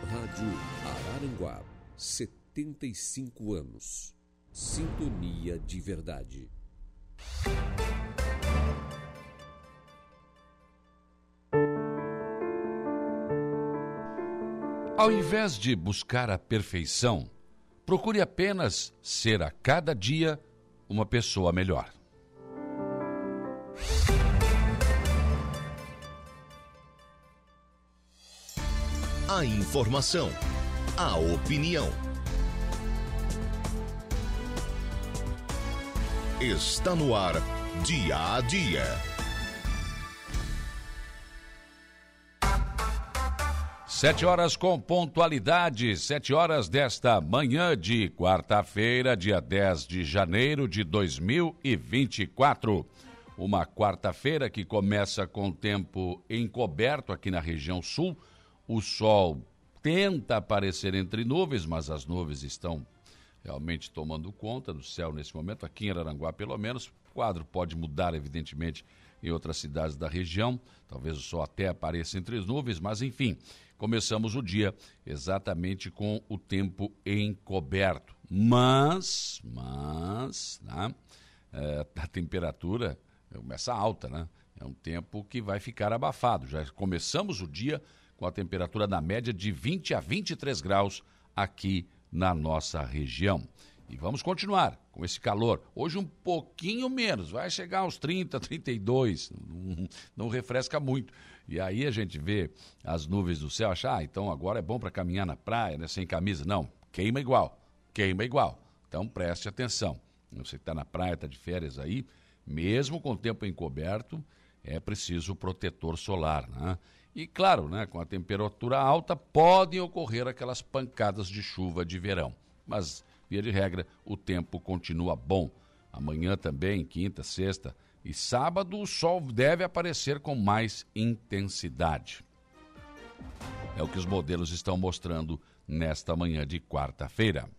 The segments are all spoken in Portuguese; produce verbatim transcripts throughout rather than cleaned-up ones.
Rádio Araranguá, setenta e cinco anos. Sintonia de verdade. Ao invés de buscar a perfeição, procure apenas ser a cada dia uma pessoa melhor. A informação, a opinião. Está no ar, dia a dia. Sete horas com pontualidade, sete horas desta manhã de quarta-feira, dia dez de janeiro de dois mil e vinte e quatro. Uma quarta-feira que começa com tempo encoberto aqui na região sul. O sol tenta aparecer entre nuvens, mas as nuvens estão realmente tomando conta do céu nesse momento. Aqui em Araranguá, pelo menos, o quadro pode mudar, evidentemente, em outras cidades da região. Talvez o sol até apareça entre as nuvens, mas enfim, começamos o dia exatamente com o tempo encoberto. Mas, mas, né, é, a temperatura começa alta, né? É um tempo que vai ficar abafado. Já começamos o dia com a temperatura na média de vinte a vinte e três graus aqui na nossa região. E vamos continuar com esse calor. Hoje um pouquinho menos, vai chegar aos trinta, trinta e dois, não, não refresca muito. E aí a gente vê as nuvens do céu, achar, ah, então agora é bom para caminhar na praia, né, sem camisa. Não, queima igual, queima igual. Então preste atenção. Você que está na praia, está de férias aí, mesmo com o tempo encoberto, é preciso protetor solar, né? E claro, né, com a temperatura alta, podem ocorrer aquelas pancadas de chuva de verão. Mas, via de regra, o tempo continua bom. Amanhã também, quinta, sexta e sábado, o sol deve aparecer com mais intensidade. É o que os modelos estão mostrando nesta manhã de quarta-feira.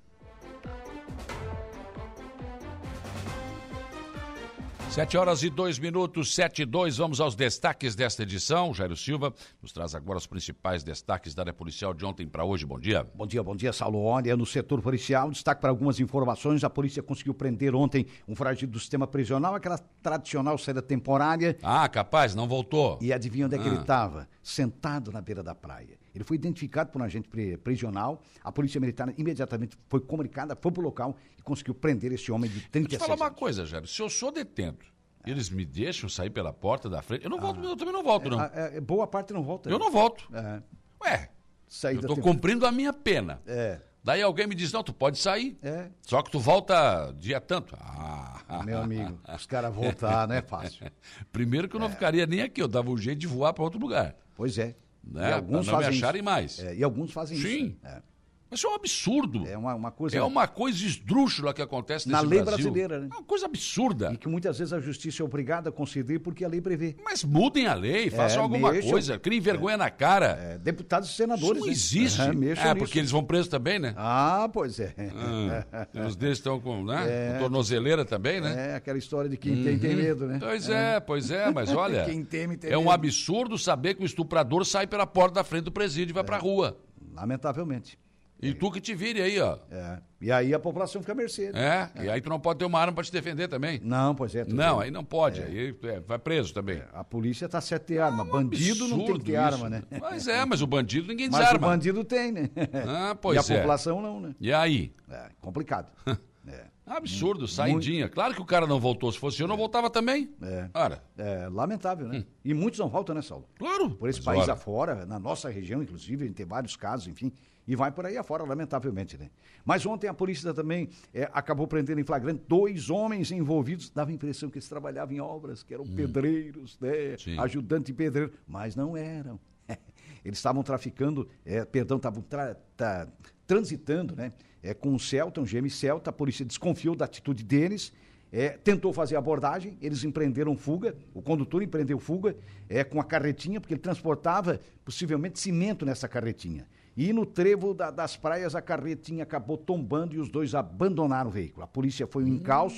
Sete horas e dois minutos, sete e dois, vamos aos destaques desta edição. Jairo Silva nos traz agora os principais destaques da área policial de ontem para hoje. Bom dia. Bom dia, bom dia, Saulo. Olha, no setor policial, destaque para algumas informações. A polícia conseguiu prender ontem um foragido do sistema prisional, aquela tradicional saída temporária. Ah, capaz, não voltou. E adivinha onde é que ah. ele estava? Sentado na beira da praia. Ele foi identificado por um agente prisional, a polícia militar imediatamente foi comunicada, foi para o local e conseguiu prender esse homem de trinta e seis anos. Deixa eu falar uma coisa, Jairo, se eu sou detento, é. eles me deixam sair pela porta da frente, eu não ah. volto, eu também não volto, não. É, é, boa parte não volta. Eu né? não volto. É. Ué, Saída eu estou tempo... cumprindo a minha pena. É. Daí alguém me diz, não, tu pode sair, é. só que tu volta dia tanto. Ah, meu amigo, os caras voltar não é fácil. Primeiro que eu não é. ficaria nem aqui, eu dava um jeito de voar para outro lugar. Pois é. Né? E alguns não fazem me acharem isso. mais. É, e alguns fazem Sim. isso. Sim. É. Isso é um absurdo. É uma, uma coisa... É uma coisa esdrúxula que acontece nesse Na lei Brasil. brasileira, né? É uma coisa absurda. E que muitas vezes a justiça é obrigada a conceder porque a lei prevê. Mas mudem a lei, façam é, alguma mexam, coisa, criem vergonha é, na cara. É, deputados e senadores. Isso não existe. Né? É, é porque nisso. Eles vão presos também, né? Ah, pois é. Ah, os deles estão com, né? É, com tornozeleira também, né? É, aquela história de quem uhum. tem, tem medo, né? Pois é, é pois é, mas olha, quem teme, tem é medo. Um absurdo saber que o estuprador sai pela porta da frente do presídio e vai é. pra rua. Lamentavelmente. E tu que te vire aí, ó. É. E aí a população fica à mercê. Né? É, é, e aí tu não pode ter uma arma para te defender também. Não, pois é. Não, bem. aí não pode, é. aí é, vai preso também. É, a polícia tá certa de ter arma, é um bandido não tem que ter isso. arma, né? Mas é, mas o bandido ninguém mas desarma. Mas o bandido tem, né? Ah, pois e a é. população não, né? E aí? É, complicado. é. Absurdo, saidinha. Muito... Claro que o cara não voltou, se fosse eu, não voltava também. É. Ora. É lamentável, né? Hum. E muitos não voltam, né, Saulo? Claro. Por esse mas país ora. afora, na nossa região, inclusive, a gente tem vários casos, enfim... E vai por aí afora, lamentavelmente, né? Mas ontem a polícia também é, acabou prendendo em flagrante dois homens envolvidos. Dava a impressão que eles trabalhavam em obras, que eram hum. pedreiros, né? Ajudante pedreiro, mas não eram. Eles estavam traficando, é, perdão, estavam tra tra transitando, né? É, com um Celta, um G M Celta. A polícia desconfiou da atitude deles. É, tentou fazer a abordagem, eles empreenderam fuga, o condutor empreendeu fuga é, com a carretinha, porque ele transportava possivelmente cimento nessa carretinha. E no trevo da, das praias a carretinha acabou tombando e os dois abandonaram o veículo. A polícia foi um encalço,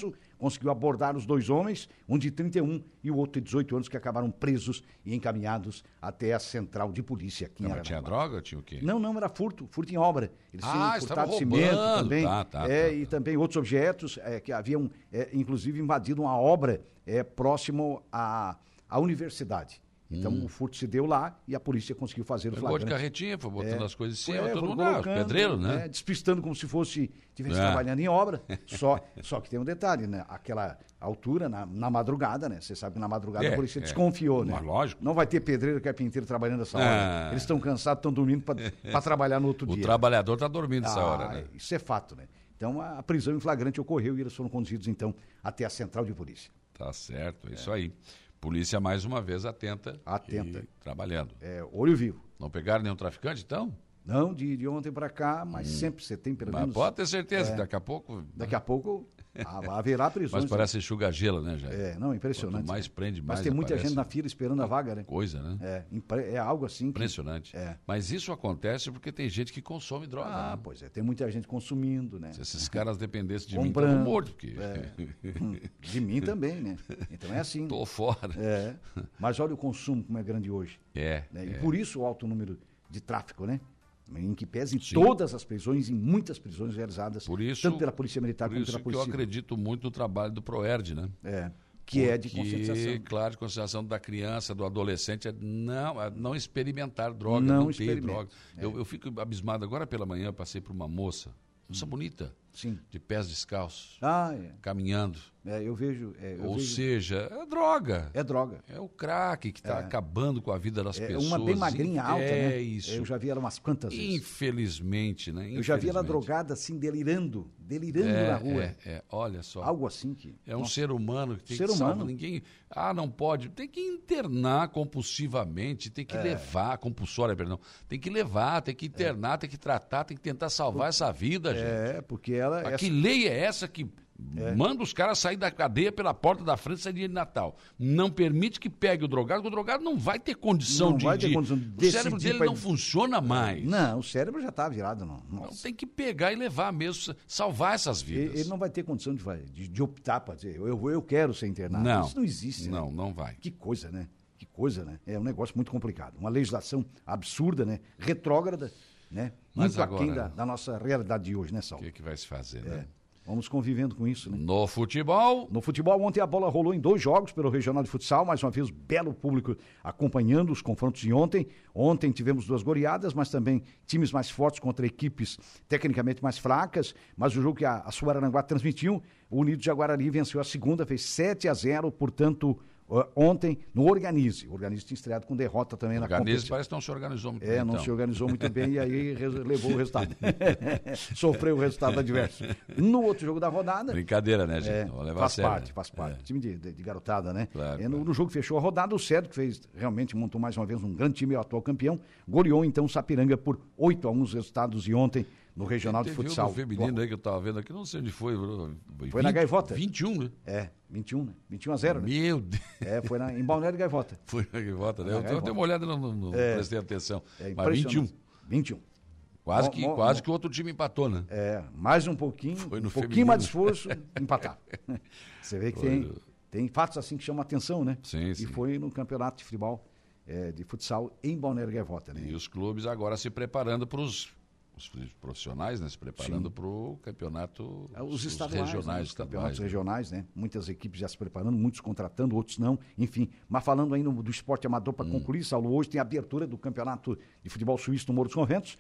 conseguiu abordar os dois homens, um de trinta e um e o outro de dezoito anos, que acabaram presos e encaminhados até a central de polícia aqui em Não, mas tinha droga ou tinha o quê? Não, não, era furto, furto em obra. Eles Ah, tinham furtado estavam cimento roubando. também, Tá, tá, é, tá, e tá. também outros objetos é, que haviam, é, inclusive, invadido uma obra é, próximo à, à universidade. Então, Hum. o furto se deu lá e a polícia conseguiu fazer o Pegou de flagrante. carretinha, foi botando É, as coisas em Foi, cima, é, todo foram mundo, ah, os colocando, pedreiros, né? é, despistando como se fosse, estivesse É. trabalhando em obra. Só, só que tem um detalhe, né? Aquela altura, na, na madrugada, né? Você sabe que na madrugada É, a polícia é. desconfiou, né? Mas lógico. Não vai ter pedreiro, carpinteiro trabalhando essa hora. Ah. Eles estão cansados, estão dormindo para trabalhar no outro O dia. trabalhador está dormindo nessa Ah, hora, né? Isso é fato, né? Então, a, a prisão em flagrante ocorreu e eles foram conduzidos, então, até a central de polícia. Tá certo, é isso aí. Polícia mais uma vez atenta. Atenta. E trabalhando. É, olho vivo. Não pegaram nenhum traficante, então? Não de, de ontem para cá, mas sempre você tem pelo Mas menos... pode ter certeza que daqui a pouco... Daqui a pouco ah, haverá prisões. Mas parece enxuga-gelo, né, Jair? É, não, impressionante. Quanto mais prende, mais Mas tem muita aparece. gente na fila esperando a vaga, né? Coisa, né? É, impre- é algo assim que... Impressionante. É. Mas isso acontece porque tem gente que consome droga. Ah, né? pois é, tem muita gente consumindo, né? Se esses caras dependessem de mim, Comprando. estavam mortos, porque Hum, De mim também, né? Então é assim. tô fora. É. Mas olha o consumo como é grande hoje. É, Né? é. E por isso o alto número de tráfico, né? Em que pese Sim. todas as prisões, em muitas prisões realizadas, Por isso- tanto pela Polícia Militar Por como isso pela que eu Polícia Civil. acredito muito no trabalho do Proerd, né? É, que é de Porque, conscientização. claro, de conscientização da criança, do adolescente, é não, é não experimentar droga, Não não, ter experimente, droga. Eu, eu fico abismado. Agora pela manhã eu passei por uma moça, moça bonita, Sim. de pés descalços, Ah, é. caminhando. É, eu vejo. É, eu Ou vejo- seja, é droga. é droga. É o crack que está acabando com a vida das É pessoas. uma bem magrinha, alta, é né? isso. Eu já vi ela umas quantas vezes. Infelizmente, né? Eu já vi ela Infelizmente. drogada assim, delirando, delirando é, na rua. É, é, olha só. Algo assim que. É um Nossa, ser humano que tem Ser que salvar. humano. Ninguém. Ah, não pode. Tem que internar compulsivamente, tem É. que levar, compulsória, perdão. Tem que levar, tem que internar, tem que tratar, tem que tentar salvar essa vida, gente. É, porque ela. Mas que lei é essa que manda os caras sair da cadeia pela porta da frente sair dia de Natal? Não permite que pegue o drogado, porque o drogado não vai ter condição Não de. vai ter de- condição de o cérebro decidir dele pra- não funciona mais. Não, o cérebro já está virado, não. Então Nossa. tem que pegar e levar mesmo, salvar essas Ele, vidas. ele não vai ter condição de, vai- de, de optar para dizer, eu, eu, eu quero ser internado. Não. Isso não existe. né? Não, não vai. Que coisa, né? Que coisa, né? É um negócio muito complicado. Uma legislação absurda, né? Retrógrada, né? Mas Muito aquém agora- da, da nossa realidade de hoje, né, O Saulo? que, que vai se fazer, né? Vamos convivendo com isso, né? No futebol, No futebol, ontem a bola rolou em dois jogos pelo Regional de Futsal, mais uma vez belo público acompanhando os confrontos de ontem. Ontem tivemos duas goleadas, mas também times mais fortes contra equipes tecnicamente mais fracas, mas o jogo que a, a Suaranguá transmitiu, o Unido de Jaguarari venceu a segunda, fez sete a zero, portanto, uh, ontem no Organize. O Organize tinha estreado com derrota também na Organismo competição. parece que não se organizou muito É, bem, não então. se organizou muito bem e aí res- levou o resultado. Sofreu o resultado adverso. No outro jogo da rodada, Brincadeira, né, gente? é, Não vou levar faz a sério, parte, né? faz parte. É. Time de, de- de garotada, né? Claro, É, no, claro. no jogo que fechou a rodada, o Cedro, que fez, realmente montou mais uma vez um grande time, é o atual campeão, goleou então o Sapiranga por oito a um os resultados de ontem no Regional de Teve Futsal. outro feminino aí que eu tava vendo aqui, não sei onde foi. Foi na Gaivota. vinte e um, né? É, vinte e um, né? vinte e um a zero, né? Meu Deus. É, foi na, em Balneário Gaivota. Foi na Gaivota, né? Na Eu, Gaivota. eu dei uma olhada, não, não, não É. prestei atenção. É Mas vinte e um. impressionante. vinte e um. Quase, Mo- que, mo- quase mo- que o outro time empatou, né? É, mais um pouquinho, Foi um no pouquinho feminino. mais de esforço, empatar. Você vê que Foi tem, no- tem fatos assim que chamam a atenção, né? Sim, E sim. foi no campeonato de futebol, é, de futsal em Balneário Gaivota, né? E os clubes agora se preparando para os profissionais, né? Se preparando para o campeonato. É, Os estaduais, regionais, né? Os campeonatos estaduais. né? regionais, né? Muitas equipes já se preparando, muitos contratando, outros não, enfim. Mas falando ainda do esporte amador Hum. para concluir, Saulo, hoje tem a abertura do campeonato de futebol suíço no Morro dos Conventos.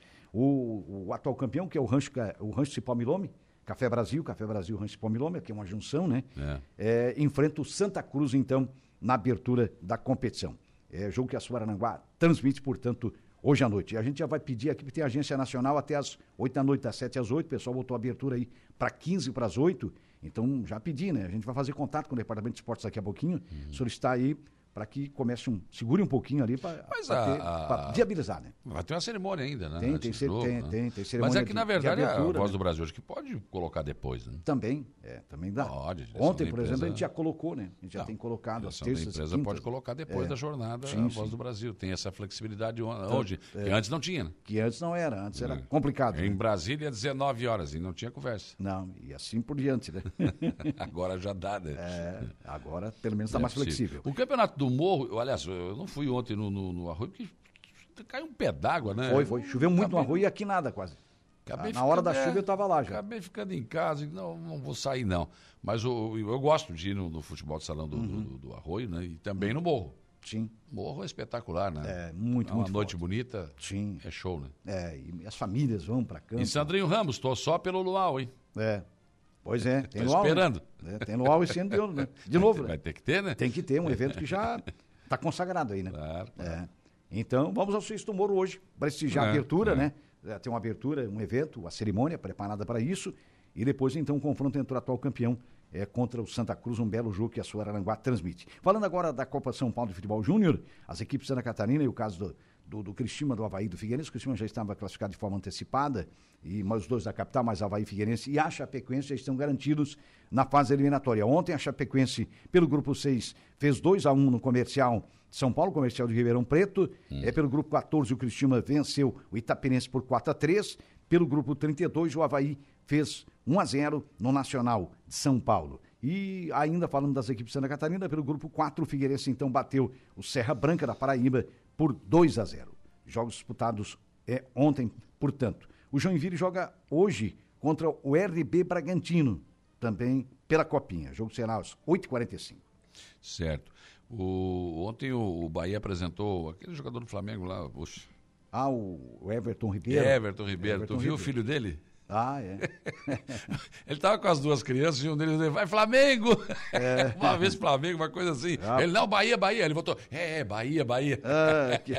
O, o atual campeão, que é o Rancho, Ca- o Rancho Cipó Milome, Café Brasil, Café Brasil, Rancho Cipó Milome, que é uma junção, né? É, enfrenta o Santa Cruz, então, na abertura da competição. É jogo que a Suaranguá transmite, portanto, hoje à noite. E a gente já vai pedir aqui, porque tem agência nacional até às oito da noite, das sete às oito. O pessoal botou a abertura aí para quinze para as oito. Então, já pedi, né? A gente vai fazer contato com o Departamento de Esportes daqui a pouquinho, solicitar aí para que comece um, segure um pouquinho ali para viabilizar, né? Vai ter uma cerimônia ainda, né? Tem, tem, jogo, tem, né? tem, tem cerimônia. Mas é que, de, na verdade, abertura, a Voz né? do Brasil acho que pode colocar depois, né? Também, é, também dá. Pode. Ontem, por empresa... exemplo, a gente já colocou, né? A gente já Não, tem colocado as terças. A terças empresa quintas, pode colocar depois é, da jornada sim, a Voz sim. do Brasil. Tem essa flexibilidade hoje, é, que antes não tinha, né? Que antes não era, antes era É. complicado. Em né? Brasília, dezenove horas, e não tinha conversa. Não, e assim por diante, né? Agora já dá, né? É, agora, pelo menos, está É mais possível. flexível. O Campeonato do Morro, aliás, eu não fui ontem no, no, no Arroio, porque caiu um pé d'água, né? Foi, foi. Choveu muito no Acabei- Arroio e aqui nada quase. Acabei Na hora da ficando- chuva eu estava lá já. Acabei ficando em casa e não, não vou sair, não. Mas o- eu gosto de ir no, no futebol de salão do, Uhum. do, do- do Arroio, né? E também no Morro. Sim, Morro é espetacular, né? é muito, É uma muito noite forte. bonita, Sim, é show, né? é, e as famílias vão para campo. E Sandrinho Ramos, tô só pelo luau, hein? É, pois é, tem Tô luau. esperando. Né? É, tem luau esse ano de, ano, né? de novo, Vai né? ter que ter, né? Tem que ter um evento que já está consagrado aí, né? Claro, claro. É. Então, vamos ao Sexto Moro hoje, prestigiar a É, abertura, é. né? É, Tem uma abertura, um evento, a cerimônia preparada para isso, e depois, então, o confronto entre o atual campeão é, contra o Santa Cruz, um belo jogo que a sua Araranguá transmite. Falando agora da Copa São Paulo de Futebol Júnior, as equipes Santa Catarina e o caso do, do, do Criciúma, do Avaí, do Figueirense, o Criciúma já estava classificado de forma antecipada, e mas os dois da capital, mais Avaí, Figueirense e a Chapecoense já estão garantidos na fase eliminatória. Ontem a Chapecoense, pelo grupo seis, fez dois a um no Comercial São Paulo, Comercial de Ribeirão Preto. Hum. É pelo grupo quatorze, o Criciúma venceu o Itapirense por quatro a três. Pelo grupo trinta e dois, o Avaí fez um a zero no Nacional de São Paulo. E ainda falando das equipes de Santa Catarina, pelo grupo quatro, o Figueirense então bateu o Serra Branca da Paraíba por dois a zero. Jogos disputados é, ontem, portanto. O Joinville joga hoje contra o R B Bragantino, também pela Copinha. O jogo será às oito e quarenta e cinco. Certo. O, ontem o, o Bahia apresentou aquele jogador do Flamengo lá, poxa. Ah, o o Everton Ribeiro. Everton Ribeiro. Everton tu viu Ribeiro. o filho dele? Ah, é. Ele tava com as duas crianças e um deles disse, vai Flamengo! É. Uma vez Flamengo, uma coisa assim. Ah. Ele, não, Bahia, Bahia. Ele botou, é, Bahia, Bahia. Ah, que...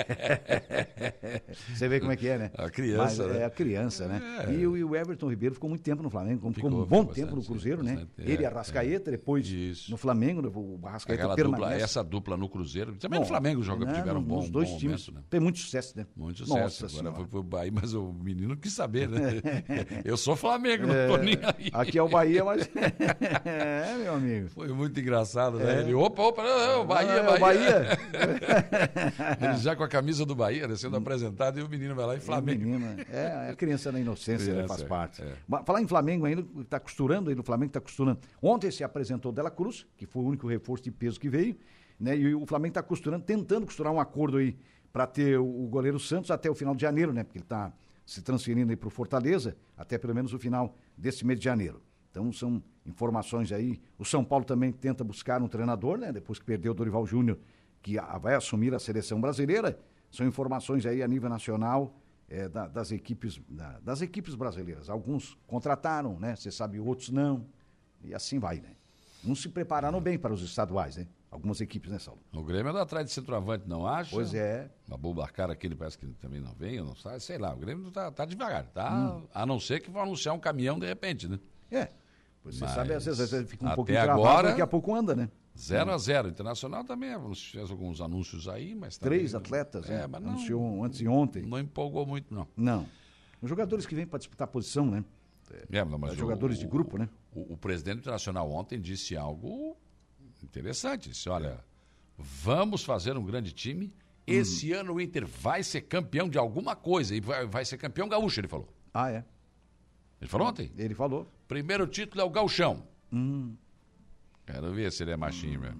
Você vê como é que é, né? A criança, Mas, né? É a criança, né? É. E, o, e o Everton Ribeiro ficou muito tempo no Flamengo, ficou, Ficou, um bom ficou tempo no bastante, Cruzeiro, né? bastante, é, Ele e a Arrascaeta, depois Isso. no Flamengo, né? O Arrascaeta Aquela permanece. dupla, essa dupla no Cruzeiro. Também Bom, no Flamengo joga, né, tiveram um bom, nos dois bom times. momento, né? Tem muito sucesso, né? Muito sucesso. Nossa Agora Senhora. foi pro Bahia, mas o menino quis saber, né? Eu sou Flamengo, não tô nem aí. Aqui é o Bahia, mas... é, meu amigo. Foi muito engraçado, né? É. Ele, opa, opa, não, não, Bahia, Ah, é o Bahia. Bahia. Ele já com a camisa do Bahia, né, sendo apresentado, e o menino vai lá e Flamengo. Menino, é, a criança na inocência, né, Criança, faz é, parte. é. Mas falar em Flamengo ainda, está costurando aí, no Flamengo está costurando. Ontem se apresentou Dela Cruz, que foi o único reforço de peso que veio, né? E o Flamengo está costurando, tentando costurar um acordo aí para ter o goleiro Santos até o final de janeiro, né? Porque ele está se transferindo aí para o Fortaleza, até pelo menos o final desse mês de janeiro. Então são informações aí. O São Paulo também tenta buscar um treinador, né? Depois que perdeu o Dorival Júnior, que a, vai assumir a seleção brasileira. São informações aí a nível nacional é, da, das, equipes, da, das equipes brasileiras. Alguns contrataram, né? Você sabe, outros não. E assim vai, né? Uns se prepararam bem para os estaduais, né? Algumas equipes, né, Saulo? O Grêmio anda atrás de centroavante, não acha? Pois é. A Bulbacar aquele parece que também não vem, eu não sei, sei lá. O Grêmio tá, tá devagar, tá? Hum. A não ser que vão anunciar um caminhão de repente, né? É. Você Mas sabe, às vezes, às vezes fica um até pouquinho travado, agora- daqui a pouco anda, né? zero a zero. Internacional também fez alguns anúncios aí, mas também... Três atletas, é, né? mas não, Anunciou antes de ontem. não empolgou muito, não. Não. Os jogadores que vêm para disputar a posição, né? É, não, mas Os jogadores o- de grupo, né? O, o presidente internacional ontem disse algo interessante. Disse, olha, vamos fazer um grande time. Esse Hum. ano o Inter vai ser campeão de alguma coisa. E vai, vai ser campeão gaúcho, ele falou. Ah, é. Ele falou ontem. Ele falou. Primeiro título é o gauchão. Hum. Quero ver se ele é machinho mesmo.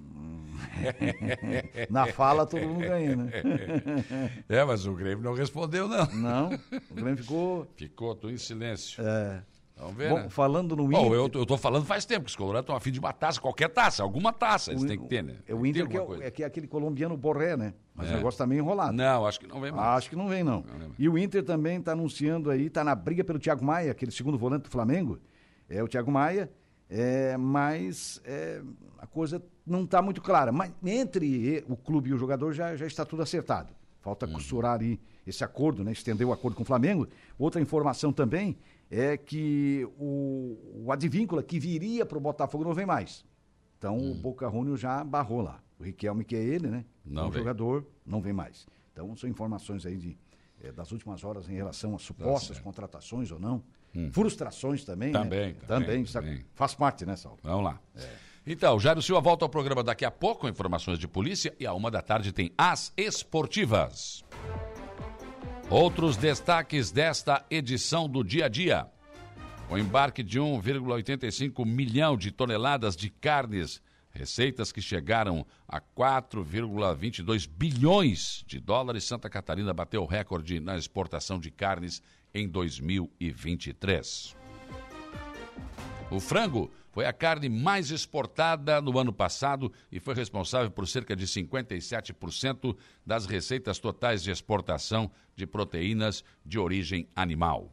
Na fala todo mundo ganha, né? É, mas o Grêmio não respondeu, não. Não, o Grêmio ficou... Ficou tô em silêncio. É... Vamos ver, Bom, né? falando no Bom, Inter... eu, tô- eu tô falando faz tempo que os colorados estão a fim de uma taça, qualquer taça, alguma taça eles o- têm que ter, né? É Tem o que Inter ter que é, alguma o- coisa. é que é aquele colombiano Borré, né? Mas É. o negócio tá meio enrolado. Não, acho que não vem mais. Ah, acho que não vem, não. Não vem mais. E o Inter também está anunciando aí, está na briga pelo Thiago Maia, aquele segundo volante do Flamengo. É o Thiago Maia, é, mas é, a coisa não está muito clara. Mas entre o clube e o jogador já, já está tudo acertado. Falta Uhum. costurar aí esse acordo, né? Estender o acordo com o Flamengo. Outra informação também é que o, o Advíncula, que viria para o Botafogo, não vem mais. Então Uhum. o Boca Juniors já barrou lá. O Riquelme, que é ele, né? Não o vem. jogador, não vem mais. Então, são informações aí de, é, das últimas horas em relação a supostas Tá contratações ou não. Hum. Frustrações também, Também, né? também, Também, também. sabe? Faz parte, né, Saulo? Vamos lá. É. Então, Jairo Silva volta ao programa daqui a pouco, com informações de polícia, e à uma da tarde tem As Esportivas. Outros destaques desta edição do Dia a Dia. O embarque de um vírgula oitenta e cinco milhão de toneladas de carnes, receitas que chegaram a quatro vírgula vinte e dois bilhões de dólares. Santa Catarina bateu o recorde na exportação de carnes em dois mil e vinte e três. O frango foi a carne mais exportada no ano passado e foi responsável por cerca de cinquenta e sete por cento das receitas totais de exportação de proteínas de origem animal.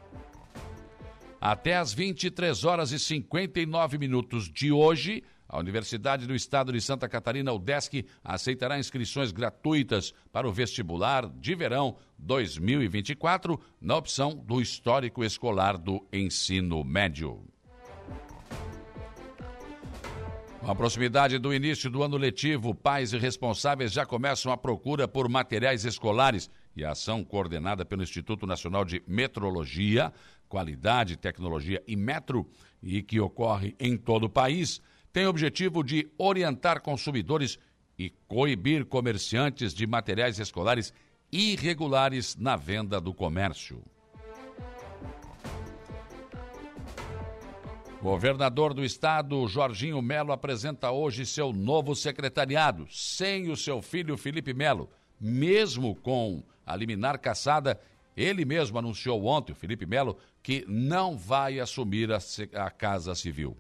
Até às vinte e três horas e cinquenta e nove minutos de hoje, a Universidade do Estado de Santa Catarina, UDESC, aceitará inscrições gratuitas para o vestibular de verão dois mil e vinte e quatro, na opção do histórico escolar do ensino médio. Com a proximidade do início do ano letivo, pais e responsáveis já começam a procura por materiais escolares e a ação coordenada pelo Instituto Nacional de Metrologia, Qualidade, Tecnologia e Metro, e que ocorre em todo o país, tem o objetivo de orientar consumidores e coibir comerciantes de materiais escolares irregulares na venda do comércio. Governador do estado, Jorginho Melo, apresenta hoje seu novo secretariado, sem o seu filho Felipe Melo. Mesmo com a liminar cassada, ele mesmo anunciou ontem, o Felipe Melo, que não vai assumir a, a Casa Civil.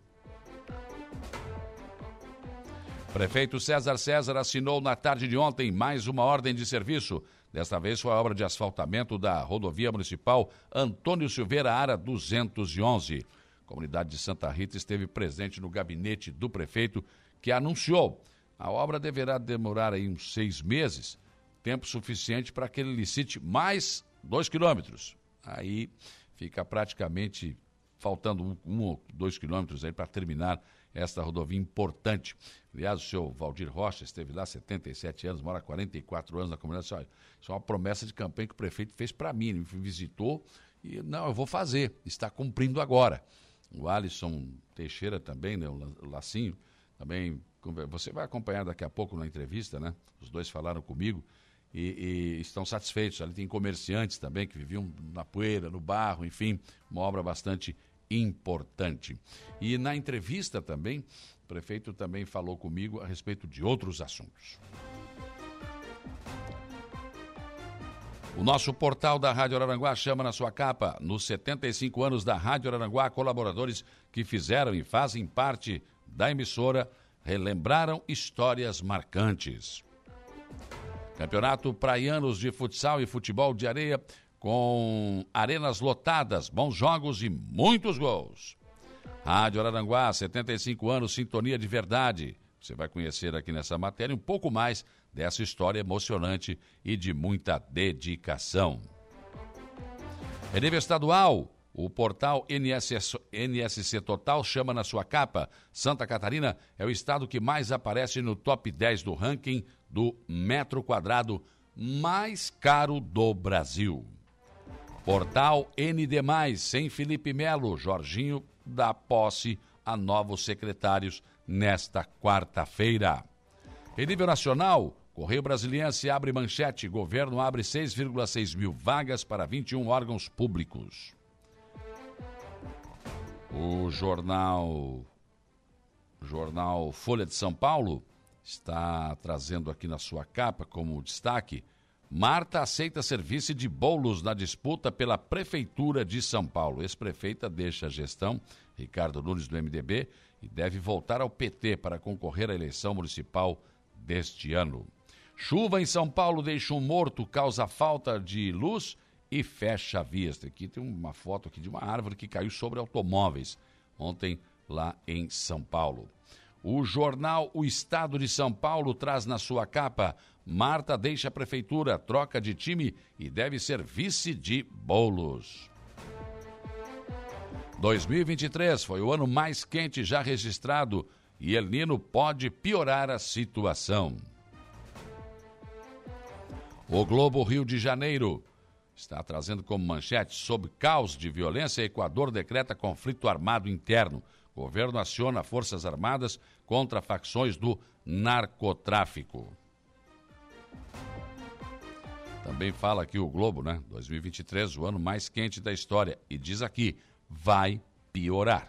Prefeito César César assinou na tarde de ontem mais uma ordem de serviço. Desta vez foi a obra de asfaltamento da rodovia municipal Antônio Silveira, área duzentos e onze. A comunidade de Santa Rita esteve presente no gabinete do prefeito, que anunciou. A obra deverá demorar aí uns seis meses, tempo suficiente para que ele licite mais dois quilômetros. Aí fica praticamente faltando um, um ou dois quilômetros aí para terminar esta rodovia importante. Aliás, o senhor Valdir Rocha esteve lá há setenta e sete anos, mora há quarenta e quatro anos na comunidade. Olha, isso é uma promessa de campanha que o prefeito fez para mim. Ele me visitou e, não, eu vou fazer. Está cumprindo agora. O Alisson Teixeira também, né, o Lacinho, também, você vai acompanhar daqui a pouco na entrevista, né? Os dois falaram comigo e, e estão satisfeitos. Ali tem comerciantes também que viviam na poeira, no barro, enfim, uma obra bastante importante. E na entrevista também, o prefeito também falou comigo a respeito de outros assuntos. O nosso portal da Rádio Araranguá chama na sua capa, nos setenta e cinco anos da Rádio Araranguá, colaboradores que fizeram e fazem parte da emissora relembraram histórias marcantes. Campeonato Praianos de Futsal e Futebol de Areia com arenas lotadas, bons jogos e muitos gols. Rádio Araranguá, setenta e cinco anos, sintonia de verdade. Você vai conhecer aqui nessa matéria um pouco mais dessa história emocionante e de muita dedicação. Em nível estadual, o portal N S S, N S C Total chama na sua capa: Santa Catarina é o estado que mais aparece no top dez do ranking do metro quadrado mais caro do Brasil. Portal N D mais, sem Felipe Melo, Jorginho dá posse a novos secretários nesta quarta-feira. Em nível nacional, Correio Brasiliense abre manchete, governo abre seis vírgula seis mil vagas para vinte e um órgãos públicos. O jornal, jornal Folha de São Paulo está trazendo aqui na sua capa como destaque: Marta aceita serviço de bolos na disputa pela Prefeitura de São Paulo. Ex-prefeita deixa a gestão, Ricardo Nunes, do M D B, e deve voltar ao P T para concorrer à eleição municipal deste ano. Chuva em São Paulo deixa um morto, causa falta de luz e fecha a vista. Aqui tem uma foto aqui de uma árvore que caiu sobre automóveis ontem lá em São Paulo. O jornal O Estado de São Paulo traz na sua capa: Marta deixa a prefeitura, troca de time e deve ser vice de bolos. dois mil e vinte e três foi o ano mais quente já registrado e El Niño pode piorar a situação. O Globo Rio de Janeiro está trazendo como manchete: sob caos de violência, Equador decreta conflito armado interno. Governo aciona Forças Armadas contra facções do narcotráfico. Também fala aqui o Globo, né? dois mil e vinte e três, o ano mais quente da história. E diz aqui, vai piorar.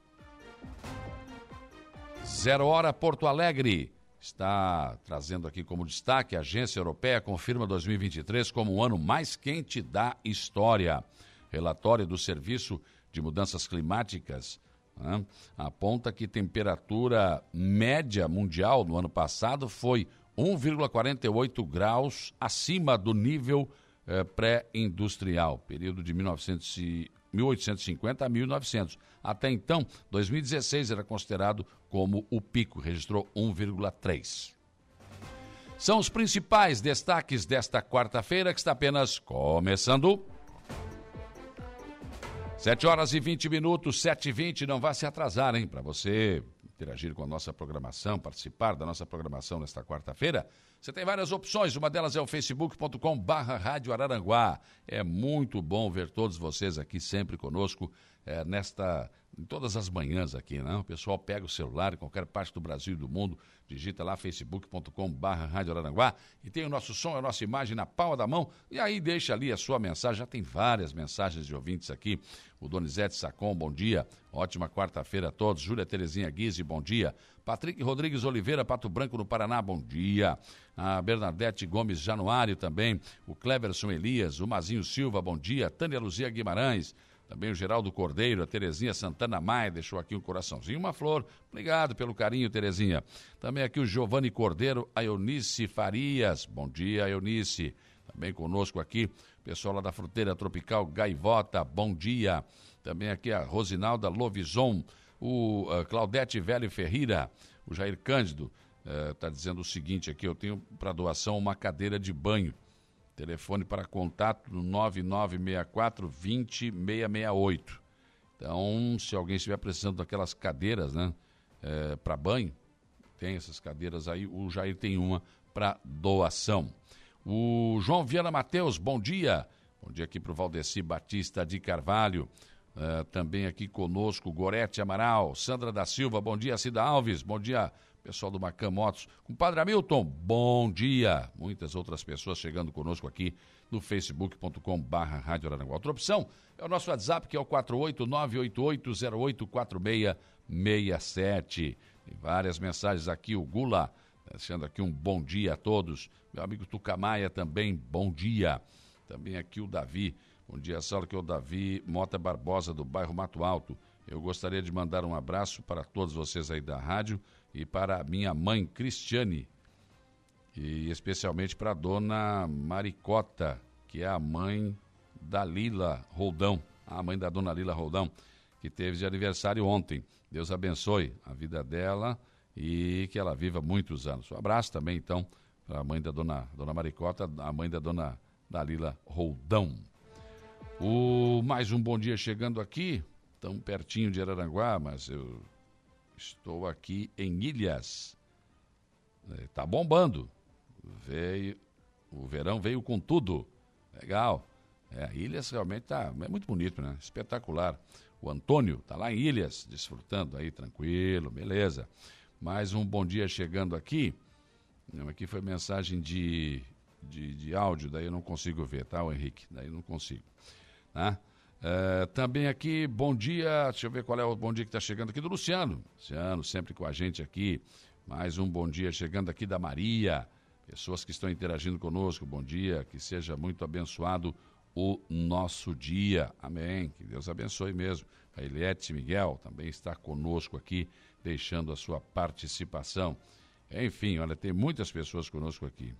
Zero Hora Porto Alegre está trazendo aqui como destaque: a Agência Europeia confirma dois mil e vinte e três como o ano mais quente da história. Relatório do Serviço de Mudanças Climáticas, né, aponta que temperatura média mundial no ano passado foi um vírgula quarenta e oito graus acima do nível eh, pré-industrial, período de mil oitocentos e cinquenta a mil e novecentos. Até então, dois mil e dezesseis era considerado como o pico, registrou um vírgula três. São os principais destaques desta quarta-feira, que está apenas começando. sete horas e vinte minutos, sete e vinte, não vá se atrasar, hein? Para você interagir com a nossa programação, participar da nossa programação nesta quarta-feira, você tem várias opções. Uma delas é o facebook ponto com barra Rádio Araranguá. É muito bom ver todos vocês aqui sempre conosco, é, nesta, em todas as manhãs aqui, né? O pessoal pega o celular em qualquer parte do Brasil e do mundo, digita lá facebook ponto com barra Rádio Araranguá e tem o nosso som, a nossa imagem na palma da mão, e aí deixa ali a sua mensagem. Já tem várias mensagens de ouvintes aqui. O Donizete Sacon, bom dia. Ótima quarta-feira a todos. Júlia Terezinha Guise, bom dia. Patrick Rodrigues Oliveira, Pato Branco, no Paraná, bom dia. A Bernadette Gomes Januário também. O Cleverson Elias, o Mazinho Silva, bom dia. Tânia Luzia Guimarães. Também o Geraldo Cordeiro, a Terezinha Santana Maia, deixou aqui um coraçãozinho, uma flor. Obrigado pelo carinho, Terezinha. Também aqui o Giovanni Cordeiro, a Eunice Farias. Bom dia, Eunice. Também conosco aqui, pessoal lá da Fruteira Tropical Gaivota, bom dia. Também aqui a Rosinalda Lovison, o uh, Claudete Velho Ferreira, o Jair Cândido, está uh, dizendo o seguinte aqui: eu tenho para doação uma cadeira de banho. Telefone para contato no nove nove seis quatro, dois zero, seis seis oito. Então, se alguém estiver precisando daquelas cadeiras, né, é, para banho, tem essas cadeiras aí, o Jair tem uma para doação. O João Viana Mateus, bom dia. Bom dia aqui para o Valdeci Batista de Carvalho. Uh, também aqui conosco, Gorete Amaral, Sandra da Silva, bom dia. Cida Alves, bom dia. Pessoal do Macan Motos. Compadre Hamilton, bom dia. Muitas outras pessoas chegando conosco aqui no facebook ponto com barra Rádio Araranguá. Outra opção é o nosso WhatsApp, que é o quatro oito nove oito oito zero oito quatro seis seis sete. Tem várias mensagens aqui. O Gula, deixando aqui um bom dia a todos. Meu amigo Tucamaia também, bom dia. Também aqui o Davi. Bom dia, Saulo, que é o Davi Mota Barbosa, do bairro Mato Alto. Eu gostaria de mandar um abraço para todos vocês aí da rádio e para a minha mãe, Cristiane, e especialmente para a dona Maricota, que é a mãe da Lila Roldão, a mãe da dona Lila Roldão, que teve de aniversário ontem. Deus abençoe a vida dela e que ela viva muitos anos. Um abraço também, então, para a mãe da dona, dona Maricota, a mãe da dona Dalila Roldão. O, mais um bom dia chegando aqui, tão pertinho de Araranguá, mas eu estou aqui em Ilhas. Está bombando. Veio, o verão veio com tudo. Legal. É, Ilhas realmente tá, é muito bonito, né? Espetacular. O Antônio está lá em Ilhas, desfrutando aí, tranquilo, beleza. Mais um bom dia chegando aqui. Aqui foi mensagem de, de, de áudio, daí eu não consigo ver, tá, o Henrique? Daí eu não consigo. Tá? Uh, também aqui, bom dia, deixa eu ver qual é o bom dia que está chegando aqui do Luciano. Luciano, sempre com a gente aqui. Mais um bom dia chegando aqui da Maria. Pessoas que estão interagindo conosco, bom dia, que seja muito abençoado o nosso dia. Amém, que Deus abençoe mesmo. A Eliette Miguel também está conosco aqui, deixando a sua participação. Enfim, olha, tem muitas pessoas conosco aqui.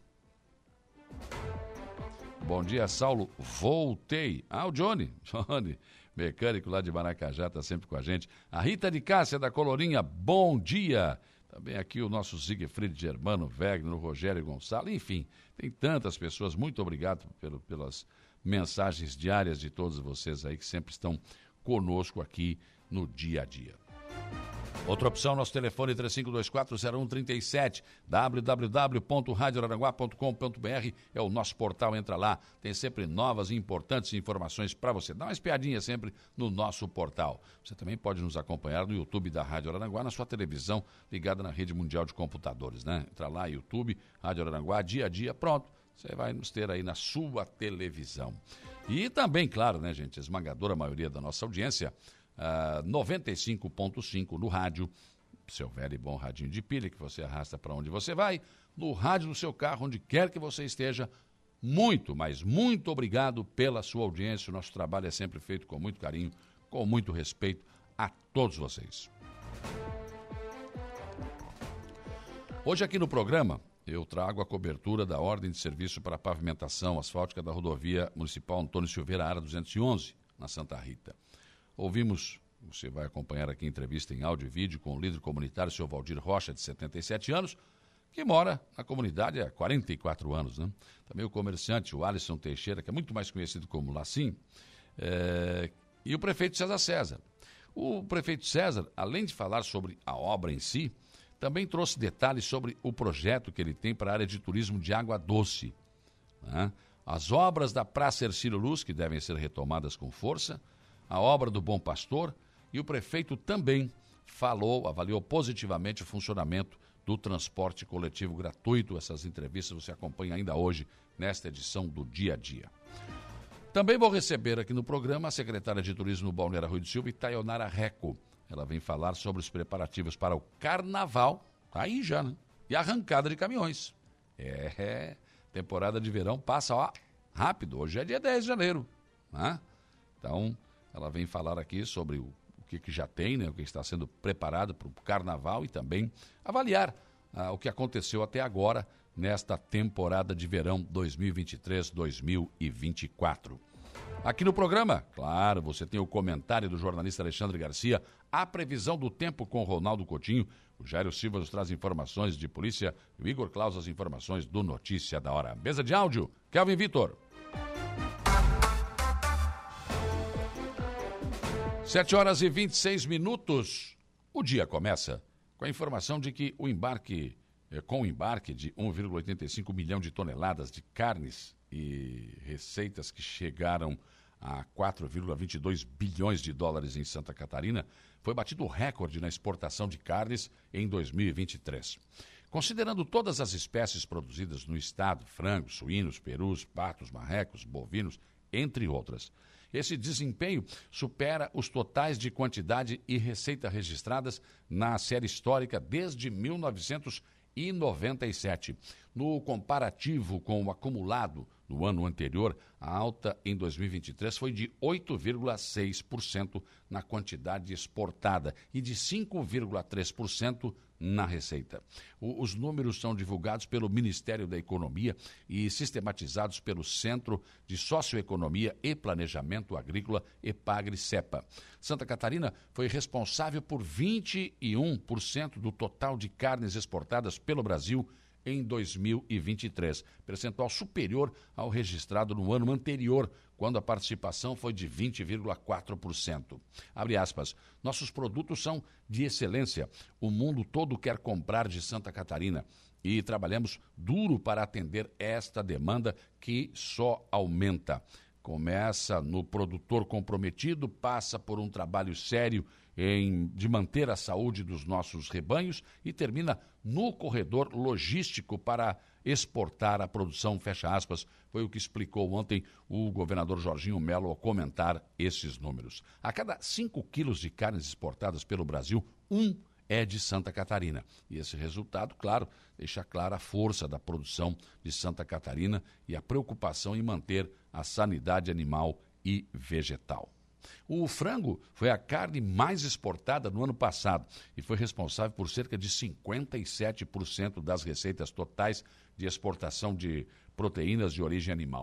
Bom dia, Saulo. Voltei. Ah, o Johnny. Johnny, mecânico lá de Maracajá, está sempre com a gente. A Rita de Cássia, da Colorinha, bom dia. Também aqui o nosso Siegfried Germano, Wegner, o Rogério Gonçalves. Enfim, tem tantas pessoas. Muito obrigado pelo, pelas mensagens diárias de todos vocês aí que sempre estão conosco aqui no dia a dia. Outra opção, nosso telefone três cinco dois quatro zero um três sete, w w w ponto rádio araranguá ponto com ponto b r é o nosso portal, entra lá, tem sempre novas e importantes informações para você. Dá uma espiadinha sempre no nosso portal. Você também pode nos acompanhar no YouTube da Rádio Araranguá, na sua televisão ligada na rede mundial de computadores, né? Entra lá, YouTube, Rádio Araranguá, dia a dia, pronto. Você vai nos ter aí na sua televisão. E também, claro, né, gente, a esmagadora maioria da nossa audiência, Uh, noventa e cinco ponto cinco no rádio, seu velho e bom radinho de pilha que você arrasta para onde você vai, no rádio do seu carro, onde quer que você esteja. Muito, mas muito obrigado pela sua audiência. O nosso trabalho é sempre feito com muito carinho, com muito respeito a todos vocês. Hoje aqui no programa eu trago a cobertura da ordem de serviço para a pavimentação asfáltica da rodovia municipal Antônio Silveira, área duzentos e onze, na Santa Rita. Ouvimos, você vai acompanhar aqui a entrevista em áudio e vídeo com o líder comunitário, o senhor Valdir Rocha, de setenta e sete anos, que mora na comunidade há quarenta e quatro anos. Né? Também o comerciante, o Alisson Teixeira, que é muito mais conhecido como Lacim, é... e o prefeito César César. O prefeito César, além de falar sobre a obra em si, também trouxe detalhes sobre o projeto que ele tem para a área de turismo de Água Doce. Né? As obras da Praça Hercílio Luz, que devem ser retomadas com força, a obra do Bom Pastor, e o prefeito também falou, avaliou positivamente o funcionamento do transporte coletivo gratuito. Essas entrevistas você acompanha ainda hoje, nesta edição do Dia a Dia. Também vou receber aqui no programa a secretária de Turismo no Balneário Arroio do Silva, Itaionara Reco. Ela vem falar sobre os preparativos para o Carnaval, tá aí já, né? E a arrancada de caminhões. É, temporada de verão passa, ó, rápido. Hoje é dia dez de janeiro, né? Então, ela vem falar aqui sobre o, o que, que já tem, né, o que está sendo preparado para o Carnaval e também avaliar ah, o que aconteceu até agora nesta temporada de verão dois mil e vinte e três, dois mil e vinte e quatro. Aqui no programa, claro, você tem o comentário do jornalista Alexandre Garcia, a previsão do tempo com Ronaldo Coutinho, o Jairo Silva nos traz informações de polícia e o Igor Claus as informações do Notícia da Hora. Mesa de áudio, Kelvin Vitor. Sete horas e vinte e seis minutos, o dia começa com a informação de que o embarque, com o embarque de um vírgula oitenta e cinco milhão de toneladas de carnes e receitas que chegaram a quatro vírgula vinte e dois bilhões de dólares em Santa Catarina, foi batido o recorde na exportação de carnes em dois mil e vinte e três. Considerando todas as espécies produzidas no estado, frangos, suínos, perus, patos, marrecos, bovinos, entre outras, esse desempenho supera os totais de quantidade e receita registradas na série histórica desde mil novecentos e noventa e sete. No comparativo com o acumulado no ano anterior, a alta em dois mil e vinte e três foi de oito vírgula seis por cento na quantidade exportada e de cinco vírgula três por cento na receita. O, os números são divulgados pelo Ministério da Economia e sistematizados pelo Centro de Socioeconomia e Planejamento Agrícola, EPAGRE-CEPA. Santa Catarina foi responsável por vinte e um por cento do total de carnes exportadas pelo Brasil em dois mil e vinte e três, percentual superior ao registrado no ano anterior, quando a participação foi de vinte vírgula quatro por cento. Abre aspas, nossos produtos são de excelência. O mundo todo quer comprar de Santa Catarina e trabalhamos duro para atender esta demanda que só aumenta. Começa no produtor comprometido, passa por um trabalho sério em, de manter a saúde dos nossos rebanhos e termina no corredor logístico para exportar a produção, fecha aspas, foi o que explicou ontem o governador Jorginho Melo ao comentar esses números. A cada cinco quilos de carnes exportadas pelo Brasil, um é de Santa Catarina. E esse resultado, claro, deixa clara a força da produção de Santa Catarina e a preocupação em manter a sanidade animal e vegetal. O frango foi a carne mais exportada no ano passado e foi responsável por cerca de cinquenta e sete por cento das receitas totais de exportação de proteínas de origem animal.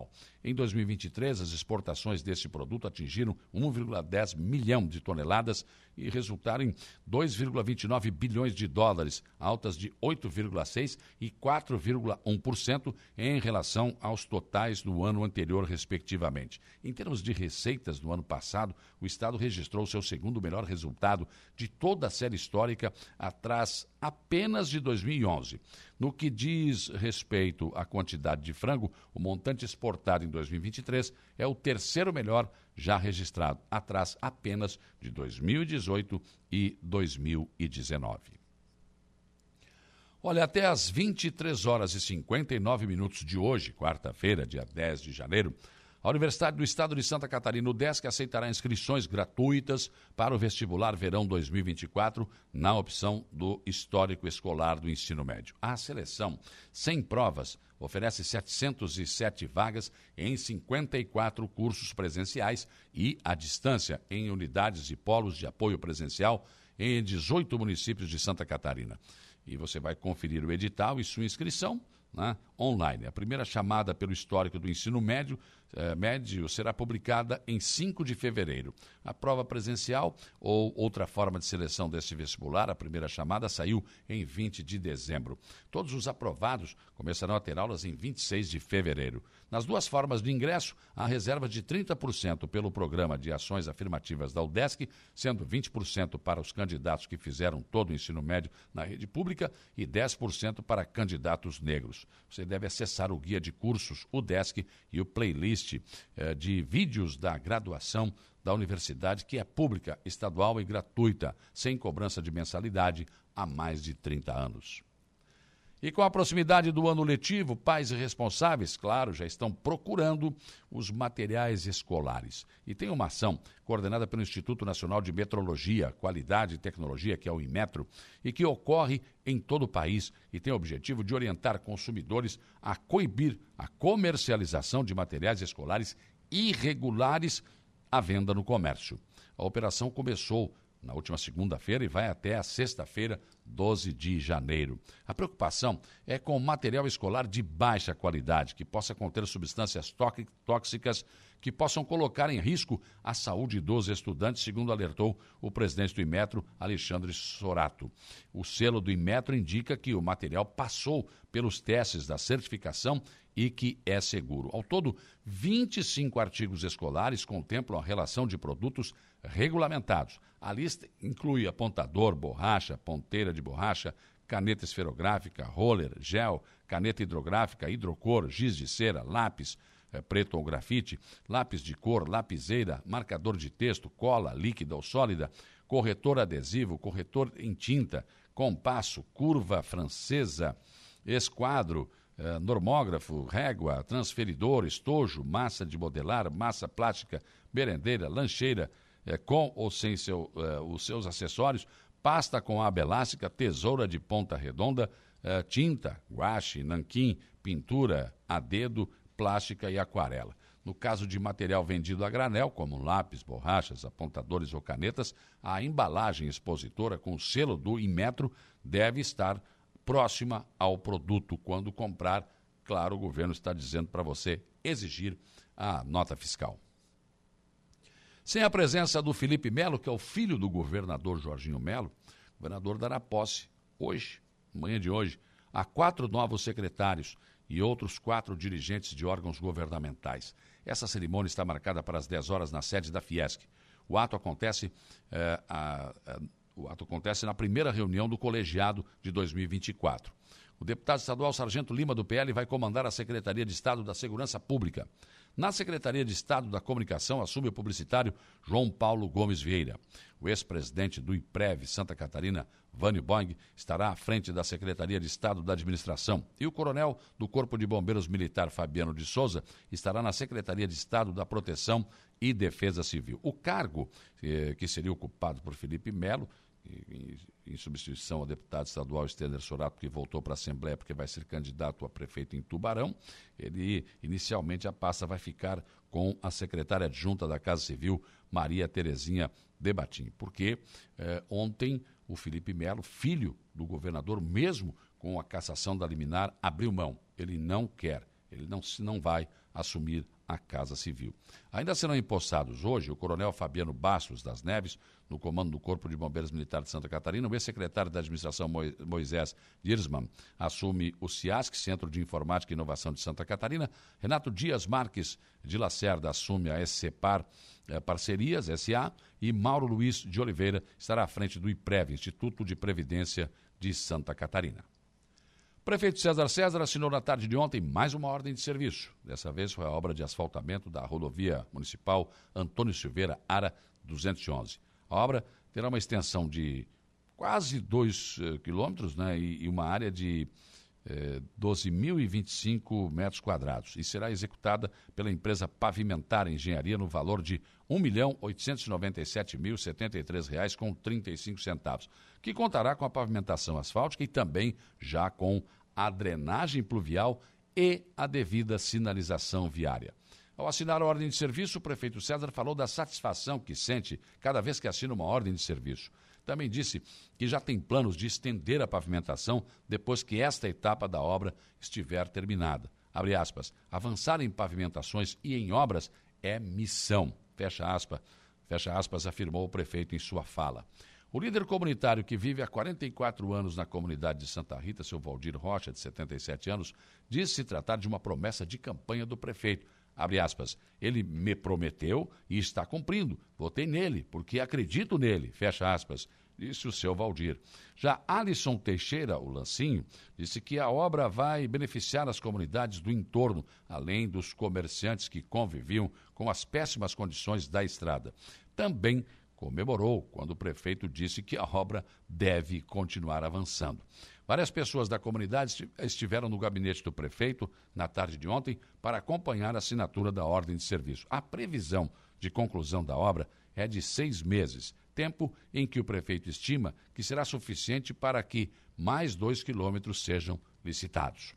Em dois mil e vinte e três, as exportações desse produto atingiram um vírgula dez milhão de toneladas e resultaram em dois vírgula vinte e nove bilhões de dólares, altas de oito vírgula seis por cento e quatro vírgula um por cento em relação aos totais do ano anterior, respectivamente. Em termos de receitas do ano passado, o Estado registrou seu segundo melhor resultado de toda a série histórica, atrás apenas de dois mil e onze. No que diz respeito à quantidade de frango, o montante exportado em dois mil e vinte e três é o terceiro melhor já registrado, atrás apenas de dois mil e dezoito e dois mil e dezenove. Olha, até às vinte e três horas e cinquenta e nove minutos de hoje, quarta-feira, dia dez de janeiro, a Universidade do Estado de Santa Catarina, UDESC, aceitará inscrições gratuitas para o vestibular verão dois mil e vinte e quatro na opção do histórico escolar do ensino médio. A seleção, sem provas, oferece setecentas e sete vagas em cinquenta e quatro cursos presenciais e à distância em unidades e polos de apoio presencial em dezoito municípios de Santa Catarina. E você vai conferir o edital e sua inscrição, né, online. A primeira chamada pelo histórico do ensino médio, eh, médio será publicada em cinco de fevereiro. A prova presencial ou outra forma de seleção desse vestibular, a primeira chamada, saiu em vinte de dezembro. Todos os aprovados começarão a ter aulas em vinte e seis de fevereiro. Nas duas formas de ingresso, há reserva de trinta por cento pelo programa de ações afirmativas da UDESC, sendo vinte por cento para os candidatos que fizeram todo o ensino médio na rede pública e dez por cento para candidatos negros. Você deve acessar o guia de cursos UDESC e o playlist eh, de vídeos da graduação da universidade, que é pública, estadual e gratuita, sem cobrança de mensalidade há mais de trinta anos. E com a proximidade do ano letivo, pais e responsáveis, claro, já estão procurando os materiais escolares. E tem uma ação coordenada pelo Instituto Nacional de Metrologia, Qualidade e Tecnologia, que é o INMETRO, e que ocorre em todo o país e tem o objetivo de orientar consumidores a coibir a comercialização de materiais escolares irregulares à venda no comércio. A operação começou na última segunda-feira e vai até a sexta-feira, doze de janeiro. A preocupação é com material escolar de baixa qualidade, que possa conter substâncias tóxicas que possam colocar em risco a saúde dos estudantes, segundo alertou o presidente do INMETRO, Alexandre Sorato. O selo do INMETRO indica que o material passou pelos testes da certificação e que é seguro. Ao todo, vinte e cinco artigos escolares contemplam a relação de produtos regulamentados. A lista inclui apontador, borracha, ponteira de borracha, caneta esferográfica, roller, gel, caneta hidrográfica, hidrocor, giz de cera, lápis é, preto ou grafite, lápis de cor, lapiseira, marcador de texto, cola líquida ou sólida, corretor adesivo, corretor em tinta, compasso, curva francesa, esquadro, eh, normógrafo, régua, transferidor, estojo, massa de modelar, massa plástica, merendeira, lancheira, eh, com ou sem seu, eh, os seus acessórios, pasta com aba elástica, tesoura de ponta redonda, eh, tinta, guache, nanquim, pintura a dedo, plástica e aquarela. No caso de material vendido a granel, como lápis, borrachas, apontadores ou canetas, a embalagem expositora com o selo do INMETRO deve estar próxima ao produto quando comprar. Claro, o governo está dizendo para você exigir a nota fiscal. Sem a presença do Felipe Melo, que é o filho do governador Jorginho Melo, o governador dará posse hoje, manhã de hoje, a quatro novos secretários e outros quatro dirigentes de órgãos governamentais. Essa cerimônia está marcada para as dez horas na sede da Fiesc. O ato acontece, eh, a, a, o ato acontece na primeira reunião do colegiado de dois mil e vinte e quatro. O deputado estadual Sargento Lima, do P L, vai comandar a Secretaria de Estado da Segurança Pública. Na Secretaria de Estado da Comunicação, assume o publicitário João Paulo Gomes Vieira. O ex-presidente do IPREV Santa Catarina, Vânio Boing, estará à frente da Secretaria de Estado da Administração. E o coronel do Corpo de Bombeiros Militar, Fabiano de Souza, estará na Secretaria de Estado da Proteção e Defesa Civil. O cargo, eh, que seria ocupado por Felipe Melo, Em, em substituição ao deputado estadual Estênio Sorato, que voltou para a Assembleia porque vai ser candidato a prefeito em Tubarão, ele, inicialmente, a pasta vai ficar com a secretária adjunta da Casa Civil, Maria Terezinha Debatim, porque eh, ontem o Felipe Melo, filho do governador, mesmo com a cassação da liminar, abriu mão. Ele não quer, ele não, não vai assumir a Casa Civil. Ainda serão empossados hoje o coronel Fabiano Bastos das Neves, no comando do Corpo de Bombeiros Militar de Santa Catarina, o ex-secretário da Administração Moisés Dirsman assume o CIASC, Centro de Informática e Inovação de Santa Catarina, Renato Dias Marques de Lacerda assume a SCPAR eh, Parcerias, S A, e Mauro Luiz de Oliveira estará à frente do IPREV, Instituto de Previdência de Santa Catarina. O prefeito César César assinou na tarde de ontem mais uma ordem de serviço. Dessa vez foi a obra de asfaltamento da rodovia municipal Antônio Silveira, Ara duzentos e onze. A obra terá uma extensão de quase dois uh, quilômetros, né, e, e uma área de eh, doze mil e vinte e cinco metros quadrados e será executada pela empresa Pavimentar Engenharia no valor de um milhão oitocentos e noventa e sete mil e setenta e três reais com trinta e cinco centavos, que contará com a pavimentação asfáltica e também já com a drenagem pluvial e a devida sinalização viária. Ao assinar a ordem de serviço, o prefeito César falou da satisfação que sente cada vez que assina uma ordem de serviço. Também disse que já tem planos de estender a pavimentação depois que esta etapa da obra estiver terminada. Abre aspas, avançar em pavimentações e em obras é missão, fecha aspas, fecha aspas, afirmou o prefeito em sua fala. O líder comunitário que vive há quarenta e quatro anos na comunidade de Santa Rita, seu Valdir Rocha, de setenta e sete anos, disse se tratar de uma promessa de campanha do prefeito. Abre aspas, ele me prometeu e está cumprindo. Votei nele, porque acredito nele, fecha aspas, disse o seu Valdir. Já Alisson Teixeira, o Lancinho, disse que a obra vai beneficiar as comunidades do entorno, além dos comerciantes que conviviam com as péssimas condições da estrada. Também comemorou quando o prefeito disse que a obra deve continuar avançando. Várias pessoas da comunidade estiveram no gabinete do prefeito na tarde de ontem para acompanhar a assinatura da ordem de serviço. A previsão de conclusão da obra é de seis meses, tempo em que o prefeito estima que será suficiente para que mais dois quilômetros sejam licitados.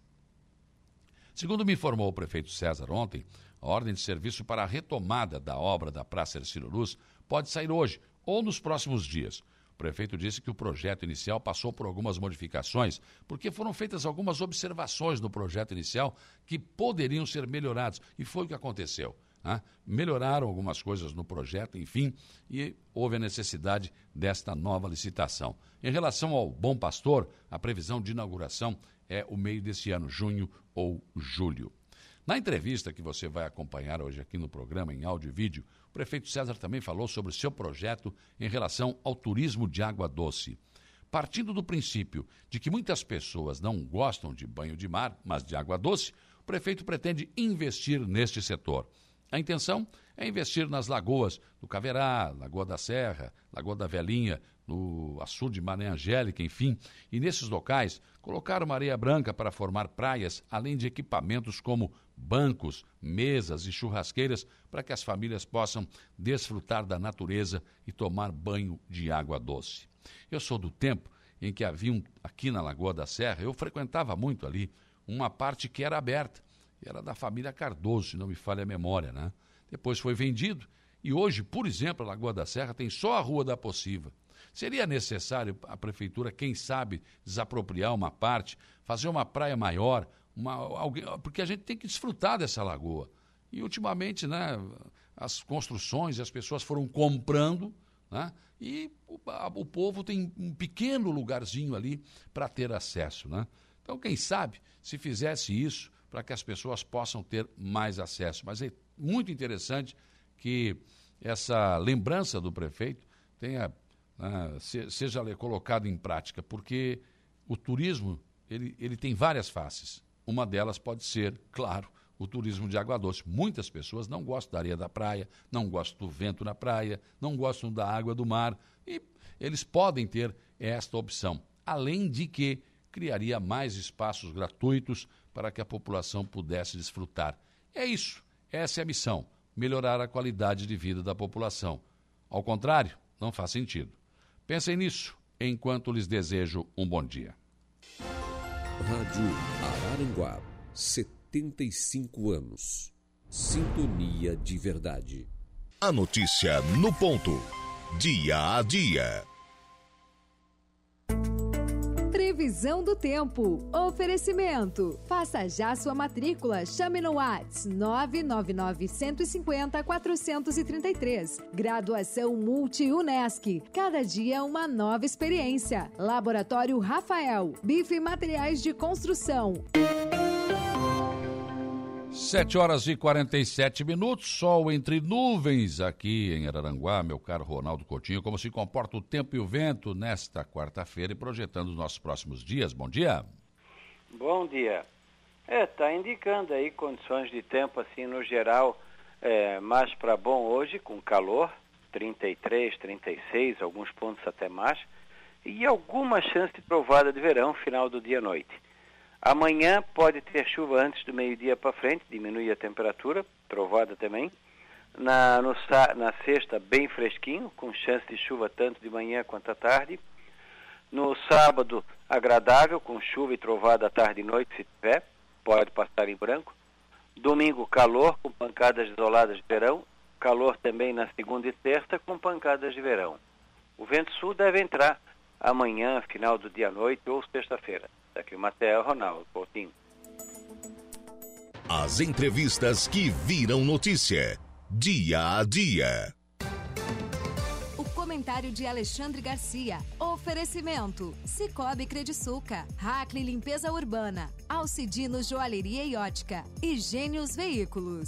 Segundo me informou o prefeito César ontem, a ordem de serviço para a retomada da obra da Praça Hercílio Luz pode sair hoje ou nos próximos dias. O prefeito disse que o projeto inicial passou por algumas modificações, porque foram feitas algumas observações no projeto inicial que poderiam ser melhoradas, e foi o que aconteceu. Né? Melhoraram algumas coisas no projeto, enfim, e houve a necessidade desta nova licitação. Em relação ao Bom Pastor, a previsão de inauguração é o meio desse ano, junho ou julho. Na entrevista que você vai acompanhar hoje aqui no programa, em áudio e vídeo, o prefeito César também falou sobre o seu projeto em relação ao turismo de água doce. Partindo do princípio de que muitas pessoas não gostam de banho de mar, mas de água doce, o prefeito pretende investir neste setor. A intenção é investir nas lagoas do Caverá, Lagoa da Serra, Lagoa da Velhinha, no açude de Mané Angélica, enfim, e nesses locais colocar uma areia branca para formar praias, além de equipamentos como bancos, mesas e churrasqueiras para que as famílias possam desfrutar da natureza e tomar banho de água doce. Eu sou do tempo em que havia um, aqui na Lagoa da Serra, eu frequentava muito ali, uma parte que era aberta, era da família Cardoso, se não me falha a memória, né? Depois foi vendido e hoje, por exemplo, a Lagoa da Serra tem só a Rua da Pociva. Seria necessário a prefeitura, quem sabe, desapropriar uma parte, fazer uma praia maior, uma, alguém, porque a gente tem que desfrutar dessa lagoa. E ultimamente, né, as construções, as pessoas foram comprando, né, e o, a, o povo tem um pequeno lugarzinho ali para ter acesso, né? Então, quem sabe, se fizesse isso, para que as pessoas possam ter mais acesso. Mas é muito interessante que essa lembrança do prefeito tenha, né, se, seja colocado em prática, porque o turismo ele, ele tem várias faces. Uma delas pode ser, claro, o turismo de água doce. Muitas pessoas não gostam da areia da praia, não gostam do vento na praia, não gostam da água do mar, e eles podem ter esta opção. Além de que criaria mais espaços gratuitos para que a população pudesse desfrutar. É isso, essa é a missão, melhorar a qualidade de vida da população. Ao contrário, não faz sentido. Pensem nisso, enquanto lhes desejo um bom dia. Rádio Araranguá, setenta e cinco anos. Sintonia de verdade. A notícia no ponto. Dia a dia. Previsão do tempo. Oferecimento. Faça já sua matrícula. Chame no WhatsApp nove nove nove, um cinco zero, quatro três três. Graduação Multi-Unesc. Cada dia uma nova experiência. Laboratório Rafael. Bife e Materiais de Construção. Sete horas e quarenta e sete minutos, sol entre nuvens aqui em Araranguá, meu caro Ronaldo Coutinho. Como se comporta o tempo e o vento nesta quarta-feira e projetando os nossos próximos dias? Bom dia. Bom dia. É, tá indicando aí condições de tempo assim no geral, é, mais para bom hoje, com calor, trinta e três, trinta e seis, alguns pontos até mais, e alguma chance de trovada de verão final do dia à noite. Amanhã pode ter chuva antes do meio-dia para frente, diminui a temperatura, trovada também. Na, no, na sexta, bem fresquinho, com chance de chuva tanto de manhã quanto à tarde. No sábado, agradável, com chuva e trovada à tarde e noite, se tiver, pode passar em branco. Domingo, calor, com pancadas isoladas de verão. Calor também na segunda e terça, com pancadas de verão. O vento sul deve entrar amanhã, final do dia à noite ou sexta-feira. Daqui uma terra, Ronaldo Coutinho. As entrevistas que viram notícia, dia a dia. O comentário de Alexandre Garcia. Oferecimento. Cicobi Crediçuca. Hackley Limpeza Urbana. Alcidino Joalheria e Ótica. E Gênios Veículos.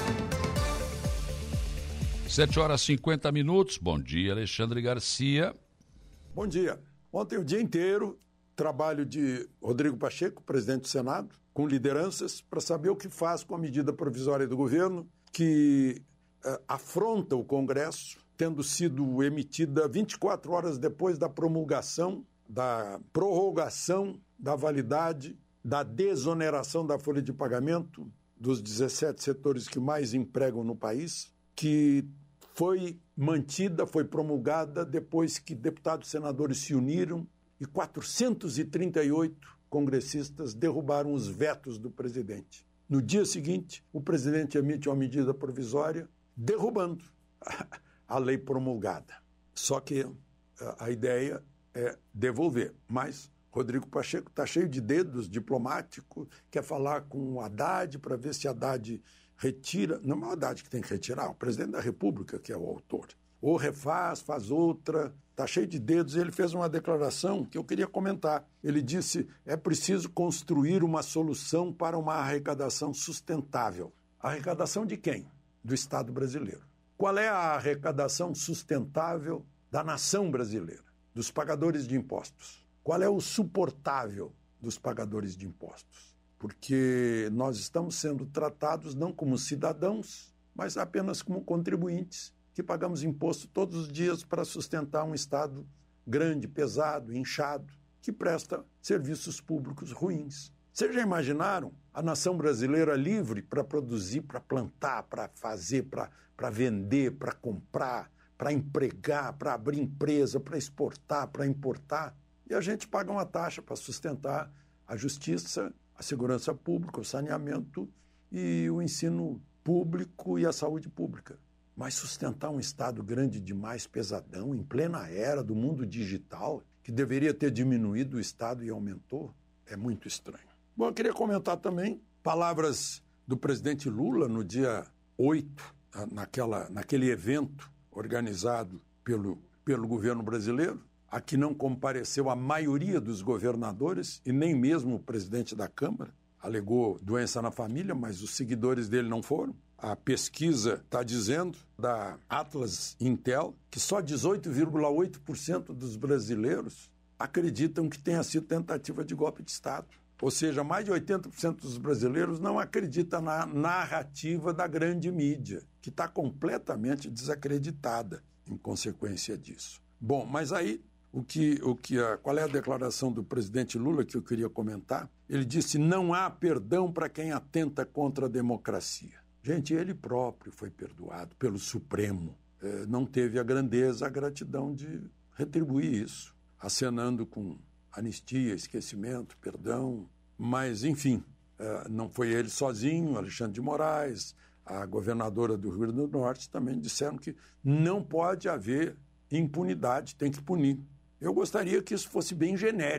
Sete horas e cinquenta minutos. Bom dia, Alexandre Garcia. Bom dia. Ontem o dia inteiro, trabalho de Rodrigo Pacheco, presidente do Senado, com lideranças, para saber o que faz com a medida provisória do governo que uh, afronta o Congresso, tendo sido emitida vinte e quatro horas depois da promulgação, da prorrogação da validade, da desoneração da folha de pagamento dos dezessete setores que mais empregam no país, que foi mantida, foi promulgada depois que deputados e senadores se uniram e quatrocentos e trinta e oito congressistas derrubaram os vetos do presidente. No dia seguinte, o presidente emite uma medida provisória derrubando a lei promulgada. Só que a ideia é devolver. Mas Rodrigo Pacheco está cheio de dedos, diplomático, quer falar com o Haddad para ver se Haddad retira. Não é o Haddad que tem que retirar, é o presidente da República que é o autor. Ou refaz, faz outra, está cheio de dedos. Ele fez uma declaração que eu queria comentar. Ele disse, é preciso construir uma solução para uma arrecadação sustentável. Arrecadação de quem? Do Estado brasileiro. Qual é a arrecadação sustentável da nação brasileira, dos pagadores de impostos? Qual é o suportável dos pagadores de impostos? Porque nós estamos sendo tratados não como cidadãos, mas apenas como contribuintes, que pagamos imposto todos os dias para sustentar um Estado grande, pesado, inchado, que presta serviços públicos ruins. Vocês já imaginaram a nação brasileira livre para produzir, para plantar, para fazer, para, para vender, para comprar, para empregar, para abrir empresa, para exportar, para importar? E a gente paga uma taxa para sustentar a justiça, a segurança pública, o saneamento e o ensino público e a saúde pública. Mas sustentar um Estado grande demais, pesadão, em plena era do mundo digital, que deveria ter diminuído o Estado e aumentou, é muito estranho. Bom, eu queria comentar também palavras do presidente Lula no dia oito, naquela, naquele evento organizado pelo, pelo governo brasileiro, a que não compareceu a maioria dos governadores e nem mesmo o presidente da Câmara. Alegou doença na família, mas os seguidores dele não foram. A pesquisa está dizendo, da Atlas Intel, que só dezoito vírgula oito por cento dos brasileiros acreditam que tenha sido tentativa de golpe de Estado. Ou seja, mais de oitenta por cento dos brasileiros não acreditam na narrativa da grande mídia, que está completamente desacreditada em consequência disso. Bom, mas aí, o que, o que a, qual é a declaração do presidente Lula que eu queria comentar? Ele disse, não há perdão para quem atenta contra a democracia. Gente, ele próprio foi perdoado pelo Supremo. É, não teve a grandeza, a gratidão de retribuir isso, acenando com anistia, esquecimento, perdão. Mas, enfim, é, não foi ele sozinho, Alexandre de Moraes, a governadora do Rio Grande do Norte também disseram que não pode haver impunidade, tem que punir. Eu gostaria que isso fosse bem genérico,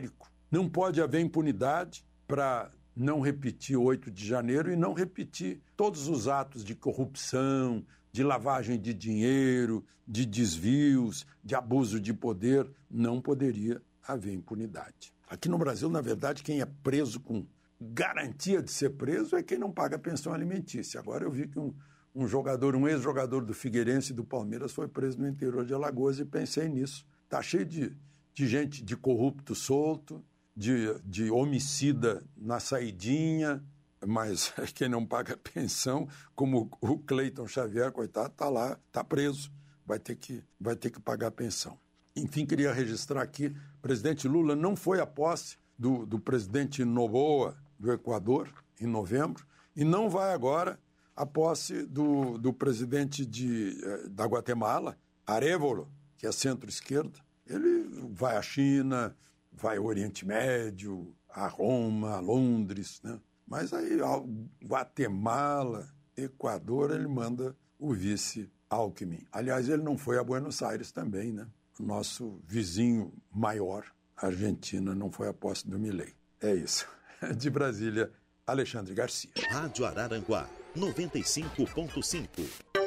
Não pode haver impunidade para não repetir oito de janeiro e não repetir todos os atos de corrupção, de lavagem de dinheiro, de desvios, de abuso de poder. Não poderia haver impunidade. Aqui no Brasil, na verdade, quem é preso com garantia de ser preso é quem não paga pensão alimentícia. Agora eu vi que um, um jogador, um ex-jogador do Figueirense e do Palmeiras foi preso no interior de Alagoas e pensei nisso. Está cheio de, de gente, de corrupto solto, de, de homicida na saidinha, mas quem não paga pensão, como o Cleiton Xavier, coitado, está lá, está preso, vai ter que, vai ter que pagar pensão. Enfim, queria registrar aqui, o presidente Lula não foi à posse do, do presidente Noboa, do Equador, em novembro, e não vai agora à posse do, do presidente de, da Guatemala, Arévalo, que é centro-esquerda. Ele vai à China, vai ao Oriente Médio, a Roma, a Londres, né? Mas aí, Guatemala, Equador, ele manda o vice Alckmin. Aliás, ele não foi a Buenos Aires também, né? O nosso vizinho maior, a Argentina, não foi a posse do Milei. É isso. De Brasília, Alexandre Garcia. Rádio Araranguá, noventa e cinco ponto cinco.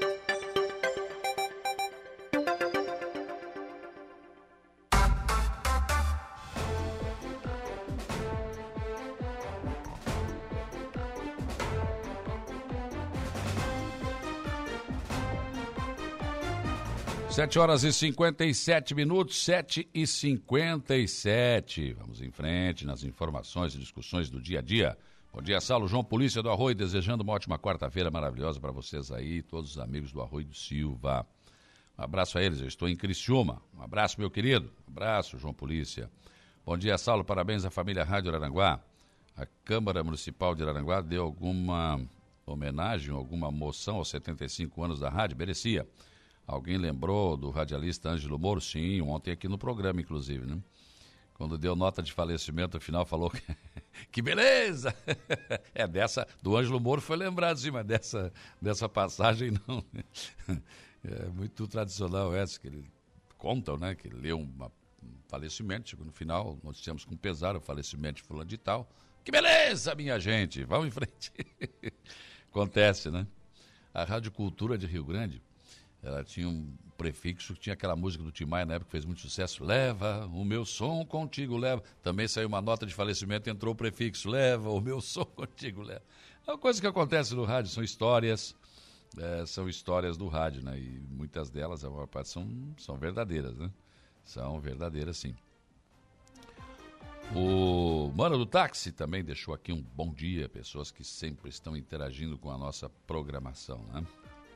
Sete horas e cinquenta e sete minutos, sete e cinquenta e sete. Vamos em frente nas informações e discussões do dia a dia. Bom dia, Saulo, João Polícia do Arroio, desejando uma ótima quarta-feira maravilhosa para vocês aí, todos os amigos do Arroio do Silva. Um abraço a eles, eu estou em Criciúma. Um abraço, meu querido. Um abraço, João Polícia. Bom dia, Saulo, parabéns à família Rádio Araranguá. A Câmara Municipal de Araranguá deu alguma homenagem, alguma moção aos setenta e cinco anos da rádio? Merecia. Alguém lembrou do radialista Ângelo Moro? Sim, ontem aqui no programa, inclusive, né? Quando deu nota de falecimento, no final falou que, que beleza! É, dessa, do Ângelo Moro foi lembrado, sim, mas dessa, dessa passagem não. É muito tradicional essa, que ele contam, né? Que ele leu uma, um falecimento, chegou no final, nós temos com pesar o falecimento de fulano de tal. Que beleza, minha gente! Vamos em frente. Acontece, né? A Rádio Cultura de Rio Grande, ela tinha um prefixo que tinha aquela música do Tim Maia, na época que fez muito sucesso. Leva o meu som contigo, leva. Também saiu uma nota de falecimento, entrou o prefixo. Leva o meu som contigo, leva. É uma coisa que acontece no rádio, são histórias, é, são histórias do rádio, né? E muitas delas, a maior parte, são, são verdadeiras, né? São verdadeiras, sim. O Mano do Táxi também deixou aqui um bom dia, pessoas que sempre estão interagindo com a nossa programação, né?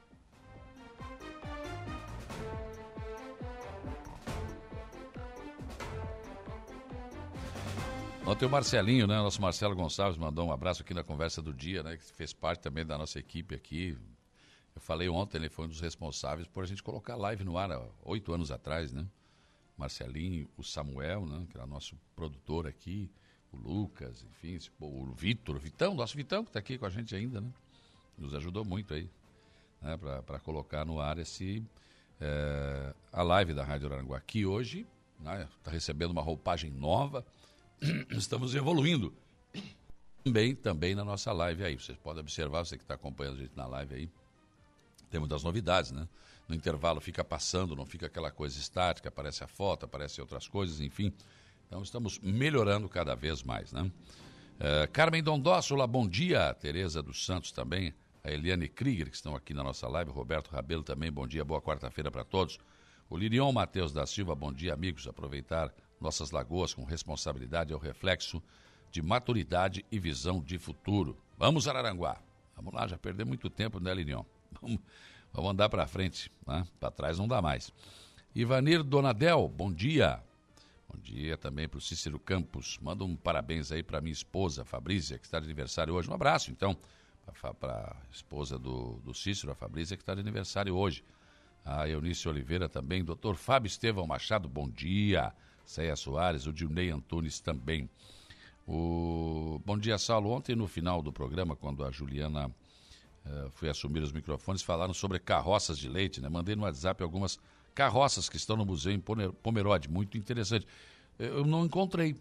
Ontem o Marcelinho, né, nosso Marcelo Gonçalves, mandou um abraço aqui na conversa do dia, né, que fez parte também da nossa equipe aqui. Eu falei ontem, ele foi um dos responsáveis por a gente colocar a live no ar há oito anos atrás, né? Marcelinho, o Samuel, né, que era nosso produtor aqui, o Lucas, enfim, o Vitor, o Vitão, nosso Vitão, que está aqui com a gente ainda, né? Nos ajudou muito aí, né, para colocar no ar esse, é, a live da Rádio Araranguá, que hoje está, né, recebendo uma roupagem nova. Estamos evoluindo também, também na nossa live aí. Vocês podem observar, você que está acompanhando a gente na live aí, temos das novidades, né? No intervalo fica passando, não fica aquela coisa estática, aparece a foto, aparecem outras coisas, enfim. Então estamos melhorando cada vez mais, né? É, Carmen Dondossola, bom dia. Tereza dos Santos também, a Eliane Krieger, que estão aqui na nossa live, Roberto Rabelo também, bom dia, boa quarta-feira para todos. O Lirion Matheus da Silva, bom dia, amigos. Aproveitar nossas lagoas com responsabilidade é o reflexo de maturidade e visão de futuro. Vamos, Araranguá. Vamos lá, já perdeu muito tempo, né, Lirion? Vamos, vamos andar para frente, né? Para trás não dá mais. Ivanir Donadel, bom dia. Bom dia também para o Cícero Campos. Manda um parabéns aí para minha esposa, Fabrícia, que está de aniversário hoje. Um abraço, então, para a esposa do, do Cícero, a Fabrícia, que está de aniversário hoje. A Eunice Oliveira também, doutor Fábio Estevão Machado, bom dia. Céia Soares, o Dilnei Antunes também. O... Bom dia, Saulo. Ontem, no final do programa, quando a Juliana uh, foi assumir os microfones, falaram sobre carroças de leite, né? Mandei no WhatsApp algumas carroças que estão no museu em Pomerode, muito interessante. Eu não encontrei,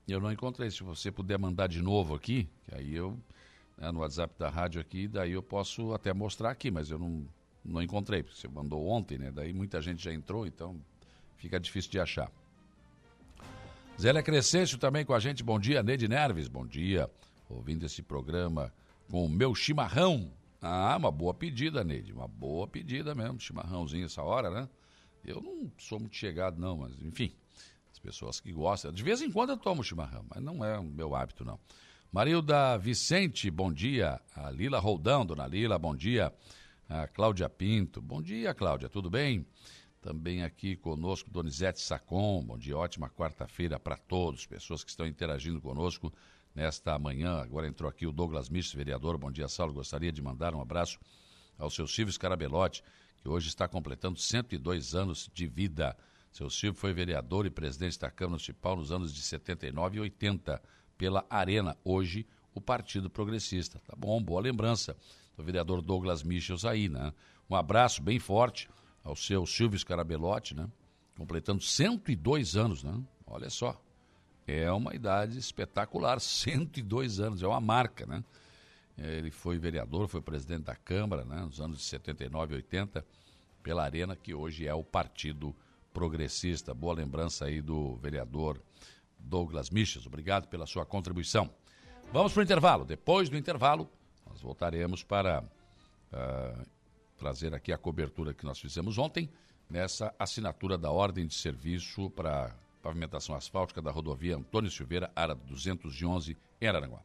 eu não encontrei. Se você puder mandar de novo aqui, que aí eu, né, no WhatsApp da rádio aqui, daí eu posso até mostrar aqui, mas eu não, não encontrei. Você mandou ontem, né? Daí muita gente já entrou, então fica difícil de achar. Zélia Crescêncio também com a gente. Bom dia, Neide Nerves. Bom dia. Ouvindo esse programa com o meu chimarrão. Ah, uma boa pedida, Neide. Uma boa pedida mesmo. Chimarrãozinho essa hora, né? Eu não sou muito chegado, não, mas enfim. As pessoas que gostam. De vez em quando eu tomo chimarrão, mas não é o meu hábito, não. Marilda Vicente, bom dia. A Lila Roldão, dona Lila, bom dia. A Cláudia Pinto, bom dia, Cláudia, tudo bem? Também aqui conosco, Donizete Sacon, bom dia, ótima quarta-feira para todos, pessoas que estão interagindo conosco nesta manhã. Agora entrou aqui o Douglas Michel, vereador, bom dia, Saulo, gostaria de mandar um abraço ao seu Silvio Scarabelotti, que hoje está completando cento e dois anos de vida. Seu Silvio foi vereador e presidente da Câmara Municipal nos anos de setenta e nove e oitenta, pela Arena, hoje o Partido Progressista. Tá bom, boa lembrança do vereador Douglas Michels aí, né? Um abraço bem forte ao seu Silvio Scarabelotti, né? Completando cento e dois anos, né? Olha só, é uma idade espetacular, cento e dois anos, é uma marca, né? Ele foi vereador, foi presidente da Câmara, né? Nos anos de setenta e nove e oitenta, pela Arena, que hoje é o Partido Progressista. Boa lembrança aí do vereador Douglas Michels, obrigado pela sua contribuição. Vamos para o intervalo. Depois do intervalo, nós voltaremos para uh, trazer aqui a cobertura que nós fizemos ontem, nessa assinatura da ordem de serviço para pavimentação asfáltica da rodovia Antônio Silveira, área duzentos e onze, em Araranguá.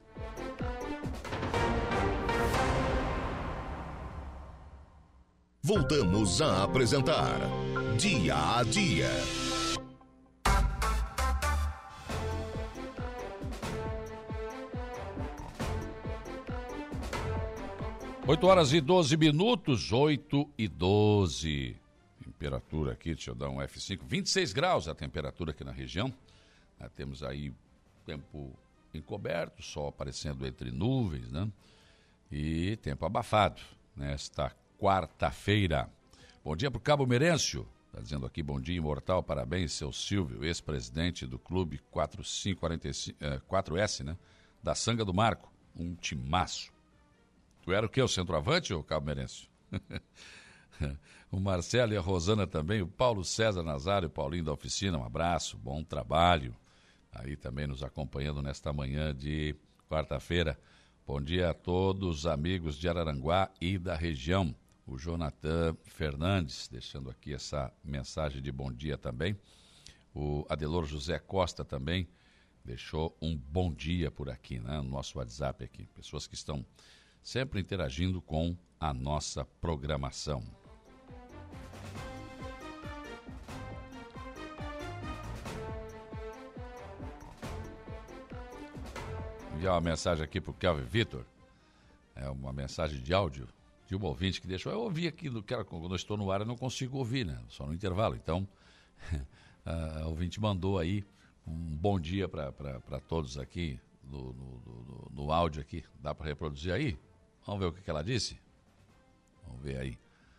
Voltamos a apresentar Dia a Dia. oito horas e doze minutos, oito e doze. Temperatura aqui, deixa eu dar um F cinco, vinte e seis graus a temperatura aqui na região. Ah, temos aí tempo encoberto, sol aparecendo entre nuvens, né? E tempo abafado nesta quarta-feira. Bom dia para o Cabo Merêncio. Está dizendo aqui, bom dia, imortal, parabéns, seu Silvio, ex-presidente do clube quatro cinco quatro cinco, eh, quatro S, né? Da Sanga do Marco, um timaço. Tu era o quê? O centroavante ou o Cabo Merêncio? O Marcelo e a Rosana também, o Paulo César Nazário, o Paulinho da Oficina, um abraço, bom trabalho. Aí também nos acompanhando nesta manhã de quarta-feira. Bom dia a todos os amigos de Araranguá e da região. O Jonathan Fernandes, deixando aqui essa mensagem de bom dia também. O Adelor José Costa também deixou um bom dia por aqui, né? No nosso WhatsApp aqui. Pessoas que estão sempre interagindo com a nossa programação. Enviar uma mensagem aqui para o Kelvin Vitor. É uma mensagem de áudio de um ouvinte que deixou. Eu ouvi aqui, no, quando eu estou no ar eu não consigo ouvir, né? Só no intervalo. Então, a ouvinte mandou aí um bom dia para todos aqui no, no, no, no áudio aqui. Dá para reproduzir aí? Vamos ver o que, que ela disse? Vamos ver aí.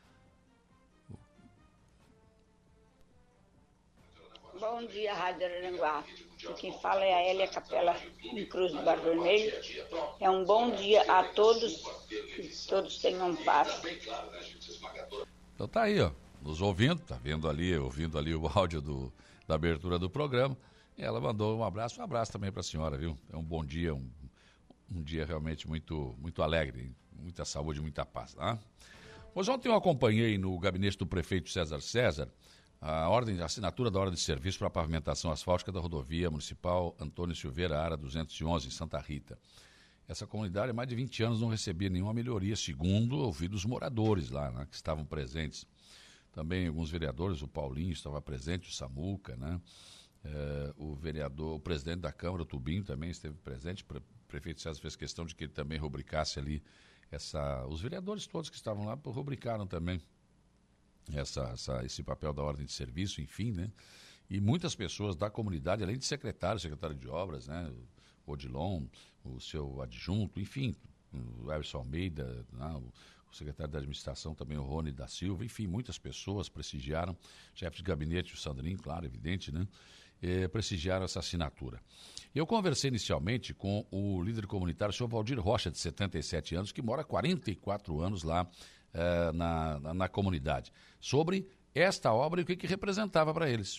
Bom dia, Rádio Araranguá. Quem fala é a Hélia Capela, em Cruz do Bar Vermelho. É um bom dia a todos, que todos tenham paz. Então tá aí, ó, nos ouvindo, tá vendo ali, ouvindo ali o áudio do, da abertura do programa. E ela mandou um abraço, um abraço também para a senhora, viu? É um bom dia, um Um dia realmente muito, muito alegre, muita saúde, muita paz. Tá? Pois ontem eu acompanhei no gabinete do prefeito César César a, ordem, a assinatura da ordem de serviço para a pavimentação asfáltica da rodovia municipal Antônio Silveira, área duzentos e onze, em Santa Rita. Essa comunidade há mais de vinte anos não recebia nenhuma melhoria, segundo ouvi dos moradores lá, né, que estavam presentes. Também alguns vereadores, o Paulinho estava presente, o Samuca, né? É, o vereador, o presidente da Câmara, o Tubinho, também esteve presente. O prefeito César fez questão de que ele também rubricasse ali essa... Os vereadores todos que estavam lá rubricaram também essa, essa, esse papel da ordem de serviço, enfim, né? E muitas pessoas da comunidade, além de secretário, secretário de obras, né? O Odilon, o seu adjunto, enfim, o Everson Almeida, né? o, o secretário da administração também, o Rony da Silva, enfim, muitas pessoas prestigiaram, chefe de gabinete, o Sandrinho, claro, evidente, né? eh, prestigiaram essa assinatura. Eu conversei inicialmente com o líder comunitário, o senhor Valdir Rocha, de setenta e sete anos, que mora há quarenta e quatro anos lá eh, na, na, na comunidade, sobre esta obra e o que, que representava para eles.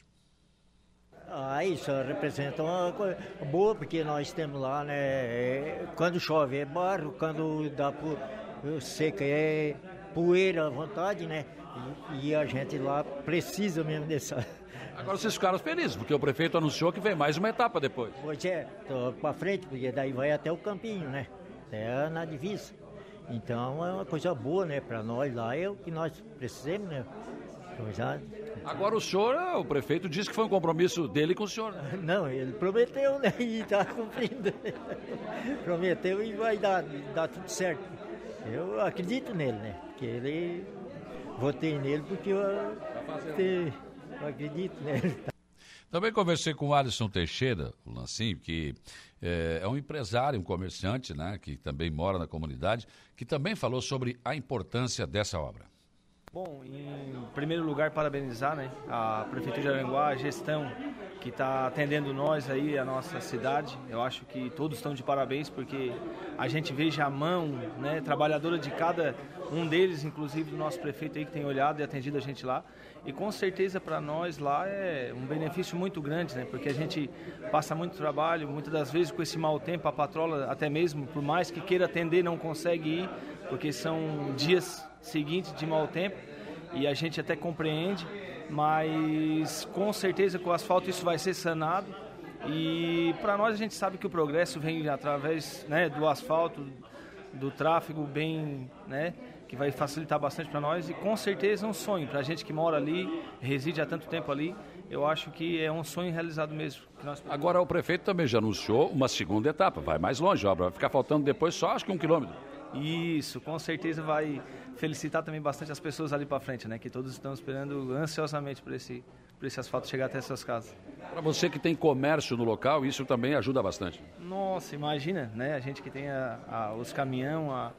Ah, isso representa uma coisa boa, porque nós temos lá, né, quando chove é barro, quando dá por seca é poeira à vontade, né, e, e a gente lá precisa mesmo dessa... Agora vocês ficaram felizes, porque o prefeito anunciou que vem mais uma etapa depois. Pois é, tô para frente, porque daí vai até o campinho, né, até na divisa. Então é uma coisa boa, né, para nós lá, é o que nós precisamos, né. Já... Agora o senhor, o prefeito disse que foi um compromisso dele com o senhor. Né? Não, ele prometeu, né, e está cumprindo. Prometeu e vai dar, dar tudo certo. Eu acredito nele, né, porque ele, votei nele porque eu, eu, eu acredito nele. Também conversei com o Alisson Teixeira, o Lancinho, que é, é um empresário, um comerciante, né, que também mora na comunidade, que também falou sobre a importância dessa obra. Bom, em primeiro lugar, parabenizar, né, a Prefeitura de Araranguá, a gestão que está atendendo nós aí, a nossa cidade. Eu acho que todos estão de parabéns, porque a gente veja a mão, né, trabalhadora de cada um deles, inclusive do nosso prefeito aí que tem olhado e atendido a gente lá. E com certeza para nós lá é um benefício muito grande, né, porque a gente passa muito trabalho, muitas das vezes com esse mau tempo, a patrola até mesmo, por mais que queira atender, não consegue ir, porque são dias seguintes de mau tempo, e a gente até compreende, mas com certeza com o asfalto isso vai ser sanado, e para nós a gente sabe que o progresso vem através, né, do asfalto, do tráfego bem, né, que vai facilitar bastante para nós, e com certeza é um sonho para a gente que mora ali, reside há tanto tempo ali. Eu acho que é um sonho realizado mesmo. Que nós... Agora o prefeito também já anunciou uma segunda etapa, vai mais longe a obra, vai ficar faltando depois só acho que um quilômetro. Isso, com certeza vai felicitar também bastante as pessoas ali para frente, né? Que todos estão esperando ansiosamente por esse, por esse asfalto chegar até suas casas. Para você que tem comércio no local, isso também ajuda bastante. Nossa, imagina, né? A gente que tem a, a, os caminhão a,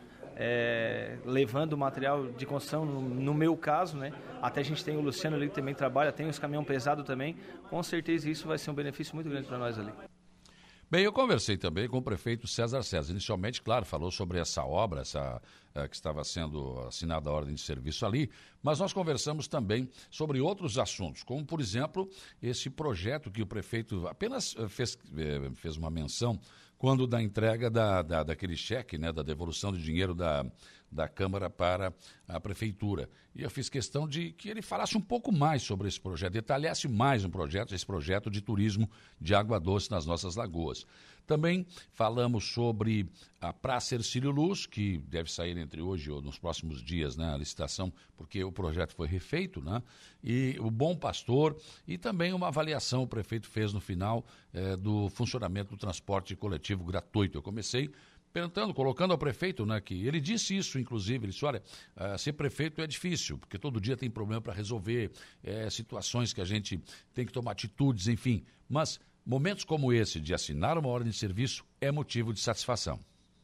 é, levando o material de construção, no, no meu caso, né? Até a gente tem o Luciano ali que também trabalha, tem os caminhão pesado também. Com certeza isso vai ser um benefício muito grande para nós ali. Bem, eu conversei também com o prefeito César César. Inicialmente, claro, falou sobre essa obra, essa, uh, que estava sendo assinada a ordem de serviço ali, mas nós conversamos também sobre outros assuntos, como, por exemplo, esse projeto que o prefeito apenas fez, fez uma menção quando da entrega da, da, daquele cheque, né, da devolução de dinheiro da, da Câmara para a Prefeitura. E eu fiz questão de que ele falasse um pouco mais sobre esse projeto, detalhasse mais um projeto, esse projeto de turismo de água doce nas nossas lagoas. Também falamos sobre a Praça Hercílio Luz, que deve sair entre hoje ou nos próximos dias, né, a licitação, porque o projeto foi refeito, né, e o Bom Pastor, e também uma avaliação o prefeito fez no final eh, do funcionamento do transporte coletivo gratuito. Eu comecei perguntando, colocando ao prefeito, né, que ele disse isso, inclusive, ele disse, olha, uh, ser prefeito é difícil, porque todo dia tem problema para resolver, é, situações que a gente tem que tomar atitudes, enfim, mas momentos como esse de assinar uma ordem de serviço é motivo de satisfação.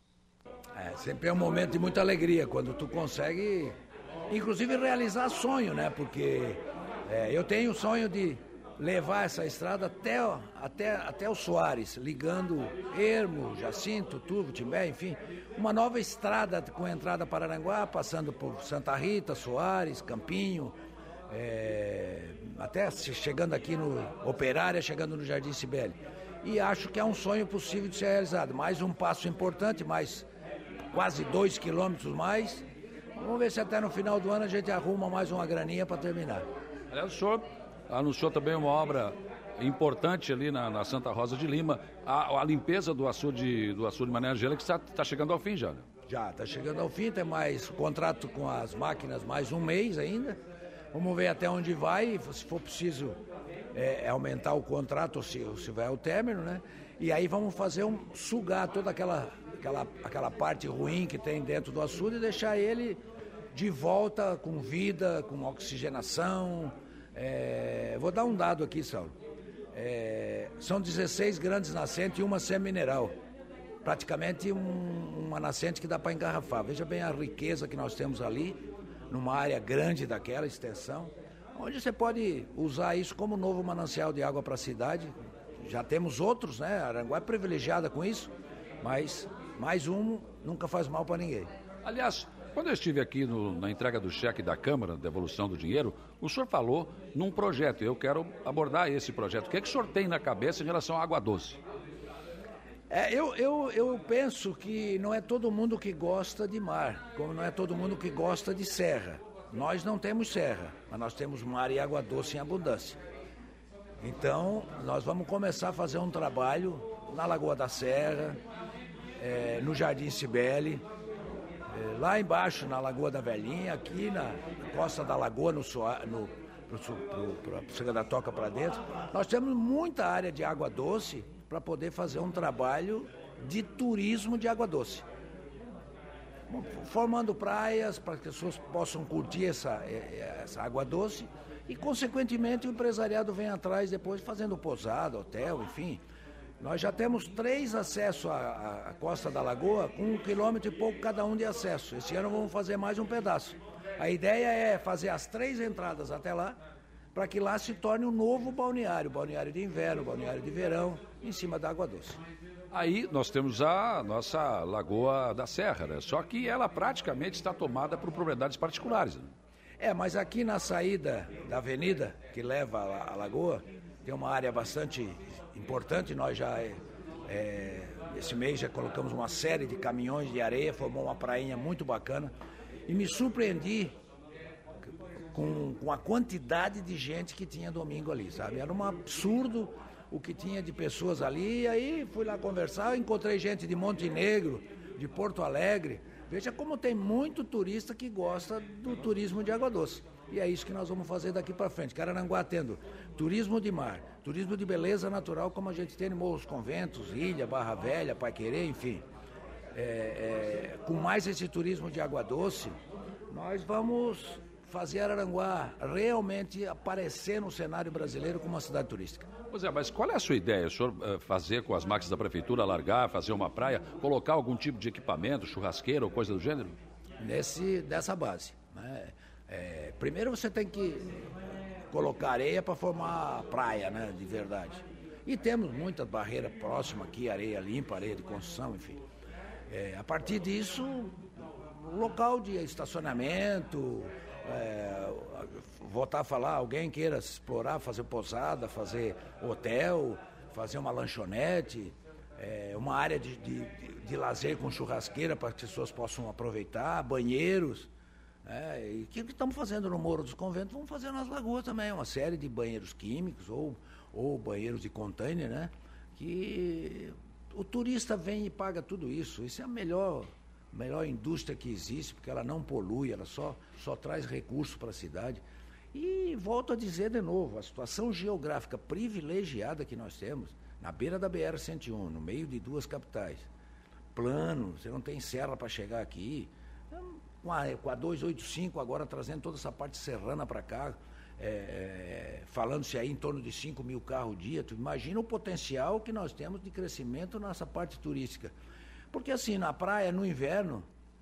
É, sempre é um momento de muita alegria, quando tu consegue, inclusive, realizar sonho, né, porque é, eu tenho o sonho de levar essa estrada até, até, até o Soares, ligando Ermo, Jacinto, Turvo, Timbé, enfim, uma nova estrada com entrada para Araranguá, passando por Santa Rita, Soares, Campinho, é, até chegando aqui no Operária, chegando no Jardim Cibele. E acho que é um sonho possível de ser realizado. Mais um passo importante, mais quase dois quilômetros mais. Vamos ver se até no final do ano a gente arruma mais uma graninha para terminar. Aliás, o senhor anunciou também uma obra importante ali na, na Santa Rosa de Lima, a, a limpeza do açude, do açude Mané Angela, que está tá chegando ao fim já, né? Já, está chegando ao fim, tem mais contrato com as máquinas, mais um mês ainda. Vamos ver até onde vai, se for preciso é, aumentar o contrato, ou se, se vai ao término, né? E aí vamos fazer um, sugar toda aquela, aquela, aquela parte ruim que tem dentro do açude e deixar ele de volta com vida, com oxigenação. É, vou dar um dado aqui, Saulo. É, são dezesseis grandes nascentes e uma semi-mineral. Praticamente um, uma nascente que dá para engarrafar. Veja bem a riqueza que nós temos ali, numa área grande daquela extensão. onde você pode usar isso como novo manancial de água para a cidade. Já temos outros, né? Aranguá é privilegiada com isso, mas mais um nunca faz mal para ninguém. Aliás, quando eu estive aqui no, na entrega do cheque da Câmara, devolução do dinheiro, o senhor falou num projeto. Eu quero abordar esse projeto. O que é que o senhor tem na cabeça em relação à água doce? É, eu, eu, eu penso que não é todo mundo que gosta de mar, como não é todo mundo que gosta de serra. Nós não temos serra, mas nós temos mar e água doce em abundância. Então, nós vamos começar a fazer um trabalho na Lagoa da Serra, é, no Jardim Cibele, é, lá embaixo na Lagoa da Velhinha, aqui na costa da Lagoa, no, no, para Serra da Toca para dentro. Nós temos muita área de água doce para poder fazer um trabalho de turismo de água doce. Formando praias para que as pessoas possam curtir essa, essa água doce e, consequentemente, o empresariado vem atrás depois fazendo pousada, hotel, enfim. Nós já temos três acessos à, à costa da Lagoa, com um quilômetro e pouco cada um de acesso. Esse ano vamos fazer mais um pedaço. A ideia é fazer as três entradas até lá, para que lá se torne um novo balneário, balneário de inverno, balneário de verão, em cima da água doce. Aí nós temos a nossa Lagoa da Serra, né? Só que ela praticamente está tomada por propriedades particulares. Né? É, mas aqui na saída da avenida que leva à Lagoa, tem uma área bastante importante. Nós já, é, esse mês, já colocamos uma série de caminhões de areia, formou uma prainha muito bacana. E me surpreendi com, com a quantidade de gente que tinha domingo ali, sabe? Era um absurdo o que tinha de pessoas ali. E aí fui lá conversar, encontrei gente de Montenegro, de Porto Alegre. Veja como tem muito turista que gosta do turismo de água doce. E é isso que nós vamos fazer daqui para frente. Cararanguá tendo turismo de mar, turismo de beleza natural, como a gente tem em Morros Conventos, Ilha, Barra Velha, Paiquerê, enfim. É, é, com mais esse turismo de água doce, nós vamos fazer Araranguá realmente aparecer no cenário brasileiro como uma cidade turística. Pois é, mas qual é a sua ideia? O senhor uh, fazer com as máquinas da prefeitura, largar, fazer uma praia, colocar algum tipo de equipamento, churrasqueira ou coisa do gênero? Nesse, dessa base. Né? É, primeiro você tem que colocar areia para formar praia, né, de verdade. E temos muita barreira próxima aqui, areia limpa, areia de construção, enfim. É, a partir disso, local de estacionamento, é, voltar a falar, alguém queira explorar, fazer pousada, fazer hotel, fazer uma lanchonete, é, uma área de, de, de, de lazer com churrasqueira para que as pessoas possam aproveitar, banheiros. É, e o que estamos fazendo no Morro dos Conventos, vamos fazer nas lagoas também, uma série de banheiros químicos ou, ou banheiros de container, né? Que o turista vem e paga tudo isso. Isso é a melhor, melhor indústria que existe, porque ela não polui, ela só, só traz recursos para a cidade. E volto a dizer de novo, a situação geográfica privilegiada que nós temos, na beira da B R cento e um, no meio de duas capitais, plano, você não tem serra para chegar aqui, com a, com a duzentos e oitenta e cinco agora trazendo toda essa parte serrana para cá, é, falando-se aí em torno de cinco mil carros dia, tu imagina o potencial que nós temos de crescimento nessa parte turística. Porque assim, na praia, no inverno,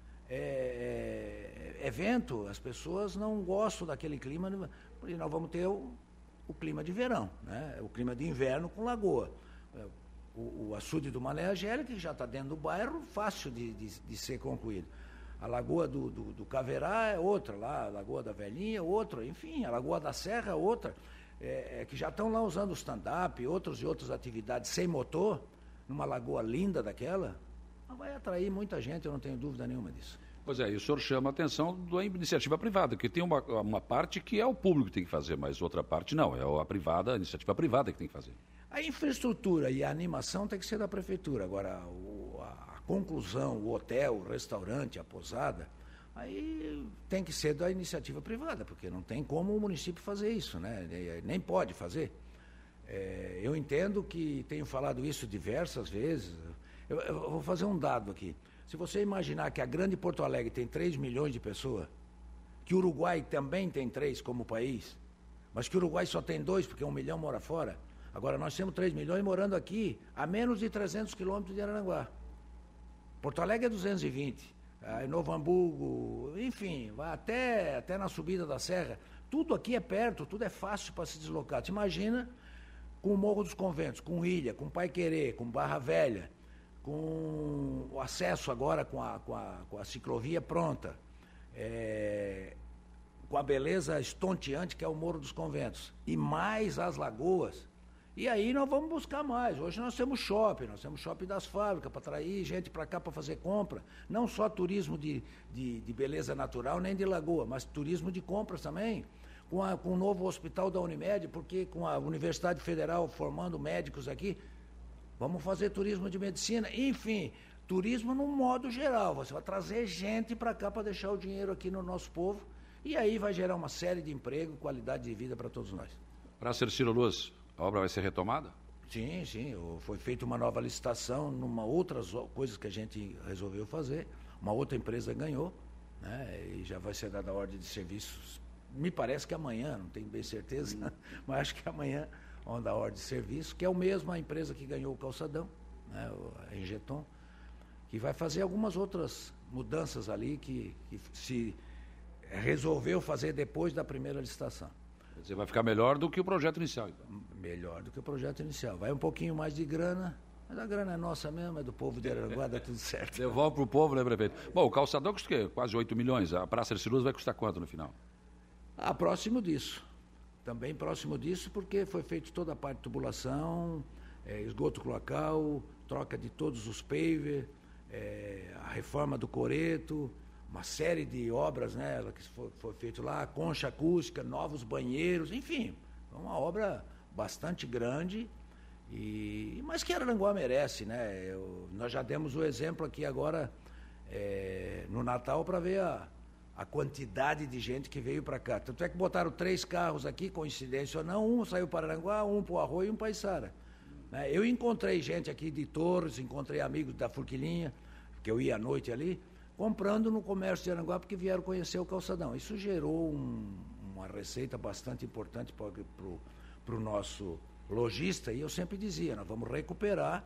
é, é, é vento, as pessoas não gostam daquele clima, e nós vamos ter o, o clima de verão, né? O clima de inverno com lagoa. O, o açude do Mané Angélica, que já está dentro do bairro, fácil de, de, de ser concluído. A Lagoa do, do, do Caverá é outra, lá, a Lagoa da Velhinha é outra, enfim, a Lagoa da Serra é outra, é, é, que já estão lá usando o stand-up, outras e outras atividades sem motor, numa lagoa linda daquela, vai atrair muita gente, eu não tenho dúvida nenhuma disso. Pois é, e o senhor chama a atenção da iniciativa privada, que tem uma, uma parte que é o público que tem que fazer, mas outra parte não, é a privada, a iniciativa privada que tem que fazer. A infraestrutura e a animação tem que ser da prefeitura, agora o, a conclusão, o hotel, o restaurante, a pousada, aí tem que ser da iniciativa privada, porque não tem como o município fazer isso, né? Nem pode fazer. É, eu entendo que tenho falado isso diversas vezes. Eu, eu vou fazer um dado aqui. Se você imaginar que a grande Porto Alegre tem três milhões de pessoas, que o Uruguai também tem três como país, mas que o Uruguai só tem dois porque um milhão mora fora, agora nós temos três milhões morando aqui a menos de trezentos quilômetros de Araranguá. Porto Alegre é duzentos e vinte, aí Novo Hamburgo, enfim, vai até, até na subida da serra, tudo aqui é perto, tudo é fácil para se deslocar. Te imagina com o Morro dos Conventos, com Ilha, com Paiquerê, com Barra Velha, com o acesso agora com a, com a, com a ciclovia pronta, é, com a beleza estonteante que é o Morro dos Conventos, e mais as lagoas. E aí nós vamos buscar mais. Hoje nós temos shopping, nós temos shopping das fábricas para atrair gente para cá para fazer compra. Não só turismo de, de, de beleza natural, nem de lagoa, mas turismo de compras também. Com, a, com o novo hospital da Unimed, porque com a Universidade Federal formando médicos aqui, vamos fazer turismo de medicina. Enfim, turismo no modo geral. Você vai trazer gente para cá para deixar o dinheiro aqui no nosso povo. E aí vai gerar uma série de emprego, qualidade de vida para todos nós. Praça Hercílio Luz, a obra vai ser retomada? Sim, sim. Foi feita uma nova licitação numa outras coisas que a gente resolveu fazer. Uma outra empresa ganhou, né? E já vai ser dada a ordem de serviços. Me parece que amanhã, não tenho bem certeza, hum. mas acho que amanhã vão dar a ordem de serviço, que é a mesma empresa que ganhou o calçadão, né? A Engeton, que vai fazer algumas outras mudanças ali que, que se resolveu fazer depois da primeira licitação. Quer dizer, vai ficar melhor do que o projeto inicial, então. Melhor do que o projeto inicial. Vai um pouquinho mais de grana, mas a grana é nossa mesmo, é do povo de Araranguá, dá tudo certo. Devolve para o povo, né, prefeito? Bom, o calçadão custa o quê? Quase oito milhões. A Praça Hercílio Luz vai custar quanto no final? Ah, próximo disso. Também próximo disso, porque foi feito toda a parte de tubulação, é, esgoto cloacal, troca de todos os pavers, é, a reforma do coreto, uma série de obras, né, que foi, foi feito lá, concha acústica, novos banheiros, enfim, é uma obra bastante grande, e, mas que Araranguá merece, né? Eu, nós já demos o exemplo aqui agora é, no Natal para ver a, a quantidade de gente que veio para cá. Tanto é que botaram três carros aqui, coincidência ou não, um saiu para Araranguá, um para o Arroio e um para Içara. Né? Eu encontrei gente aqui de Torres, encontrei amigos da Forquilinha, que eu ia à noite ali, comprando no comércio de Araranguá porque vieram conhecer o calçadão. Isso gerou um, uma receita bastante importante para o nosso lojista, e eu sempre dizia, nós vamos recuperar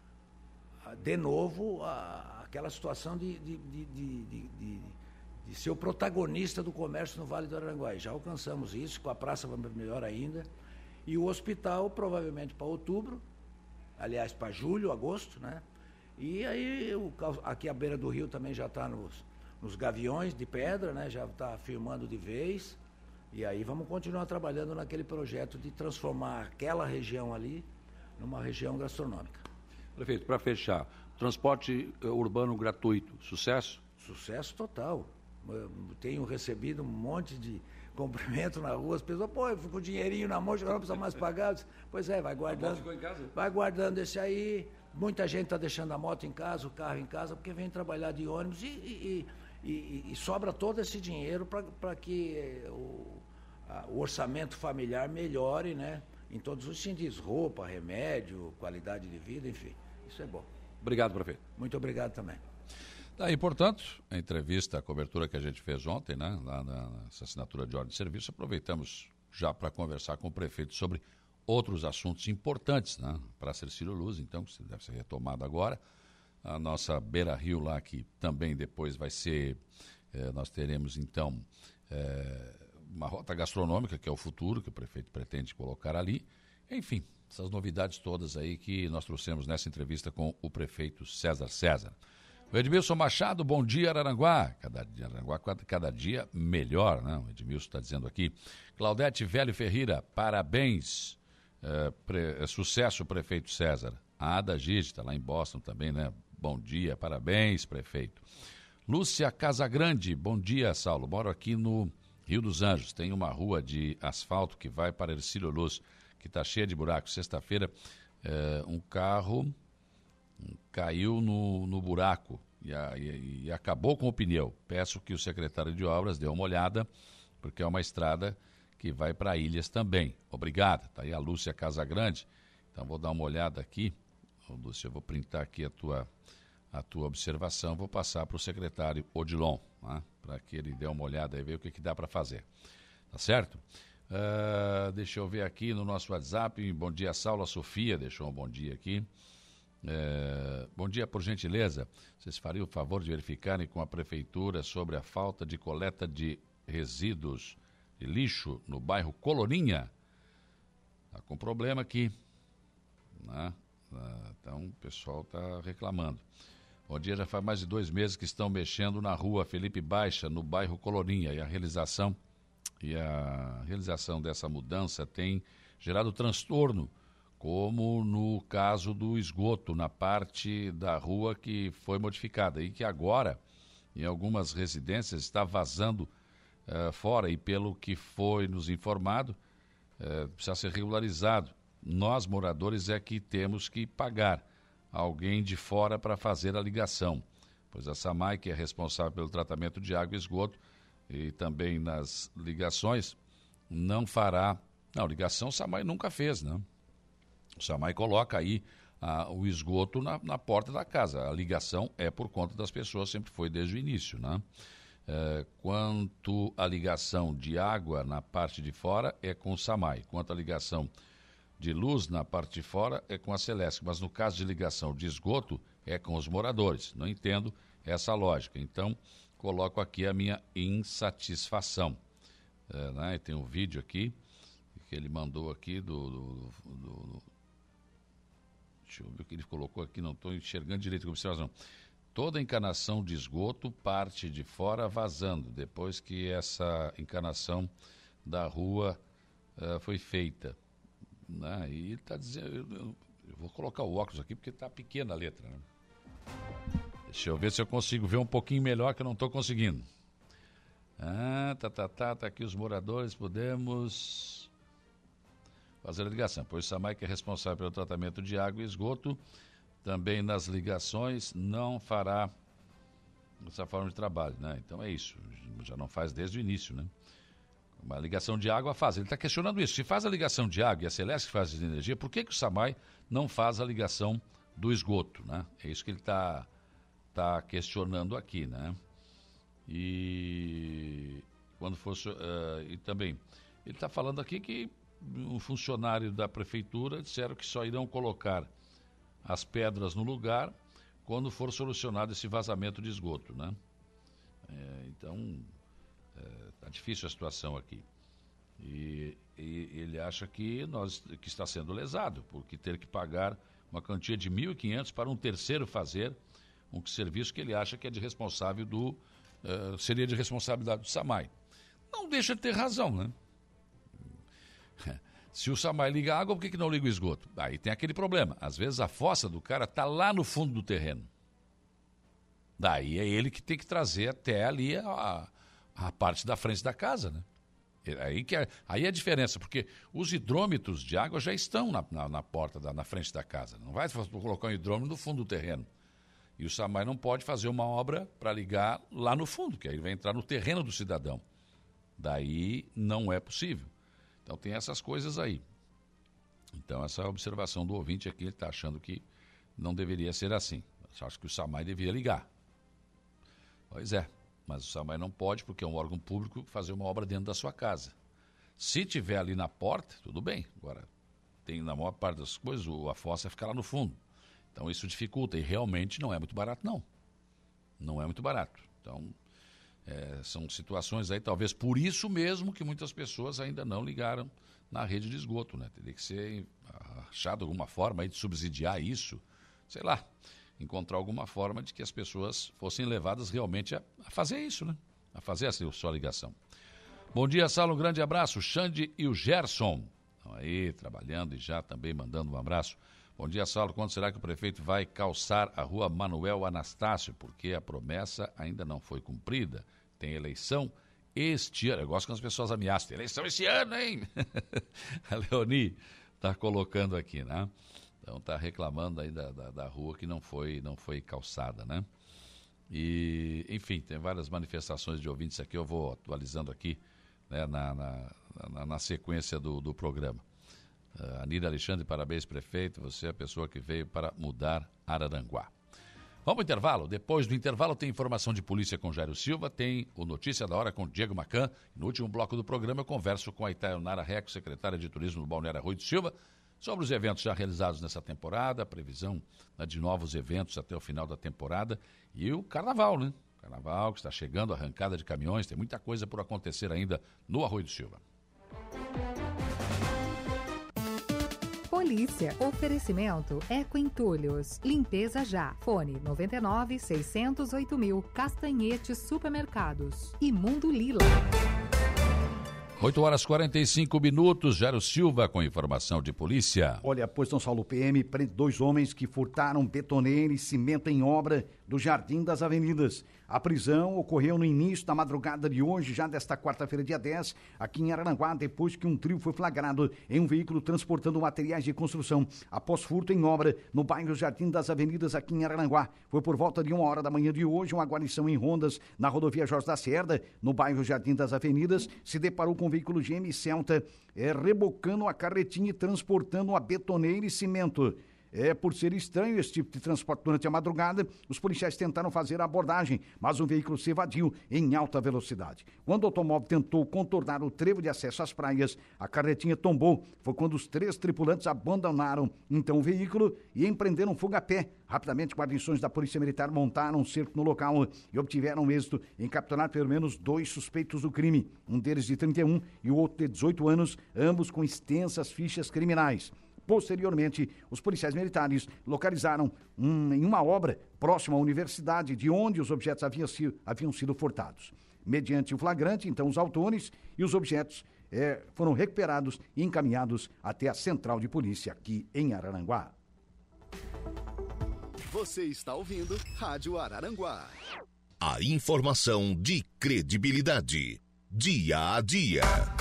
de novo a, aquela situação de, de, de, de, de, de, de ser o protagonista do comércio no Vale do Araranguá. E já alcançamos isso, com a praça vai melhor ainda, e o hospital provavelmente para outubro, aliás para julho, agosto, né? E aí, o, aqui à beira do rio também já está nos, nos gaviões de pedra, né? Já está firmando de vez. E aí vamos continuar trabalhando naquele projeto de transformar aquela região ali numa região gastronômica. Prefeito, para fechar, transporte urbano gratuito, sucesso? Sucesso total. Eu tenho recebido um monte de cumprimento na rua, as pessoas, pô, eu fico com o dinheirinho na mão, já não precisa mais pagar. Disse, pois é, vai guardando. Ficou em casa? Vai guardando esse aí. Muita gente está deixando a moto em casa, o carro em casa, porque vem trabalhar de ônibus e, e, e, e sobra todo esse dinheiro para que o, a, o orçamento familiar melhore, né? Em todos os sentidos, roupa, remédio, qualidade de vida, enfim, isso é bom. Obrigado, prefeito. Muito obrigado também. Daí, portanto, a entrevista, a cobertura que a gente fez ontem, né? Lá na, nessa assinatura de ordem de serviço, aproveitamos já para conversar com o prefeito sobre outros assuntos importantes, né? Praça Hercílio Luz, então, que deve ser retomada agora. A nossa Beira Rio lá, que também depois vai ser, eh, nós teremos, então, eh, uma rota gastronômica, que é o futuro, que o prefeito pretende colocar ali. Enfim, essas novidades todas aí que nós trouxemos nessa entrevista com o prefeito César César. O Edmilson Machado, bom dia, Araranguá. Cada dia, Araranguá, cada dia melhor, né? O Edmilson está dizendo aqui. Claudete Velho Ferreira, parabéns. É, pre, sucesso, prefeito César. A Ada Gide está lá em Boston também, né? Bom dia, parabéns, prefeito. Lúcia Casagrande, bom dia, Saulo. Moro aqui no Rio dos Anjos. Tem uma rua de asfalto que vai para Hercílio Luz, que está cheia de buracos. Sexta-feira, é, um carro caiu no, no buraco e, a, e, e acabou com o pneu. Peço que o secretário de obras dê uma olhada, porque é uma estrada que vai para Ilhas também. Obrigado. Está aí a Lúcia Casagrande. Então, vou dar uma olhada aqui. Ô, Lúcia, eu vou printar aqui a tua, a tua observação. Vou passar para o secretário Odilon, né, para que ele dê uma olhada e ver o que, que dá para fazer. Tá certo? Uh, deixa eu ver aqui no nosso WhatsApp. Bom dia, Saulo. A Sofia deixou um bom dia aqui. Uh, bom dia, por gentileza. Vocês fariam o favor de verificarem com a prefeitura sobre a falta de coleta de resíduos de lixo no bairro Coloninha. Está com problema aqui, né? Então o pessoal está reclamando. Bom dia, já faz mais de dois meses que estão mexendo na rua Felipe Baixa, no bairro Coloninha, e a realização, e a realização dessa mudança tem gerado transtorno, como no caso do esgoto, na parte da rua que foi modificada e que agora, em algumas residências, está vazando uh, fora, e pelo que foi nos informado, uh, precisa ser regularizado. Nós, moradores, é que temos que pagar alguém de fora para fazer a ligação, pois a SAMAI, que é responsável pelo tratamento de água e esgoto e também nas ligações, não fará... Não, ligação o SAMAI nunca fez, né? O SAMAI coloca aí ah, o esgoto na, na porta da casa. A ligação é por conta das pessoas, sempre foi desde o início, né? É, quanto à ligação de água na parte de fora, é com o SAMAI. Quanto à ligação de luz na parte de fora, é com a Celesc. Mas no caso de ligação de esgoto, é com os moradores. Não entendo essa lógica. Então, coloco aqui a minha insatisfação. É, né? Tem um vídeo aqui que ele mandou aqui do... do, do, do deixa eu ver o que ele colocou aqui, não estou enxergando direito a observação. Toda encanação de esgoto parte de fora vazando, depois que essa encanação da rua uh, foi feita. Né? E ele está dizendo... Eu, eu vou colocar o óculos aqui porque está pequena a letra. Né? Deixa eu ver se eu consigo ver um pouquinho melhor, que eu não estou conseguindo. Ah, tá, tá, tá, tá aqui os moradores, podemos... fazer a ligação, pois o SAMAI, que é responsável pelo tratamento de água e esgoto, também nas ligações não fará essa forma de trabalho, né? Então é isso, já não faz desde o início, né? Uma ligação de água faz, ele está questionando isso, se faz a ligação de água e a Celesc faz de energia, por que que o SAMAI não faz a ligação do esgoto, né? É isso que ele está tá questionando aqui, né? E quando fosse, uh, e também, ele está falando aqui que um funcionário da prefeitura disseram que só irão colocar as pedras no lugar quando for solucionado esse vazamento de esgoto, né? É, então, está é, difícil a situação aqui. E, e ele acha que, nós, que está sendo lesado, porque ter que pagar uma quantia de mil e quinhentos para um terceiro fazer um serviço que ele acha que é de responsável do... Uh, seria de responsabilidade do SAMAI. Não deixa de ter razão, né? Se o SAMAI liga a água, por que, que não liga o esgoto? Aí tem aquele problema. Às vezes a fossa do cara está lá no fundo do terreno. Daí é ele que tem que trazer até ali a, a parte da frente da casa, né? Aí, que é, aí é a diferença, porque os hidrômetros de água já estão na, na, na porta, da, na frente da casa. Não vai colocar um hidrômetro no fundo do terreno. E o SAMAI não pode fazer uma obra para ligar lá no fundo, que aí vai entrar no terreno do cidadão. Daí não é possível. Então tem essas coisas aí. Então essa observação do ouvinte aqui, ele está achando que não deveria ser assim. Acho que o SAMAI deveria ligar. Pois é, mas o SAMAI não pode, porque é um órgão público, fazer uma obra dentro da sua casa. Se tiver ali na porta, tudo bem. Agora, tem na maior parte das coisas, a fossa fica lá no fundo. Então isso dificulta e realmente não é muito barato, não. Não é muito barato. Então... É, são situações aí, talvez por isso mesmo que muitas pessoas ainda não ligaram na rede de esgoto, né? Teria que ser achado alguma forma aí de subsidiar isso, sei lá, encontrar alguma forma de que as pessoas fossem levadas realmente a, a fazer isso, né? A fazer essa sua ligação. Bom dia, Saulo, um grande abraço, Xande e o Gerson. Estão aí trabalhando e já também mandando um abraço. Bom dia, Saulo. Quando será que o prefeito vai calçar a rua Manuel Anastácio? Porque a promessa ainda não foi cumprida. Tem eleição este ano. Eu gosto quando as pessoas ameaçam. Tem eleição esse ano, hein? A Leoni está colocando aqui, né? Então está reclamando aí da, da, da rua que não foi, não foi calçada, né? E, enfim, tem várias manifestações de ouvintes aqui. Eu vou atualizando aqui, né, na, na, na, na sequência do, do programa. Uh, Anira Alexandre, parabéns, prefeito. Você é a pessoa que veio para mudar Araranguá. Vamos ao intervalo. Depois do intervalo tem informação de polícia com Jairo Silva, tem o Notícia da Hora com Diego Macan. No último bloco do programa eu converso com a Itaionara Reco, secretária de Turismo do Balneário Arroio do Silva, sobre os eventos já realizados nessa temporada, a previsão, né, de novos eventos até o final da temporada e o Carnaval, né? Carnaval que está chegando, arrancada de caminhões, tem muita coisa por acontecer ainda no Arroio do Silva. Polícia. Oferecimento Eco Entulhos. Limpeza já. Fone noventa e nove, seiscentos e oito mil. Castanhete Supermercados. E Mundo Lila. oito horas e quarenta e cinco minutos. Jairo Silva com informação de polícia. Olha, pois São Paulo P M prende dois homens que furtaram betoneira e cimento em obra do Jardim das Avenidas. A prisão ocorreu no início da madrugada de hoje, já desta quarta-feira, dia dez, aqui em Araranguá, depois que um trio foi flagrado em um veículo transportando materiais de construção. Após furto em obra no bairro Jardim das Avenidas, aqui em Araranguá. Foi por volta de uma hora da manhã de hoje, uma guarnição em rondas na rodovia Jorge da Cerda, no bairro Jardim das Avenidas, se deparou com um veículo G M Celta, é, rebocando a carretinha e transportando uma betoneira e cimento. É, por ser estranho esse tipo de transporte durante a madrugada, os policiais tentaram fazer a abordagem, mas o veículo se evadiu em alta velocidade. Quando o automóvel tentou contornar o trevo de acesso às praias, a carretinha tombou. Foi quando os três tripulantes abandonaram então o veículo e empreenderam fuga a pé. Rapidamente, guarnições da Polícia Militar montaram um cerco no local e obtiveram êxito em capturar pelo menos dois suspeitos do crime. Um deles de trinta e um e o outro de dezoito anos, ambos com extensas fichas criminais. Posteriormente, os policiais militares localizaram um, em uma obra próxima à universidade de onde os objetos haviam sido, haviam sido furtados. Mediante o flagrante, então, os autores e os objetos eh, foram recuperados e encaminhados até a central de polícia aqui em Araranguá. Você está ouvindo Rádio Araranguá. A informação de credibilidade. Dia a dia.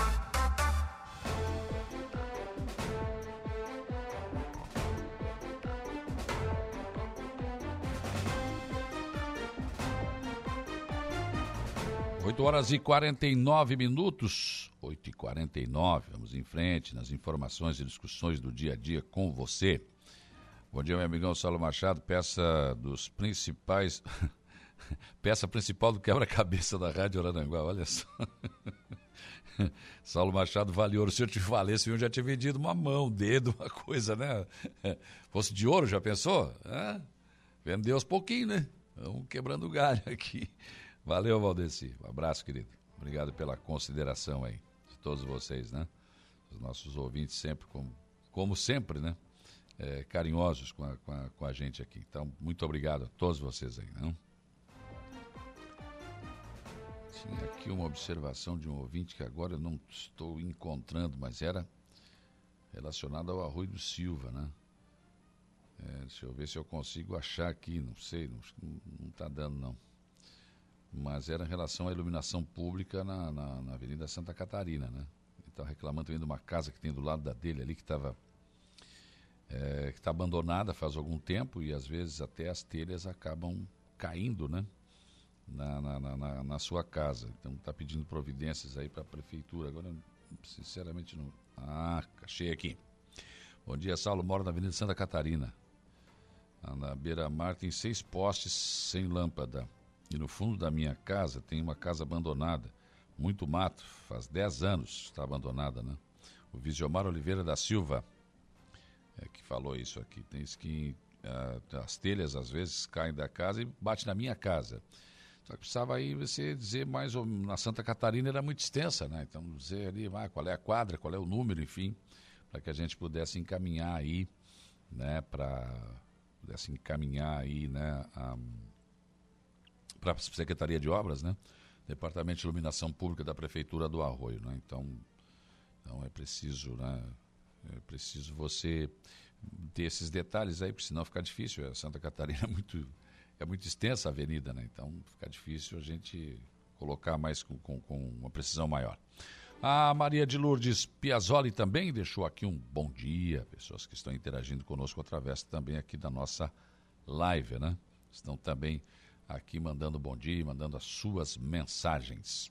oito horas e quarenta e nove minutos, oito e quarenta e nove, vamos em frente nas informações e discussões do dia a dia com você. Bom dia, meu amigão Saulo Machado, peça dos principais, peça principal do quebra-cabeça da Rádio Araranguá, olha só. Saulo Machado vale ouro, se eu te valesse, eu já tinha vendido uma mão, um dedo, uma coisa, né? Fosse de ouro, já pensou? É? Vendeu aos pouquinhos, né? Vamos quebrando galho aqui. Valeu, Valdeci. Um abraço, querido. Obrigado pela consideração aí de todos vocês, né? Os nossos ouvintes sempre, como, como sempre, né? É, carinhosos com a, com, a, com a gente aqui. Então, muito obrigado a todos vocês aí, né? Tinha aqui uma observação de um ouvinte que agora eu não estou encontrando, mas era relacionada ao Arroio do Silva, né? É, deixa eu ver se eu consigo achar aqui, não sei, não está dando não. Mas era em relação à iluminação pública na, na, na Avenida Santa Catarina, né? Ele estava reclamando também de uma casa que tem do lado da dele ali, que estava é, que está abandonada faz algum tempo e às vezes até as telhas acabam caindo, né? Na, na, na, na sua casa. Então está pedindo providências aí para a prefeitura. Agora, sinceramente, não... Ah, achei aqui. Bom dia, Saulo. Moro na Avenida Santa Catarina. Na beira-mar tem seis postes sem lâmpada. E no fundo da minha casa tem uma casa abandonada, muito mato, faz dez anos está abandonada, né? O Visiomar Oliveira da Silva é que falou isso aqui. Tem isso que uh, as telhas às vezes caem da casa e bate na minha casa. Só que precisava aí você dizer mais ou menos, na Santa Catarina era muito extensa, né? Então dizer ali ah, qual é a quadra, qual é o número, enfim, para que a gente pudesse encaminhar aí, né? Para pudesse encaminhar aí, né? Um, para a Secretaria de Obras, né? Departamento de Iluminação Pública da Prefeitura do Arroio, né? Então, então é preciso, né? É preciso você ter esses detalhes aí, porque senão fica difícil. A Santa Catarina é muito, é muito extensa a avenida, né? Então fica difícil a gente colocar mais com, com, com uma precisão maior. A Maria de Lourdes Piazzoli também deixou aqui um bom dia, pessoas que estão interagindo conosco através também aqui da nossa live, né? Estão também aqui mandando bom dia, mandando as suas mensagens.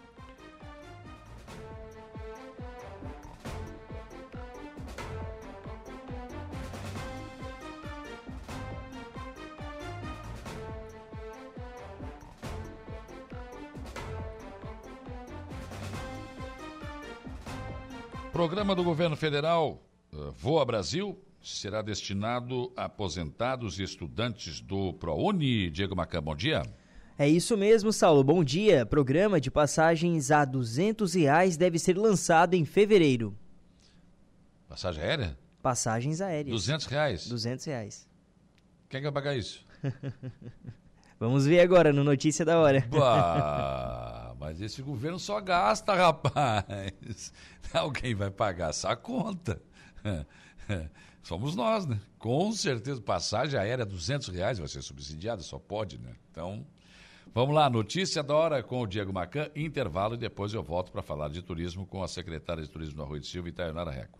Programa do Governo Federal uh, Voa Brasil será destinado a aposentados e estudantes do ProUni. Diego Macan, bom dia. É isso mesmo, Saulo. Bom dia. Programa de passagens a duzentos reais deve ser lançado em fevereiro. Passagem aérea? Passagens aéreas. duzentos reais? duzentos reais. Quem vai pagar isso? Vamos ver agora no Notícia da Hora. Bah, mas esse governo só gasta, rapaz. Alguém vai pagar essa conta. Somos nós, né? Com certeza, passagem aérea duzentos reais vai ser subsidiada, só pode, né? Então, vamos lá, Notícia da Hora com o Diego Macan, intervalo, e depois eu volto para falar de turismo com a secretária de Turismo do Arroio de Silva, Itaionara Reco.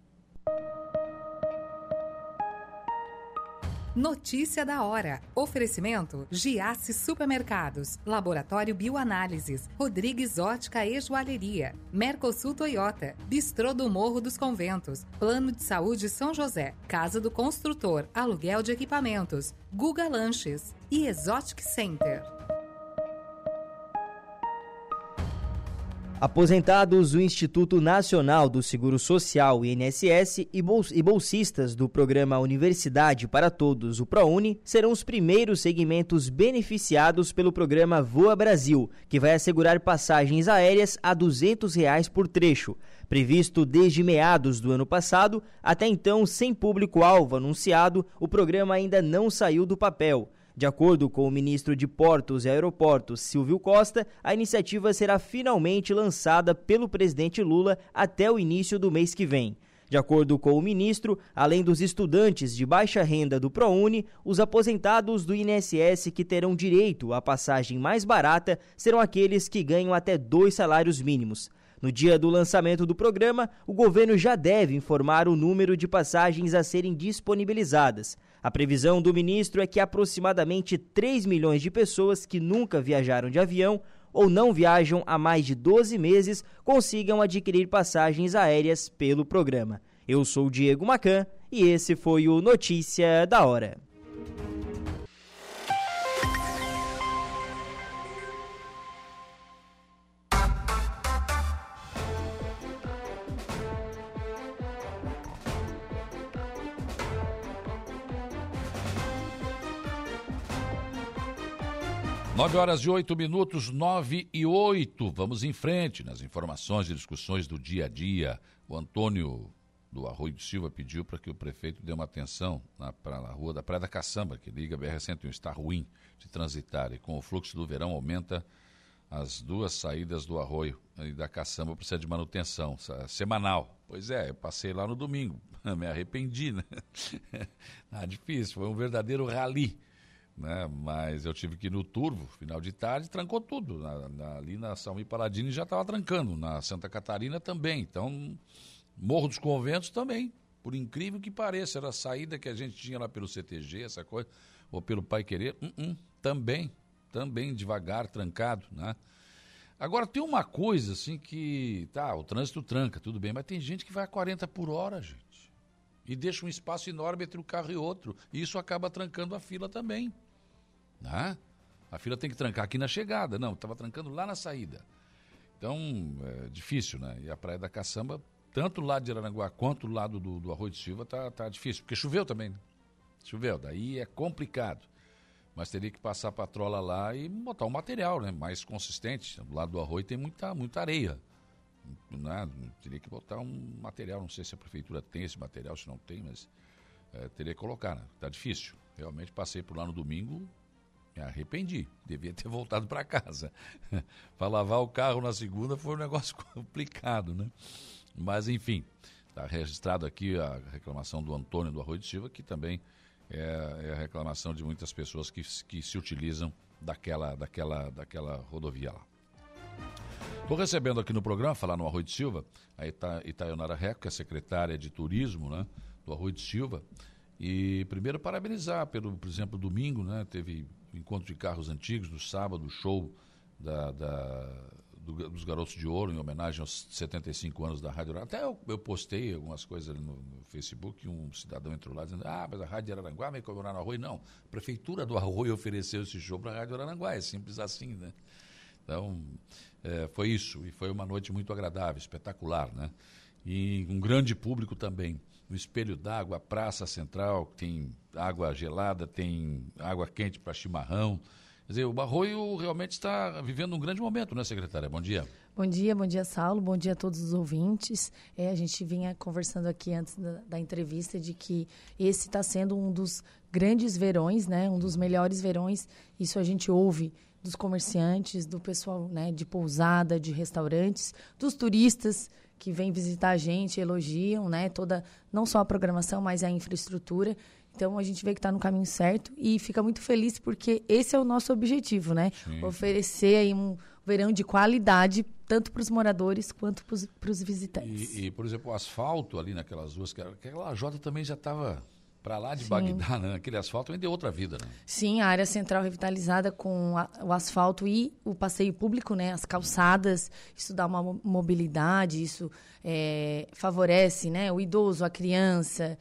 Notícia da hora. Oferecimento Giasse Supermercados, Laboratório Bioanálises, Rodrigues Ótica e Joalheria, Mercosul Toyota, Bistrô do Morro dos Conventos, Plano de Saúde São José, Casa do Construtor, Aluguel de Equipamentos, Guga Lanches e Exotic Center. Aposentados do Instituto Nacional do Seguro Social, I N S S, e bolsistas do Programa Universidade para Todos, o ProUni, serão os primeiros segmentos beneficiados pelo programa Voa Brasil, que vai assegurar passagens aéreas a duzentos reais por trecho. Previsto desde meados do ano passado, até então sem público-alvo anunciado, o programa ainda não saiu do papel. De acordo com o ministro de Portos e Aeroportos, Silvio Costa, a iniciativa será finalmente lançada pelo presidente Lula até o início do mês que vem. De acordo com o ministro, além dos estudantes de baixa renda do ProUni, os aposentados do I N S S que terão direito à passagem mais barata serão aqueles que ganham até dois salários mínimos. No dia do lançamento do programa, o governo já deve informar o número de passagens a serem disponibilizadas. A previsão do ministro é que aproximadamente três milhões de pessoas que nunca viajaram de avião ou não viajam há mais de doze meses consigam adquirir passagens aéreas pelo programa. Eu sou o Diego Macan e esse foi o Notícia da Hora. Nove horas e oito minutos, nove e oito. Vamos em frente nas informações e discussões do dia a dia. O Antônio do Arroio de Silva pediu para que o prefeito dê uma atenção na, pra, na rua da Praia da Caçamba, que liga a B R cento e um, está ruim de transitar. E com o fluxo do verão aumenta as duas saídas do Arroio e da Caçamba, precisa de manutenção semanal. Pois é, eu passei lá no domingo, me arrependi, né? Ah, difícil, foi um verdadeiro rally. Né? Mas eu tive que ir no Turvo, final de tarde, trancou tudo. Na, na, ali na São Miguel Paladini já estava trancando, na Santa Catarina também. Então, Morro dos Conventos também, por incrível que pareça. Era a saída que a gente tinha lá pelo C T G, essa coisa, ou pelo Pai Querer, uh -uh, também, também devagar, trancado, né? Agora, tem uma coisa assim que, tá, o trânsito tranca, tudo bem, mas tem gente que vai a quarenta por hora, gente, e deixa um espaço enorme entre um carro e outro, e isso acaba trancando a fila também. Né? A fila tem que trancar aqui na chegada. Não, estava trancando lá na saída. Então, é difícil, né? E a Praia da Caçamba, tanto do lado de Araranguá quanto do lado do, do Arroio de Silva, tá, tá difícil. Porque choveu também, né? Choveu, daí é complicado. Mas teria que passar a patrola lá e botar um material, né? Mais consistente. Do lado do Arroio tem muita, muita areia. Né? Teria que botar um material, não sei se a prefeitura tem esse material, se não tem, mas é, teria que colocar, né? Tá difícil. Realmente passei por lá no domingo, me arrependi, devia ter voltado para casa. Para lavar o carro na segunda foi um negócio complicado, né? Mas enfim, está registrado aqui a reclamação do Antônio do Arroio de Silva, que também é, é a reclamação de muitas pessoas que, que se utilizam daquela, daquela, daquela rodovia lá. Estou recebendo aqui no programa, falar no Arroio de Silva, a Ita, Itaionara Reco, que é secretária de Turismo, né, do Arroio de Silva. E primeiro parabenizar pelo, por exemplo, domingo, né, teve encontro de carros antigos, no sábado, show da, da, do, dos Garotos de Ouro, em homenagem aos setenta e cinco anos da Rádio Araranguá. Até eu, eu postei algumas coisas ali no, no Facebook, e um cidadão entrou lá dizendo, ah, mas a Rádio Araranguá vai comemorar no Arroio. Não, a Prefeitura do Arroio ofereceu esse show para a Rádio Araranguá, é simples assim, né? Então, é, foi isso, e foi uma noite muito agradável, espetacular, né? E um grande público também. No Espelho d'Água, a Praça Central, tem água gelada, tem água quente para chimarrão, Quer dizer, o Arroio realmente está vivendo um grande momento, né, secretária? Bom dia. Bom dia, bom dia, Saulo. Bom dia a todos os ouvintes. É, a gente vinha conversando aqui antes da, da entrevista de que esse está sendo um dos grandes verões, né? Um dos melhores verões. Isso a gente ouve dos comerciantes, do pessoal, né, de pousada, de restaurantes, dos turistas que vêm visitar a gente, elogiam, né? Toda, não só a programação, mas a infraestrutura. Então, a gente vê que está no caminho certo e fica muito feliz porque esse é o nosso objetivo, né? Sim. Oferecer aí um verão de qualidade, tanto para os moradores quanto para os visitantes. E, e, por exemplo, o asfalto ali naquelas ruas, que aquela Jota também já estava para lá de Sim. Bagdá, né? Aquele asfalto ainda deu outra vida, né? Sim, a área central revitalizada com a, o asfalto e o passeio público, né? As calçadas, isso dá uma mobilidade, isso é, favorece, né? O idoso, a criança,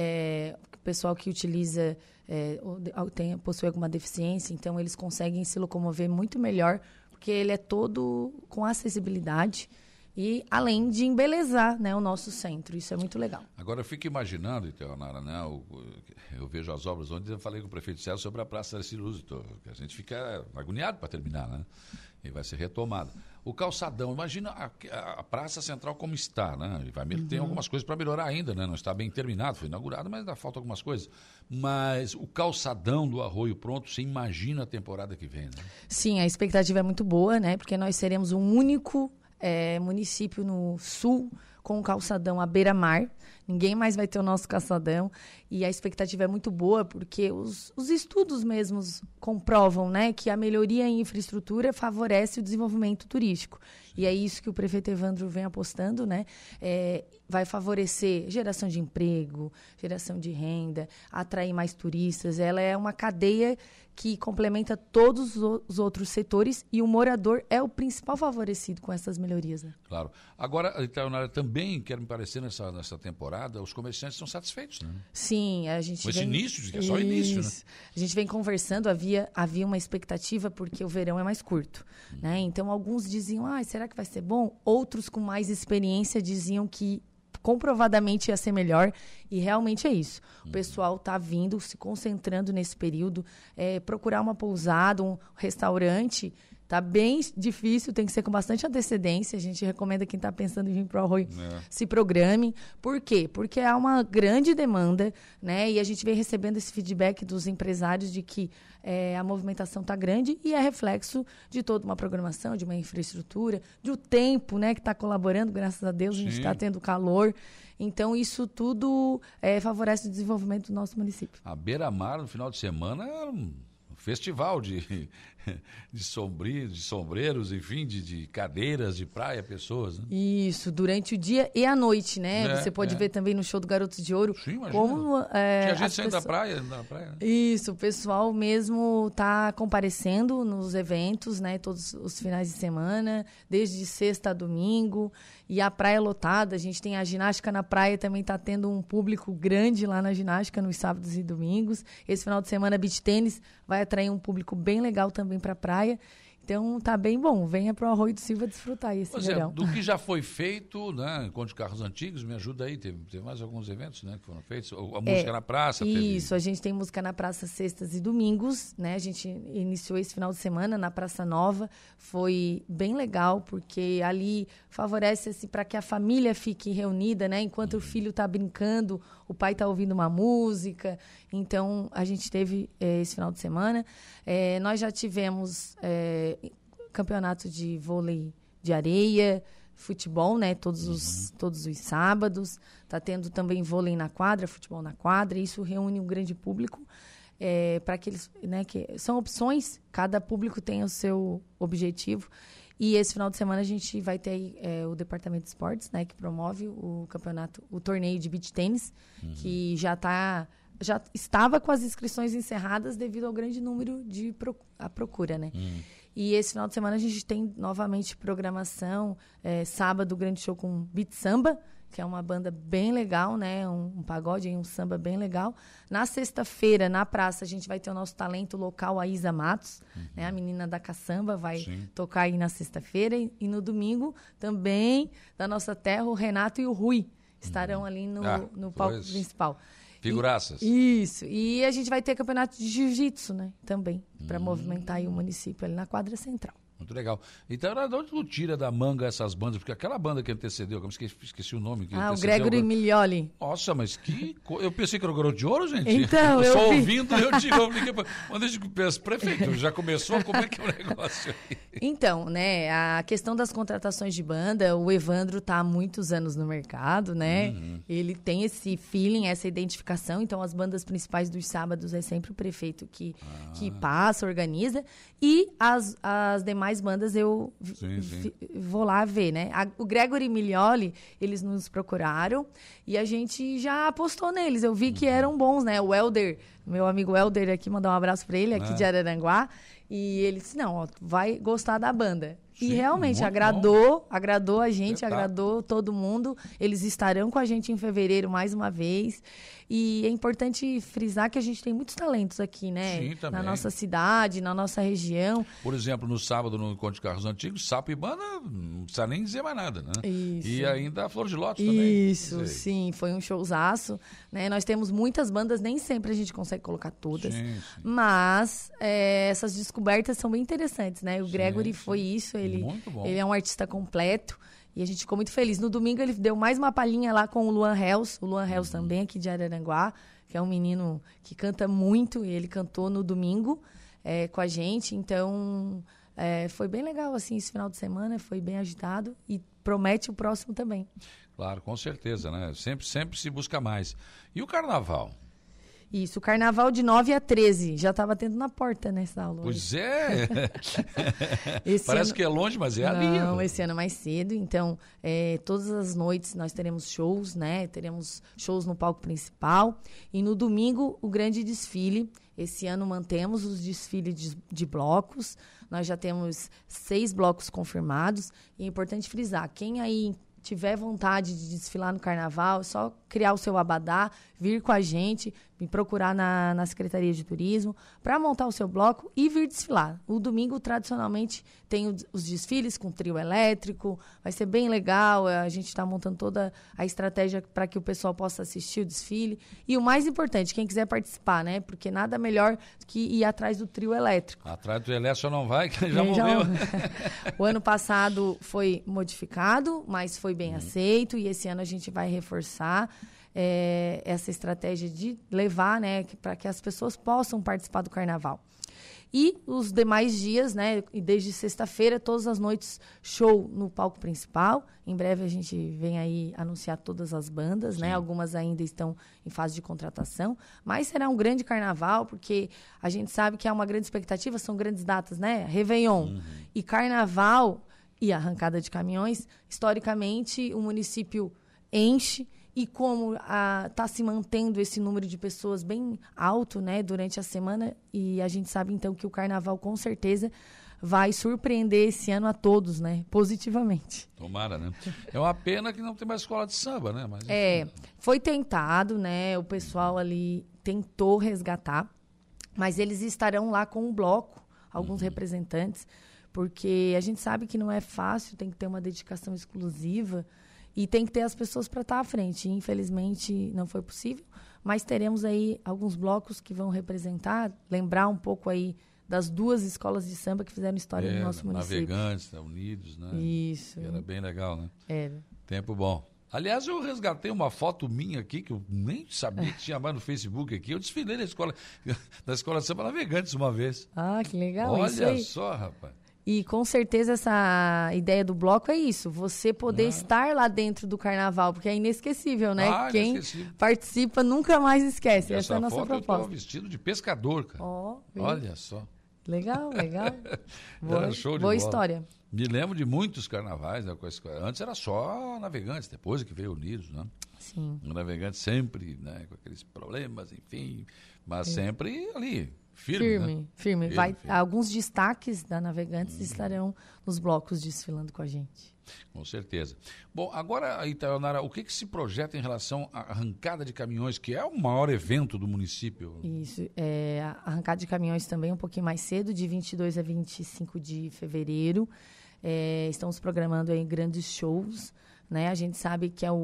é, o pessoal que utiliza, é, tem, possui alguma deficiência, então eles conseguem se locomover muito melhor, porque ele é todo com acessibilidade e além de embelezar, né, o nosso centro. Isso é muito legal. Agora, eu fico imaginando, Iteonara, né, eu, eu vejo as obras, ontem eu falei com o prefeito César sobre a Praça Arcílio Lúzito, que a gente fica agoniado para terminar, né? E vai ser retomada. O calçadão, imagina a, a Praça Central como está, né? Vai, uhum. Tem algumas coisas para melhorar ainda, né? Não está bem terminado, foi inaugurado, mas ainda falta algumas coisas. Mas o calçadão do Arroio pronto, você imagina a temporada que vem, né? Sim, a expectativa é muito boa, né? Porque nós seremos um único é, município no sul com um calçadão à beira-mar. Ninguém mais vai ter o nosso calçadão. E a expectativa é muito boa, porque os, os estudos mesmos comprovam, né, que a melhoria em infraestrutura favorece o desenvolvimento turístico. Sim. E é isso que o prefeito Evandro vem apostando, né? É, vai favorecer geração de emprego, geração de renda, atrair mais turistas. Ela é uma cadeia que complementa todos os outros setores e o morador é o principal favorecido com essas melhorias. Né? Claro. Agora, Itaionara, também, quer me parecer, nessa, nessa temporada, os comerciantes estão satisfeitos, né? Sim, a gente Com vem... esse início, que é só o início, né? A gente vem conversando, havia, havia uma expectativa porque o verão é mais curto, hum. né? Então, alguns diziam, ah, será que vai ser bom? Outros com mais experiência diziam que comprovadamente ia ser melhor e realmente é isso. O pessoal está vindo, se concentrando nesse período, é, procurar uma pousada, um restaurante, tá bem difícil, tem que ser com bastante antecedência. A gente recomenda quem está pensando em vir para o Arroio é. se programe. Por quê? Porque há uma grande demanda, né? E a gente vem recebendo esse feedback dos empresários de que é, a movimentação está grande e é reflexo de toda uma programação, de uma infraestrutura, do tempo, né, que está colaborando, graças a Deus, Sim. a gente está tendo calor. Então, isso tudo é, favorece o desenvolvimento do nosso município. A beira-mar, no final de semana, é um festival de, de, sombri, de sombreiros, enfim, de, de cadeiras de praia, pessoas. Né? Isso, durante o dia e a noite, né? É, Você pode é. ver também no show do Garotos de Ouro. Sim, imagina. Como, é, Tinha gente saindo pessoas... da praia, da praia. Isso, o pessoal mesmo está comparecendo nos eventos, né? Todos os finais de semana, desde sexta a domingo. E a praia lotada, a gente tem a ginástica na praia, também está tendo um público grande lá na ginástica nos sábados e domingos. Esse final de semana, beach tênis vai atrair um público bem legal também para a praia. Então, tá bem bom. Venha para o Arroio do Silva desfrutar esse pois verão. É, do que já foi feito, né? Encontro de Carros Antigos, me ajuda aí. Teve, teve mais alguns eventos, né? Que foram feitos. A música é, na praça. Isso, teve... a gente tem música na praça sextas e domingos, né? A gente iniciou esse final de semana na Praça Nova. Foi bem legal, porque ali favorece assim, para que a família fique reunida, né? Enquanto uhum. o filho está brincando, o pai está ouvindo uma música. Então, a gente teve é, esse final de semana. É, nós já tivemos é, campeonato de vôlei de areia, futebol, né? Todos, uhum. os, todos os sábados. Está tendo também vôlei na quadra, futebol na quadra. Isso reúne um grande público. É, para que eles, né, que são opções, cada público tem o seu objetivo. E esse final de semana a gente vai ter é, o Departamento de Esportes, né, que promove o campeonato, o torneio de beach tênis, uhum. que já tá, já estava com as inscrições encerradas devido ao grande número de pro, a procura, né? Uhum. E esse final de semana a gente tem novamente programação, é, sábado grande show com Beat Samba, que é uma banda bem legal, né? Um, um pagode, um samba bem legal. Na sexta-feira, na praça, a gente vai ter o nosso talento local, a Isa Matos, uhum. né? A menina da caçamba vai Sim. tocar aí na sexta-feira. E, e no domingo, também, da nossa terra, o Renato e o Rui estarão uhum. ali no, ah, no palco pois. principal. Figuraças. E, isso. E a gente vai ter campeonato de jiu-jitsu, né? Também, para hum. movimentar aí o município ali na quadra central. Muito legal. Então, de onde tu tira da manga essas bandas? Porque aquela banda que antecedeu, eu esqueci, esqueci o nome. Que ah, o Gregory Milioli. Nossa, mas que... Eu pensei que era o Garoto de Ouro, gente. Então, eu Só vi. ouvindo, eu digo, eu liguei pra... Mas deixa eu pensar, prefeito, já começou? Como é que é o negócio aí? Então, né, a questão das contratações de banda, o Evandro tá há muitos anos no mercado, né? Uhum. Ele tem esse feeling, essa identificação. Então, as bandas principais dos sábados é sempre o prefeito que, ah. que passa, organiza. E as, as demais mais bandas eu sim, sim. vou lá ver, né? A, o Gregory Milioli, eles nos procuraram e a gente já apostou neles. Eu vi que eram bons, né? O Helder, meu amigo Helder aqui, mandar um abraço pra ele, aqui é. de Araranguá. E ele disse, não, ó, vai gostar da banda. Sim, e realmente agradou, bom. agradou a gente, Eita. agradou todo mundo. Eles estarão com a gente em fevereiro mais uma vez. E é importante frisar que a gente tem muitos talentos aqui, né? Sim, também. Na nossa cidade, na nossa região. Por exemplo, no sábado, no Encontro de Carros Antigos, Sapo e Banda, não precisa nem dizer mais nada, né? Isso. E ainda a Flor de Lótus também. Isso, sim, foi um showzaço. Né? Nós temos muitas bandas, nem sempre a gente consegue colocar todas. Sim, sim. Mas é, essas descobertas são bem interessantes, né? O sim, Gregory sim. foi isso, ele, ele é um artista completo. E a gente ficou muito feliz. No domingo ele deu mais uma palhinha lá com o Luan Hells. O Luan Hells uhum. também aqui de Araranguá, que é um menino que canta muito. E ele cantou no domingo é, com a gente. Então, é, foi bem legal assim esse final de semana. Foi bem agitado e promete o próximo também. Claro, com certeza, né? Sempre, sempre se busca mais. E o carnaval? Isso, o carnaval de nove a treze. Já estava tendo na porta nessa aula. Pois hoje. é. Parece ano... que é longe, mas é Não, ali. Não, esse ano é mais cedo. Então, é, todas as noites nós teremos shows, né? Teremos shows no palco principal. E no domingo, o grande desfile. Esse ano mantemos os desfiles de, de blocos. Nós já temos seis blocos confirmados. E é importante frisar, quem aí tiver vontade de desfilar no carnaval, é só criar o seu abadá, vir com a gente, me procurar na, na Secretaria de Turismo para montar o seu bloco e vir desfilar. O domingo, tradicionalmente, tem o, os desfiles com trio elétrico, vai ser bem legal, a gente está montando toda a estratégia para que o pessoal possa assistir o desfile. E o mais importante, quem quiser participar, né? Porque nada melhor que ir atrás do trio elétrico. Atrás do trio elétrico só não vai, que já morreu. Já... o ano passado foi modificado, mas foi bem hum. aceito, e esse ano a gente vai reforçar É, essa estratégia de levar, né, para que as pessoas possam participar do carnaval. E os demais dias, né, desde sexta-feira, todas as noites, show no palco principal. Em breve a gente vem aí anunciar todas as bandas, Sim. né, algumas ainda estão em fase de contratação, mas será um grande carnaval, porque a gente sabe que há uma grande expectativa, são grandes datas, né, Réveillon uhum. e Carnaval e arrancada de caminhões. Historicamente, o município enche. E como está se mantendo esse número de pessoas bem alto, né, durante a semana, e a gente sabe, então, que o carnaval, com certeza, vai surpreender esse ano a todos, né, positivamente. Tomara, né? É uma pena que não tem mais escola de samba, né? Mas, é, foi tentado, né, o pessoal ali tentou resgatar, mas eles estarão lá com um bloco, alguns uhum. representantes, porque a gente sabe que não é fácil, tem que ter uma dedicação exclusiva, e tem que ter as pessoas para estar à frente. Infelizmente, não foi possível, mas teremos aí alguns blocos que vão representar, lembrar um pouco aí das duas escolas de samba que fizeram história é, no nosso município. Navegantes, Unidos, né? Isso. Que era bem legal, né? Era. Tempo bom. Aliás, eu resgatei uma foto minha aqui, que eu nem sabia que tinha mais no Facebook aqui. Eu desfilei na escola, na escola de samba Navegantes uma vez. Ah, que legal. Olha isso aí. só, rapaz. E com certeza essa ideia do bloco é isso, você poder ah. estar lá dentro do carnaval, porque é inesquecível, né? Ah, Quem inesquecível. participa nunca mais esquece. Essa Essa é a nossa foto proposta. Eu estava vestido de pescador, cara. Oh, olha só. Legal, legal. boa era show de boa bola. história. Me lembro de muitos carnavais, né, com esse... Antes era só Navegantes, depois que veio Unidos, né? Sim. O Navegante sempre, né, com aqueles problemas, enfim, mas é. sempre ali. Firme, firme, né? firme. firme, Vai, firme. Alguns destaques da Navegantes hum. estarão nos blocos desfilando com a gente. Com certeza. Bom, agora, Itaionara, o que, que se projeta em relação à arrancada de caminhões, que é o maior evento do município? Isso, é, a arrancada de caminhões também um pouquinho mais cedo, de vinte e dois a vinte e cinco de fevereiro. É, estamos programando aí grandes shows, né? A gente sabe que é o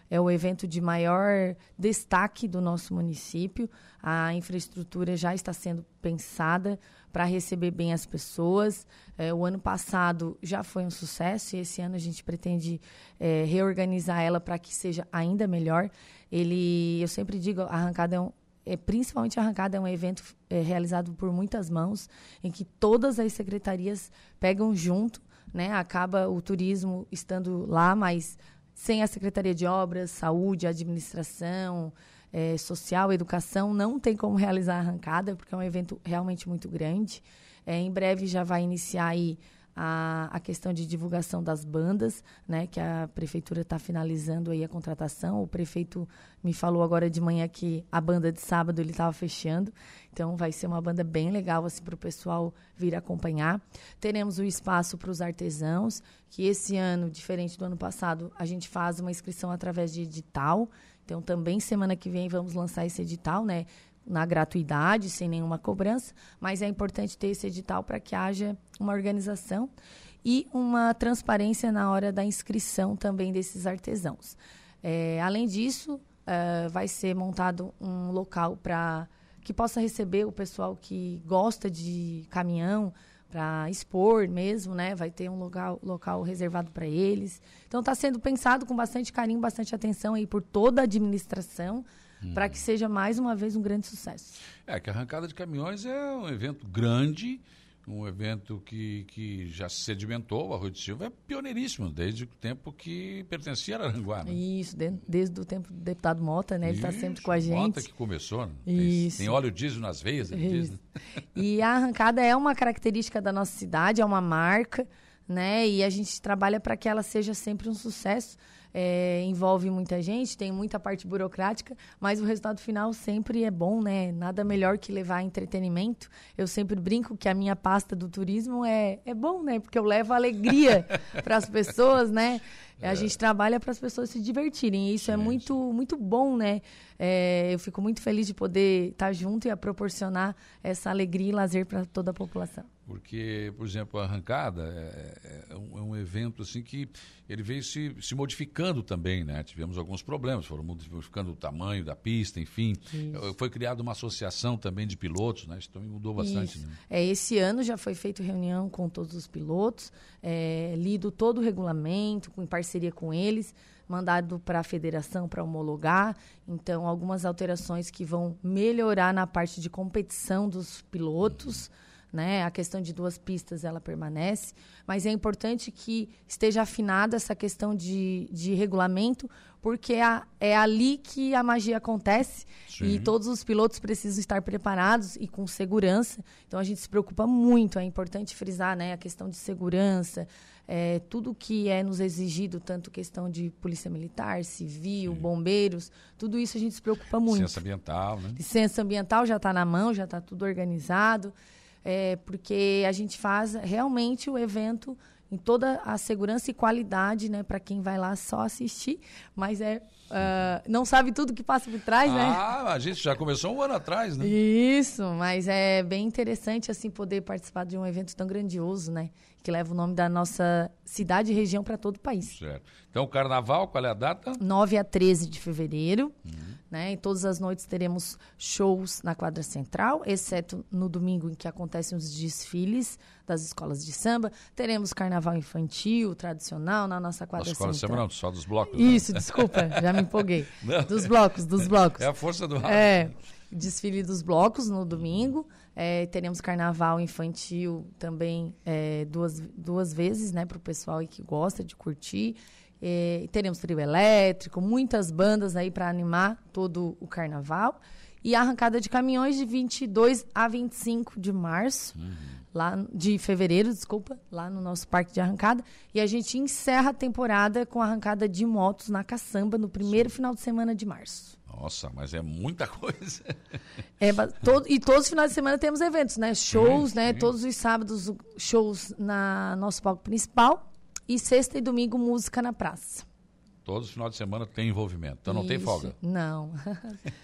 é o evento de maior destaque do nosso município. A infraestrutura já está sendo pensada para receber bem as pessoas. É, o ano passado já foi um sucesso e esse ano a gente pretende é, reorganizar ela para que seja ainda melhor. Ele, eu sempre digo, a arrancada é um É, principalmente a arrancada é um evento é, realizado por muitas mãos, em que todas as secretarias pegam junto, né? Acaba o turismo estando lá, mas sem a Secretaria de Obras, Saúde, Administração, é, Social, Educação, não tem como realizar a arrancada, porque é um evento realmente muito grande. É, em breve já vai iniciar aí A, a questão de divulgação das bandas, né, que a prefeitura está finalizando aí a contratação. O prefeito me falou agora de manhã que a banda de sábado ele estava fechando, então vai ser uma banda bem legal assim, para o pessoal vir acompanhar. Teremos o espaço para os artesãos, que esse ano, diferente do ano passado, a gente faz uma inscrição através de edital, então também semana que vem vamos lançar esse edital, né, na gratuidade, sem nenhuma cobrança, mas é importante ter esse edital para que haja uma organização e uma transparência na hora da inscrição também desses artesãos. É, além disso, uh, vai ser montado um local para que possa receber o pessoal que gosta de caminhão, para expor mesmo, né? Vai ter um local, local reservado para eles. Então, está sendo pensado com bastante carinho, bastante atenção aí por toda a administração, para que seja mais uma vez um grande sucesso. É que a arrancada de caminhões é um evento grande, um evento que, que já se sedimentou. O Arroio do Silva é pioneiríssimo, desde o tempo que pertencia a Araranguá. Né? Isso, de, desde o tempo do deputado Mota, né? Ele está sempre com a gente. Mota que começou, né? Isso. Tem, tem óleo diesel nas veias, ele diz. Né? E a arrancada é uma característica da nossa cidade, é uma marca, né? E a gente trabalha para que ela seja sempre um sucesso. É, envolve muita gente, tem muita parte burocrática, mas o resultado final sempre é bom, né? Nada melhor que levar entretenimento. Eu sempre brinco que a minha pasta do turismo é, é bom, né? Porque eu levo alegria para as pessoas, né? É. A gente trabalha para as pessoas se divertirem, e isso é muito, muito bom, né? É, eu fico muito feliz de poder estar junto e a proporcionar essa alegria e lazer para toda a população. Porque, por exemplo, a arrancada é, é, um, é um evento assim que ele veio se, se modificando também, né? Tivemos alguns problemas, foram modificando o tamanho da pista, enfim. Isso. Foi criada uma associação também de pilotos, né? Isso também mudou bastante. Né? É, esse ano já foi feita reunião com todos os pilotos, é, lido todo o regulamento, em parceria com eles, mandado para a federação para homologar. Então, algumas alterações que vão melhorar na parte de competição dos pilotos. Uhum. Né? A questão de duas pistas, ela permanece, mas é importante que esteja afinada essa questão de, de regulamento, porque a, é ali que a magia acontece. Sim. E todos os pilotos precisam estar preparados e com segurança. Então, a gente se preocupa muito, é importante frisar, né, a questão de segurança, é, tudo que é nos exigido, tanto questão de polícia militar, civil, Sim. bombeiros, tudo isso a gente se preocupa muito. Licença ambiental, né? Licença ambiental já está na mão, já está tudo organizado. É, porque a gente faz realmente o evento em toda a segurança e qualidade, né, para quem vai lá só assistir, mas é uh, não sabe tudo que passa por trás, ah, né? Ah, a gente já começou um ano atrás, né? Isso, mas é bem interessante assim poder participar de um evento tão grandioso, né, que leva o nome da nossa cidade e região para todo o país. Certo. Então, o carnaval, qual é a data? nove a treze de fevereiro. Uhum. Né? E todas as noites teremos shows na quadra central, exceto no domingo em que acontecem os desfiles das escolas de samba. Teremos carnaval infantil, tradicional, na nossa quadra central. Escola de samba não, só dos blocos. Isso, né? Desculpa, já me empolguei. Não. Dos blocos, dos blocos. É a força do rádio. É, desfile dos blocos no domingo. É, teremos carnaval infantil também é, duas, duas vezes, né, para o pessoal aí que gosta de curtir. É, teremos trio elétrico, muitas bandas aí para animar todo o carnaval. E a arrancada de caminhões de vinte e dois a vinte e cinco de março, uhum. lá de fevereiro, desculpa, lá no nosso parque de arrancada. E a gente encerra a temporada com a arrancada de motos na caçamba no primeiro Sim. final de semana de março. Nossa, mas é muita coisa. É, todo, e todos os finais de semana temos eventos, né? Shows, sim, né? Sim. Todos os sábados, shows na nosso palco principal. E sexta e domingo, música na praça. Todos os finais de semana tem envolvimento, então não Isso. tem folga. Não.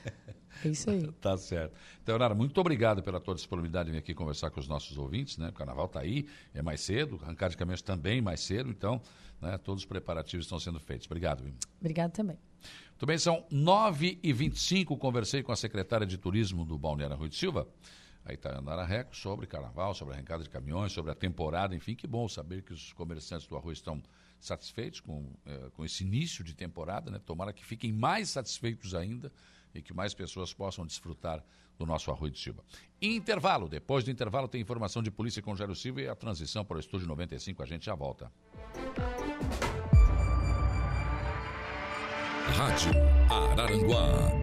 É isso aí. Tá certo. Então, Nara, muito obrigado pela tua disponibilidade de vir aqui conversar com os nossos ouvintes, né? O carnaval está aí, é mais cedo, arrancar de caminhões também mais cedo, então, né, todos os preparativos estão sendo feitos. Obrigado, viu? Obrigado também. Muito bem, são nove e vinte e cinco, conversei com a secretária de Turismo do Balneário Rui de Silva, aí está a Nara Reco, sobre carnaval, sobre a arrancada de caminhões, sobre a temporada, enfim, que bom saber que os comerciantes do arroz estão satisfeitos com, eh, com esse início de temporada, né? Tomara que fiquem mais satisfeitos ainda e que mais pessoas possam desfrutar do nosso Arroio de Silva. Intervalo. Depois do intervalo tem informação de polícia com Jairo Silva e a transição para o Estúdio noventa e cinco. A gente já volta. Rádio Araranguá.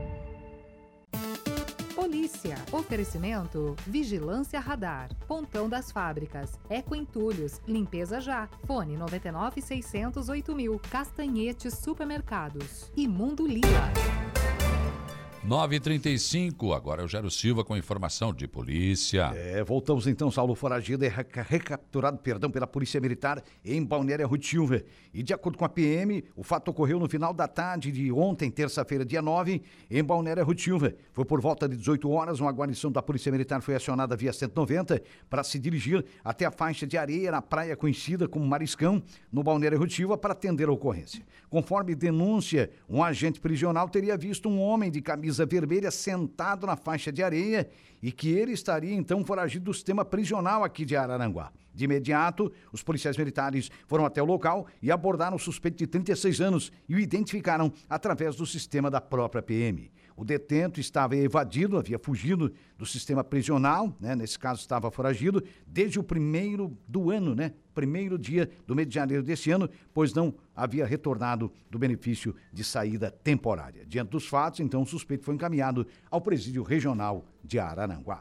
Polícia. Oferecimento. Vigilância Radar. Pontão das Fábricas. Eco Entulhos. Limpeza Já. Fone noventa e nove, seiscentos, oito mil. Castanhetes Supermercados. E Mundo Lila. nove e trinta e cinco, agora é o Jairo Silva com informação de polícia. É, voltamos então, Saulo foragido é recapturado, perdão, pela Polícia Militar em Balneário Rui de Silva. E de acordo com a P M, o fato ocorreu no final da tarde de ontem, terça-feira, dia nove, em Balneário Rui de Silva. Foi por volta de dezoito horas, uma guarnição da Polícia Militar foi acionada via cento e noventa para se dirigir até a faixa de areia na praia conhecida como Mariscão, no Balneário Rui de Silva, para atender a ocorrência. Conforme denúncia, um agente prisional teria visto um homem de camisa vermelha sentado na faixa de areia e que ele estaria então foragido do sistema prisional aqui de Araranguá. De imediato, os policiais militares foram até o local e abordaram o suspeito de trinta e seis anos e o identificaram através do sistema da própria P M. O detento estava evadido, havia fugido do sistema prisional, né? Nesse caso estava foragido, desde o primeiro do ano, né? Primeiro dia do mês de janeiro desse ano, pois não havia retornado do benefício de saída temporária. Diante dos fatos, então, o suspeito foi encaminhado ao presídio regional de Araranguá.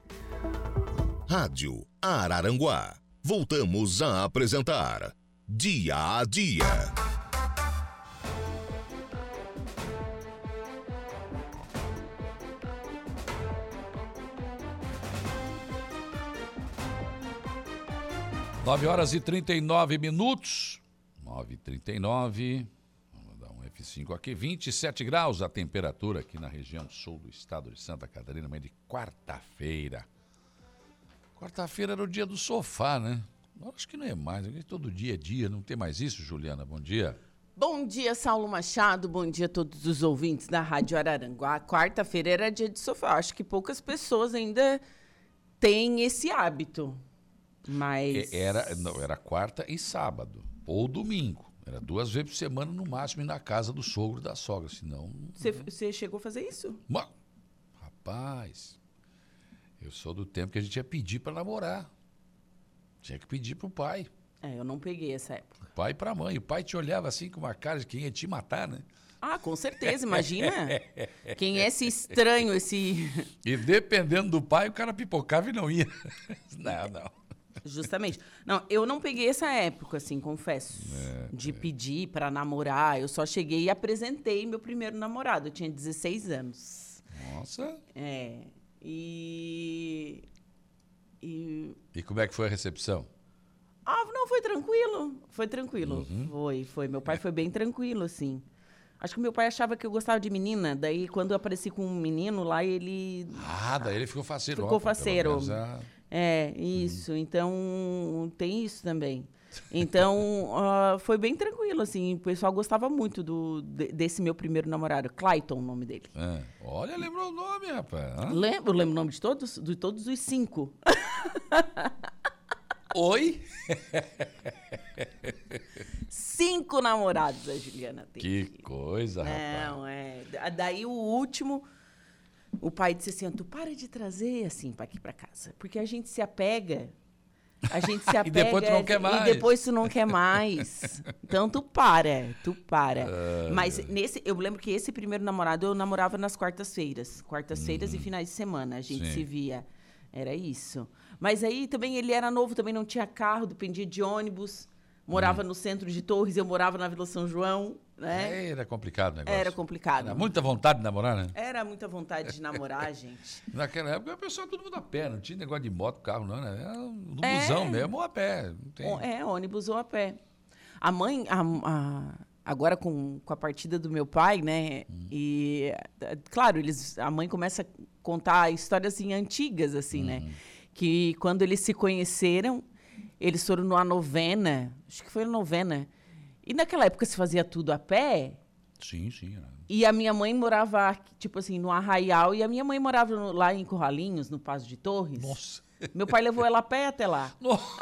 Rádio Araranguá. Voltamos a apresentar Dia a Dia. nove horas e trinta e nove minutos. nove e trinta e nove. Vamos dar um F cinco aqui. vinte e sete graus a temperatura aqui na região sul do estado de Santa Catarina, manhã de quarta-feira. Quarta-feira era o dia do sofá, né? Acho que não é mais. Todo dia é dia. Não tem mais isso, Juliana? Bom dia. Bom dia, Saulo Machado. Bom dia a todos os ouvintes da Rádio Araranguá. Quarta-feira era dia de sofá. Acho que poucas pessoas ainda têm esse hábito. Mas... Era, não, era quarta e sábado, ou domingo. Era duas vezes por semana, no máximo, ir na casa do sogro e da sogra, senão... Você chegou a fazer isso? Mas, rapaz, eu sou do tempo que a gente ia pedir para namorar. Tinha que pedir pro pai. É, eu não peguei essa época. O pai e pra mãe. O pai te olhava assim com uma cara de quem ia te matar, né? Ah, com certeza, imagina. Quem é esse estranho, esse... E dependendo do pai, o cara pipocava e não ia. Não, não. Justamente. Não, eu não peguei essa época, assim, confesso, é, de é. pedir para namorar. Eu só cheguei e apresentei meu primeiro namorado. Eu tinha dezesseis anos. Nossa. É. E... E... E como é que foi a recepção? Ah, não, foi tranquilo. Foi tranquilo. Uhum. Foi, foi. Meu pai foi bem tranquilo, assim. Acho que meu pai achava que eu gostava de menina. Daí, quando eu apareci com um menino lá, ele... Ah, daí ele ficou faceiro. Ficou ó, faceiro. A... É, isso. Uhum. Então, tem isso também. Então, uh, foi bem tranquilo, assim. O pessoal gostava muito do, de, desse meu primeiro namorado. Clayton, o nome dele. É. Olha, lembrou o nome, rapaz. Hã? Lembro, lembro o nome de todos? De todos os cinco. Oi? Cinco namorados a Juliana teve. Que coisa, rapaz. Não, é. Daí o último, o pai disse assim, tu para de trazer assim para aqui para casa, porque a gente se apega, a gente se apega e depois tu não quer mais. E depois tu não quer mais. Então tu para, tu para. Uh... Mas nesse, eu lembro que esse primeiro namorado eu namorava nas quartas-feiras, quartas-feiras hum. e finais de semana, a gente Sim. se via. Era isso. Mas aí também ele era novo, também não tinha carro, dependia de ônibus. Morava hum. no centro de Torres, eu morava na Vila São João, né? É, era complicado o negócio. Era complicado. Era muita vontade de namorar, né? Era muita vontade de namorar, gente. Naquela época, o pessoal todo mundo a pé, não tinha negócio de moto, carro, não, né? Era no é. busão mesmo ou a pé. Não tem... É, ônibus ou a pé. A mãe, a, a, agora com, com a partida do meu pai, né? Hum. E, claro, eles, a mãe começa a contar histórias assim, antigas, assim, hum. né? Que quando eles se conheceram, eles foram numa novena, acho que foi uma novena. E naquela época se fazia tudo a pé. Sim, sim. E a minha mãe morava, tipo assim, no Arraial, e a minha mãe morava no, lá em Curralinhos, no Passo de Torres. Nossa. Meu pai levou ela a pé até lá.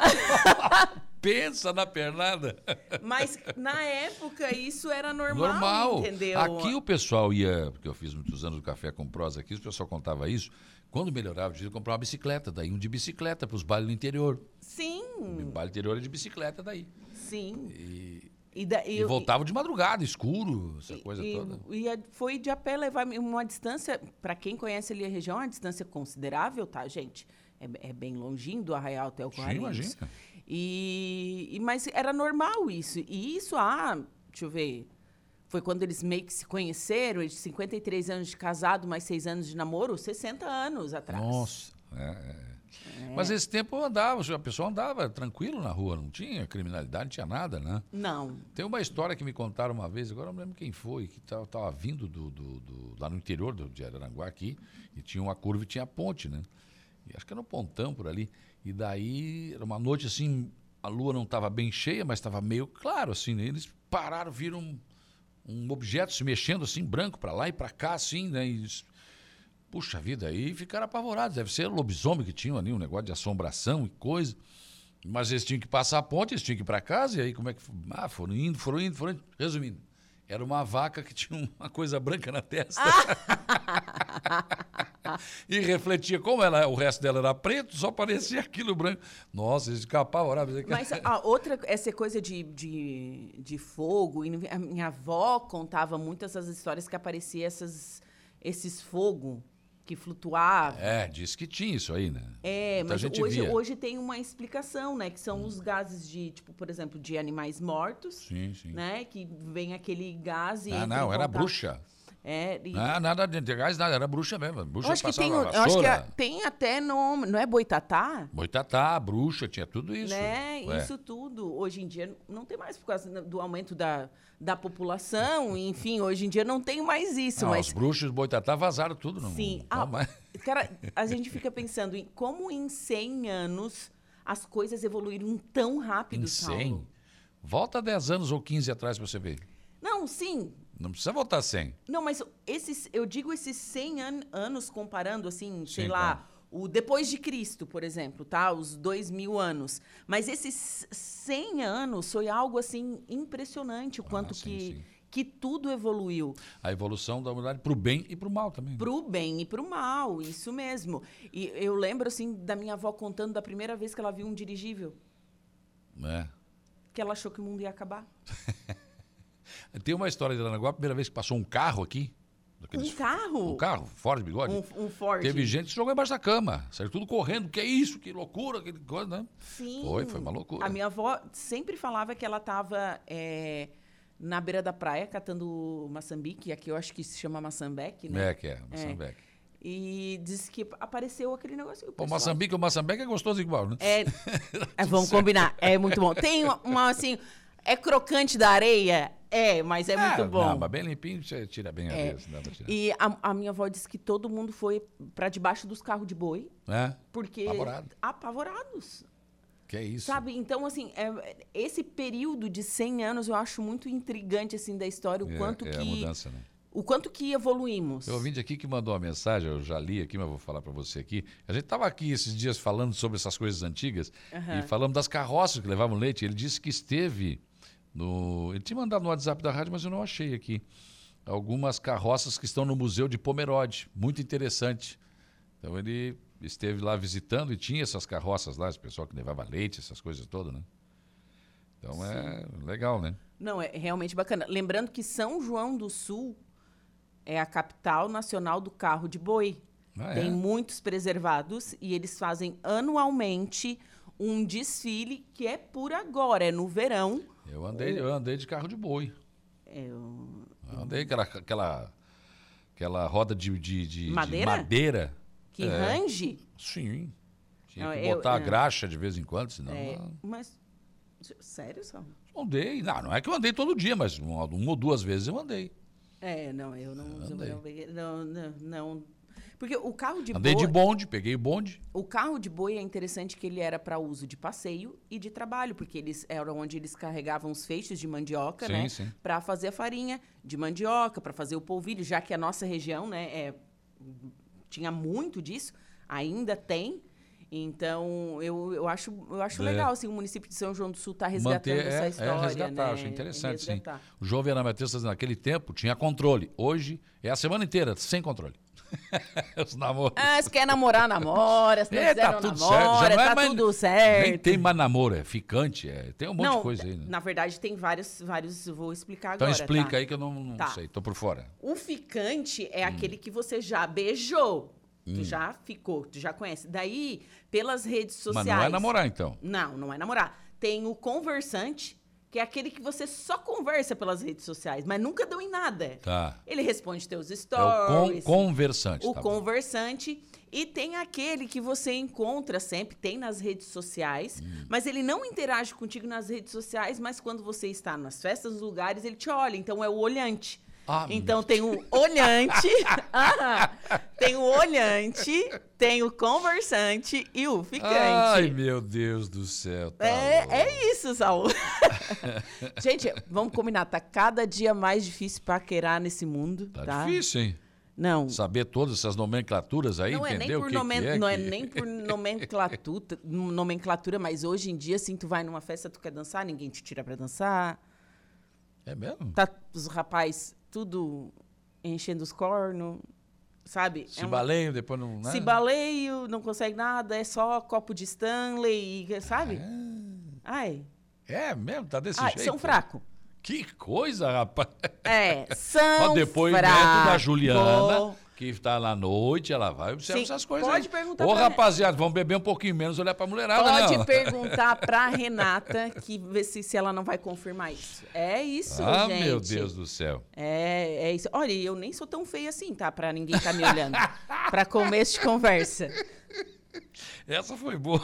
Pensa na pernada. Mas, na época, isso era normal, normal. Entendeu? Aqui o pessoal ia, porque eu fiz muitos anos do Café com Prosa aqui, o pessoal contava isso, quando melhorava o dia, comprava uma bicicleta, daí um de bicicleta para os bailes do interior. Sim. O baile interior é de bicicleta daí. Sim. E, e, da, e, e voltava de madrugada, escuro, essa e, coisa e, toda. E foi de a pé levar uma distância, para quem conhece ali a região, uma distância considerável, tá, gente? É, é bem longinho do Arraial até o Curralinhos. Sim, imagina. E, e, mas era normal isso. E isso, ah, deixa eu ver, foi quando eles meio que se conheceram, eles cinquenta e três anos de casado, mais seis anos de namoro, sessenta anos atrás. Nossa, é, é. É. Mas esse tempo eu andava, a pessoa andava tranquilo na rua, não tinha criminalidade, não tinha nada, né? Não. Tem uma história que me contaram uma vez, agora eu não lembro quem foi, que estava vindo do, do, do, lá no interior do, de Araranguá aqui, e tinha uma curva e tinha a ponte, né? E acho que era um pontão por ali. E daí, era uma noite assim, a lua não estava bem cheia, mas estava meio claro, assim, né? Eles pararam, viram um, um objeto se mexendo assim, branco, para lá e para cá, assim, né? E eles, puxa vida, aí ficaram apavorados. Deve ser lobisomem que tinham ali, um negócio de assombração e coisa. Mas eles tinham que passar a ponte, eles tinham que ir para casa, e aí como é que... Ah, foram indo, foram indo, foram indo. Resumindo, era uma vaca que tinha uma coisa branca na testa. E refletia, como ela, o resto dela era preto, só parecia aquilo branco. Nossa, eles ficavam apavorados. Mas a outra, essa coisa de, de, de fogo, e a minha avó contava muito essas histórias que apareciam essas, esses fogos que flutuavam. É, disse que tinha isso aí, né? É, Muita mas gente hoje, via. hoje tem uma explicação, né? Que são hum. os gases de, tipo, por exemplo, de animais mortos. Sim, sim. Né? Que vem aquele gás e... Ah, não, era bruxa. É, e... Não, nada de gás, nada, era bruxa mesmo. Bruxa eu acho que tem, eu acho que é, tem até nome, não é boitatá? Boitatá, bruxa, tinha tudo isso. Né? Ué. Isso tudo. Hoje em dia não tem mais por causa do aumento da, da população, enfim, hoje em dia não tem mais isso. Não, mas... Os bruxos boitatá vazaram tudo. Não, Sim. não Ah, mais. Cara, a gente fica pensando em como em cem anos as coisas evoluíram tão rápido, Em cem? Saulo. Volta dez anos ou quinze atrás pra você ver. Não, sim. Não precisa voltar cem. Não, mas esses, eu digo esses cem an anos comparando, assim, sei Sim, lá, claro. o depois de Cristo, por exemplo, tá? Os dois mil anos. Mas esses cem anos foi algo, assim, impressionante, o quanto Ah, sim, que, sim. que tudo evoluiu. A evolução da humanidade pro bem e pro mal também. Né? Pro bem e pro mal, isso mesmo. E eu lembro, assim, da minha avó contando da primeira vez que ela viu um dirigível, É. que ela achou que o mundo ia acabar. Tem uma história de Aranaguá, a primeira vez que passou um carro aqui. Um carro? Um carro, Ford Bigode. Um, um Ford. Teve gente que se jogou embaixo da cama. Saiu tudo correndo. Que é isso? Que loucura, que coisa, né? Sim. Foi, foi uma loucura. A minha avó sempre falava que ela estava é, na beira da praia catando maçambique. Aqui eu acho que se chama maçambeque, né? É que é, maçambeque. É. E disse que apareceu aquele negócio. Pô, maçambique, o maçambeque é gostoso igual, né? É, é, vamos combinar. É muito bom. Tem uma, uma, assim... É crocante da areia? É, mas é, é muito bom. Não, mas bem limpinho, você tira bem a é. vez. Dá pra tirar. E a, a minha avó disse que todo mundo foi para debaixo dos carros de boi. É? Porque... Apavorado. Apavorados. Que é isso? Sabe? Então, assim, é, esse período de cem anos eu acho muito intrigante, assim, da história, o é, quanto é que... a mudança, né? O quanto que evoluímos. Eu ouvinte aqui que mandou uma mensagem, eu já li aqui, mas vou falar para você aqui. A gente estava aqui esses dias falando sobre essas coisas antigas Uhum. e falamos das carroças que levavam leite. Ele disse que esteve no... Ele tinha mandado no WhatsApp da rádio, mas eu não achei aqui. Algumas carroças que estão no Museu de Pomerode. Muito interessante. Então ele esteve lá visitando e tinha essas carroças lá, esse pessoal que levava leite, essas coisas todas, né? Então Sim. é legal, né? Não, é realmente bacana. Lembrando que São João do Sul é a capital nacional do carro de boi. Ah, Tem é? muitos preservados e eles fazem anualmente um desfile que é por agora, é no verão. Eu andei, eu andei de carro de boi. Eu... eu andei aquela, aquela, aquela roda de, de, de madeira? De madeira. Que é. range? Sim. Tinha Não, que eu, botar eu, a graxa de vez em quando, senão... É, não... Mas Sério, só? Andei. Não, não é que eu andei todo dia, mas uma, uma ou duas vezes eu andei. É, não, eu não... Eu não, não, não. Porque o carro de Andei boi... de bonde, peguei bonde. O carro de boi é interessante que ele era para uso de passeio e de trabalho, porque eles era onde eles carregavam os feixes de mandioca, sim, né? Sim. Para fazer a farinha de mandioca, para fazer o polvilho, já que a nossa região, né, é, tinha muito disso, ainda tem. Então, eu, eu acho, eu acho é. legal, assim, o município de São João do Sul está resgatando Manter, essa é, história, é resgatar, né? Acho interessante, sim. O João Viana Matias, naquele tempo, tinha controle. Hoje, é a semana inteira, sem controle. Os namoros. Ah, se quer namorar, namora. Se não é, quiser, tá não tudo namora, certo. Já não é tá mais, tudo certo. Nem tem mais namoro, é ficante, é, tem um monte não, de coisa aí. Né? Na verdade, tem vários, vários, vou explicar então agora. Então explica tá? aí que eu não, não tá. sei, tô por fora. O ficante é hum. aquele que você já beijou. Hum. Tu já ficou, tu já conhece. Daí, pelas redes sociais... Mas não é namorar, então. Não, não é namorar. Tem o conversante, que é aquele que você só conversa pelas redes sociais, mas nunca deu em nada. Tá. Ele responde teus stories. É o con conversante. O tá conversante. Bom. E tem aquele que você encontra sempre, tem nas redes sociais, hum. mas ele não interage contigo nas redes sociais, mas quando você está nas festas, nos lugares, ele te olha. Então, é o olhante. Ah, então tem o olhante, ah, tem o olhante, tem o conversante e o ficante. Ai, meu Deus do céu. Tá é, é isso, Saul. Gente, vamos combinar, tá cada dia mais difícil paquerar nesse mundo. Tá, tá? difícil, hein? Não. Saber todas essas nomenclaturas aí, não entendeu? É nem por que nomen que é não que... é nem por nomenclatura, nomenclatura, mas hoje em dia, assim, tu vai numa festa, tu quer dançar, ninguém te tira pra dançar. É mesmo? Tá os rapazes tudo enchendo os cornos, sabe? Se é baleio, uma... depois não... Né? Se baleio, não consegue nada, é só copo de Stanley, sabe? Ah. Ai. É mesmo? Tá desse Ai, jeito? São fracos. Que coisa, rapaz. É, são Ó, depoimento fraco. da Juliana, que está lá à noite, ela vai observar Sim, essas coisas pode aí. perguntar Ô, pra rapaziada, vamos beber um pouquinho menos, olhar pra mulherada, Pode né? perguntar pra Renata, que vê se, se ela não vai confirmar isso. É isso, ah, gente. Ah, meu Deus do céu. É, é isso. Olha, eu nem sou tão feia assim, tá? Pra ninguém tá me olhando. Pra começo de conversa. Essa foi boa.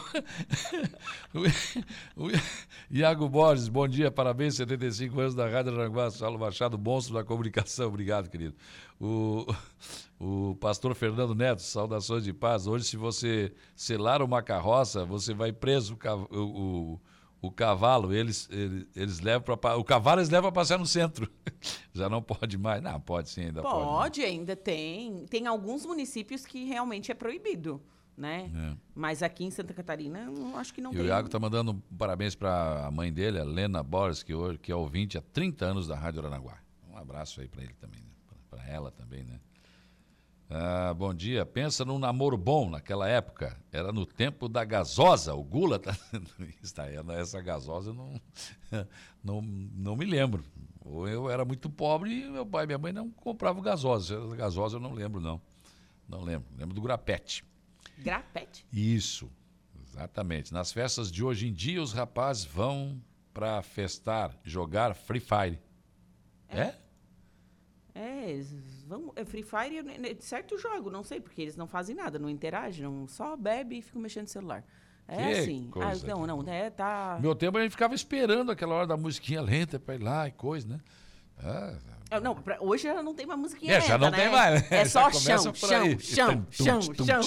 o, o Iago Borges, bom dia, parabéns, setenta e cinco anos da Rádio Aranguá, Saulo Machado, monstro da comunicação, obrigado, querido. O, o pastor Fernando Neto, saudações de paz, hoje se você selar uma carroça, você vai preso o, o, o cavalo, eles, eles, eles levam para o cavalo eles levam para passear no centro. Já não pode mais? Não, pode sim, ainda pode. Pode, ainda tem. Tem alguns municípios que realmente é proibido. Né? É. Mas aqui em Santa Catarina, eu acho que não e tem. O Iago está mandando um parabéns para a mãe dele, a Lena Borges, que, hoje, que é ouvinte há trinta anos da Rádio Aranaguá. Um abraço aí para ele também, né? Para ela também, né? Ah, bom dia. Pensa num namoro bom naquela época. Era no tempo da gasosa. O Gula tá está essa gasosa eu não, não, não me lembro. Ou eu era muito pobre e meu pai e minha mãe não compravam gasosa. Gasosa eu não lembro, não. Não lembro. Lembro do grapete. Grapete? Isso, exatamente. Nas festas de hoje em dia, os rapazes vão para festar, jogar Free Fire. É? É, é vão, é Free Fire, certo jogo, não sei, porque eles não fazem nada, não interagem, não, só bebe e ficam mexendo no celular. É que assim. Ah, não, não, é, tá... Meu tempo a gente ficava esperando aquela hora da musiquinha lenta para ir lá e coisa, né? Ah, não, pra, hoje já não tem mais musiquinha é, lenta, já não né? tem mais. É só chão, chão, chão, chão, chão.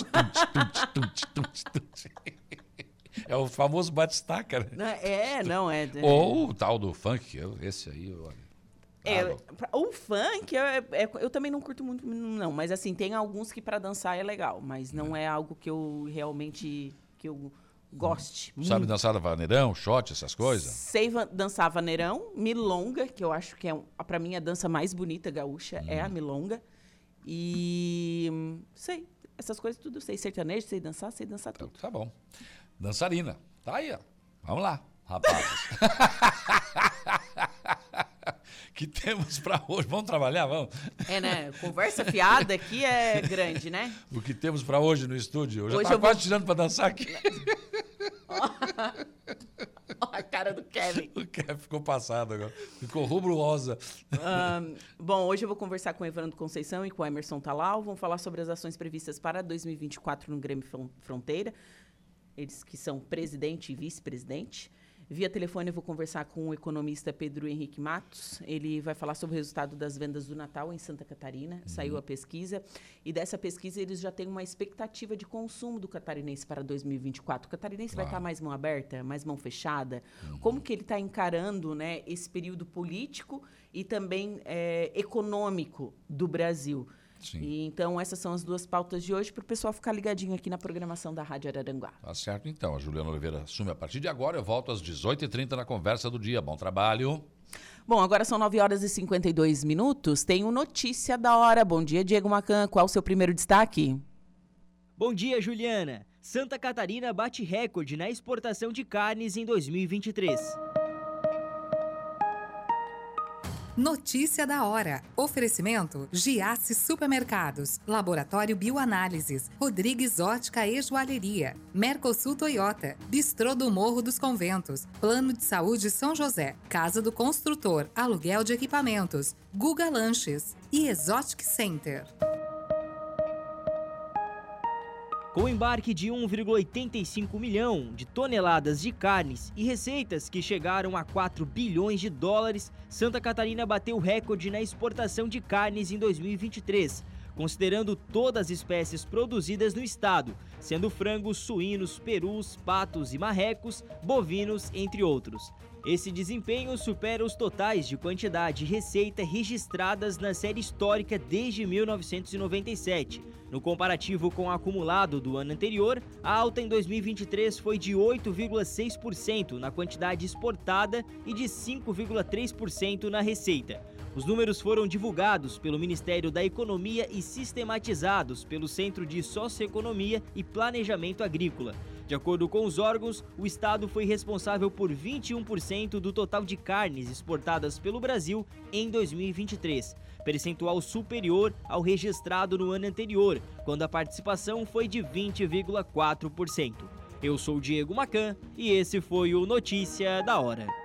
É o famoso batistaca, né? É, não, é... Ou o tal do funk, esse aí, olha. É, o funk, eu, é, eu também não curto muito, não. Mas assim, tem alguns que para dançar é legal, mas não é, é algo que eu realmente... que eu goste. Sabe muito. Dançar vaneirão, shot, essas coisas? Sei dançar vaneirão, milonga, que eu acho que é, para mim, a dança mais bonita gaúcha, hum. é a milonga. E sei, essas coisas tudo sei. Sertanejo, sei dançar, sei dançar tudo. Tá, tá bom. Dançarina. Tá aí, ó. Vamos lá, rapazes. Que temos para hoje? Vamos trabalhar, vamos? É, né? Conversa fiada aqui é grande, né? O que temos para hoje no estúdio? Eu já hoje tava eu quase vou... tirando para dançar aqui. Ó a cara do Kevin. O Kevin ficou passado agora. Ficou rubro rosa. Um, bom, hoje eu vou conversar com o Evandro Conceição e com o Emerson Talau. Vão falar sobre as ações previstas para dois mil e vinte e quatro no Grêmio Fronteira. Eles que são presidente e vice-presidente. Via telefone eu vou conversar com o economista Pedro Henrique Matos. Ele vai falar sobre o resultado das vendas do Natal em Santa Catarina. Uhum. Saiu a pesquisa. E dessa pesquisa eles já têm uma expectativa de consumo do catarinense para dois mil e vinte e quatro. O catarinense claro. vai estar mais mão aberta, mais mão fechada? Uhum. Como que ele está encarando, né, esse período político e também é, econômico do Brasil? Sim. E, então, essas são as duas pautas de hoje para o pessoal ficar ligadinho aqui na programação da Rádio Araranguá. Tá certo, então. A Juliana Oliveira assume a partir de agora. Eu volto às dezoito e trinta na Conversa do Dia. Bom trabalho. Bom, agora são nove horas e cinquenta e dois minutos. Tem o Notícia da Hora. Bom dia, Diego Macan. Qual o seu primeiro destaque? Bom dia, Juliana. Santa Catarina bate recorde na exportação de carnes em dois mil e vinte e três. Notícia da hora. Oferecimento Giasse Supermercados, Laboratório Bioanálises, Rodrigues Ótica e Joalheria, Mercosul Toyota, Bistrô do Morro dos Conventos, Plano de Saúde São José, Casa do Construtor, Aluguel de Equipamentos, Guga Lanches e Exotic Center. Com o embarque de um vírgula oitenta e cinco milhão de toneladas de carnes e receitas que chegaram a quatro bilhões de dólares, Santa Catarina bateu recorde na exportação de carnes em dois mil e vinte e três, considerando todas as espécies produzidas no estado, sendo frangos, suínos, perus, patos e marrecos, bovinos, entre outros. Esse desempenho supera os totais de quantidade e receita registradas na série histórica desde mil novecentos e noventa e sete. No comparativo com o acumulado do ano anterior, a alta em dois mil e vinte e três foi de oito vírgula seis por cento na quantidade exportada e de cinco vírgula três por cento na receita. Os números foram divulgados pelo Ministério da Economia e sistematizados pelo Centro de Socioeconomia e Planejamento Agrícola. De acordo com os órgãos, o estado foi responsável por vinte e um por cento do total de carnes exportadas pelo Brasil em dois mil e vinte e três, percentual superior ao registrado no ano anterior, quando a participação foi de vinte vírgula quatro por cento. Eu sou Diego Macan e esse foi o Notícia da Hora.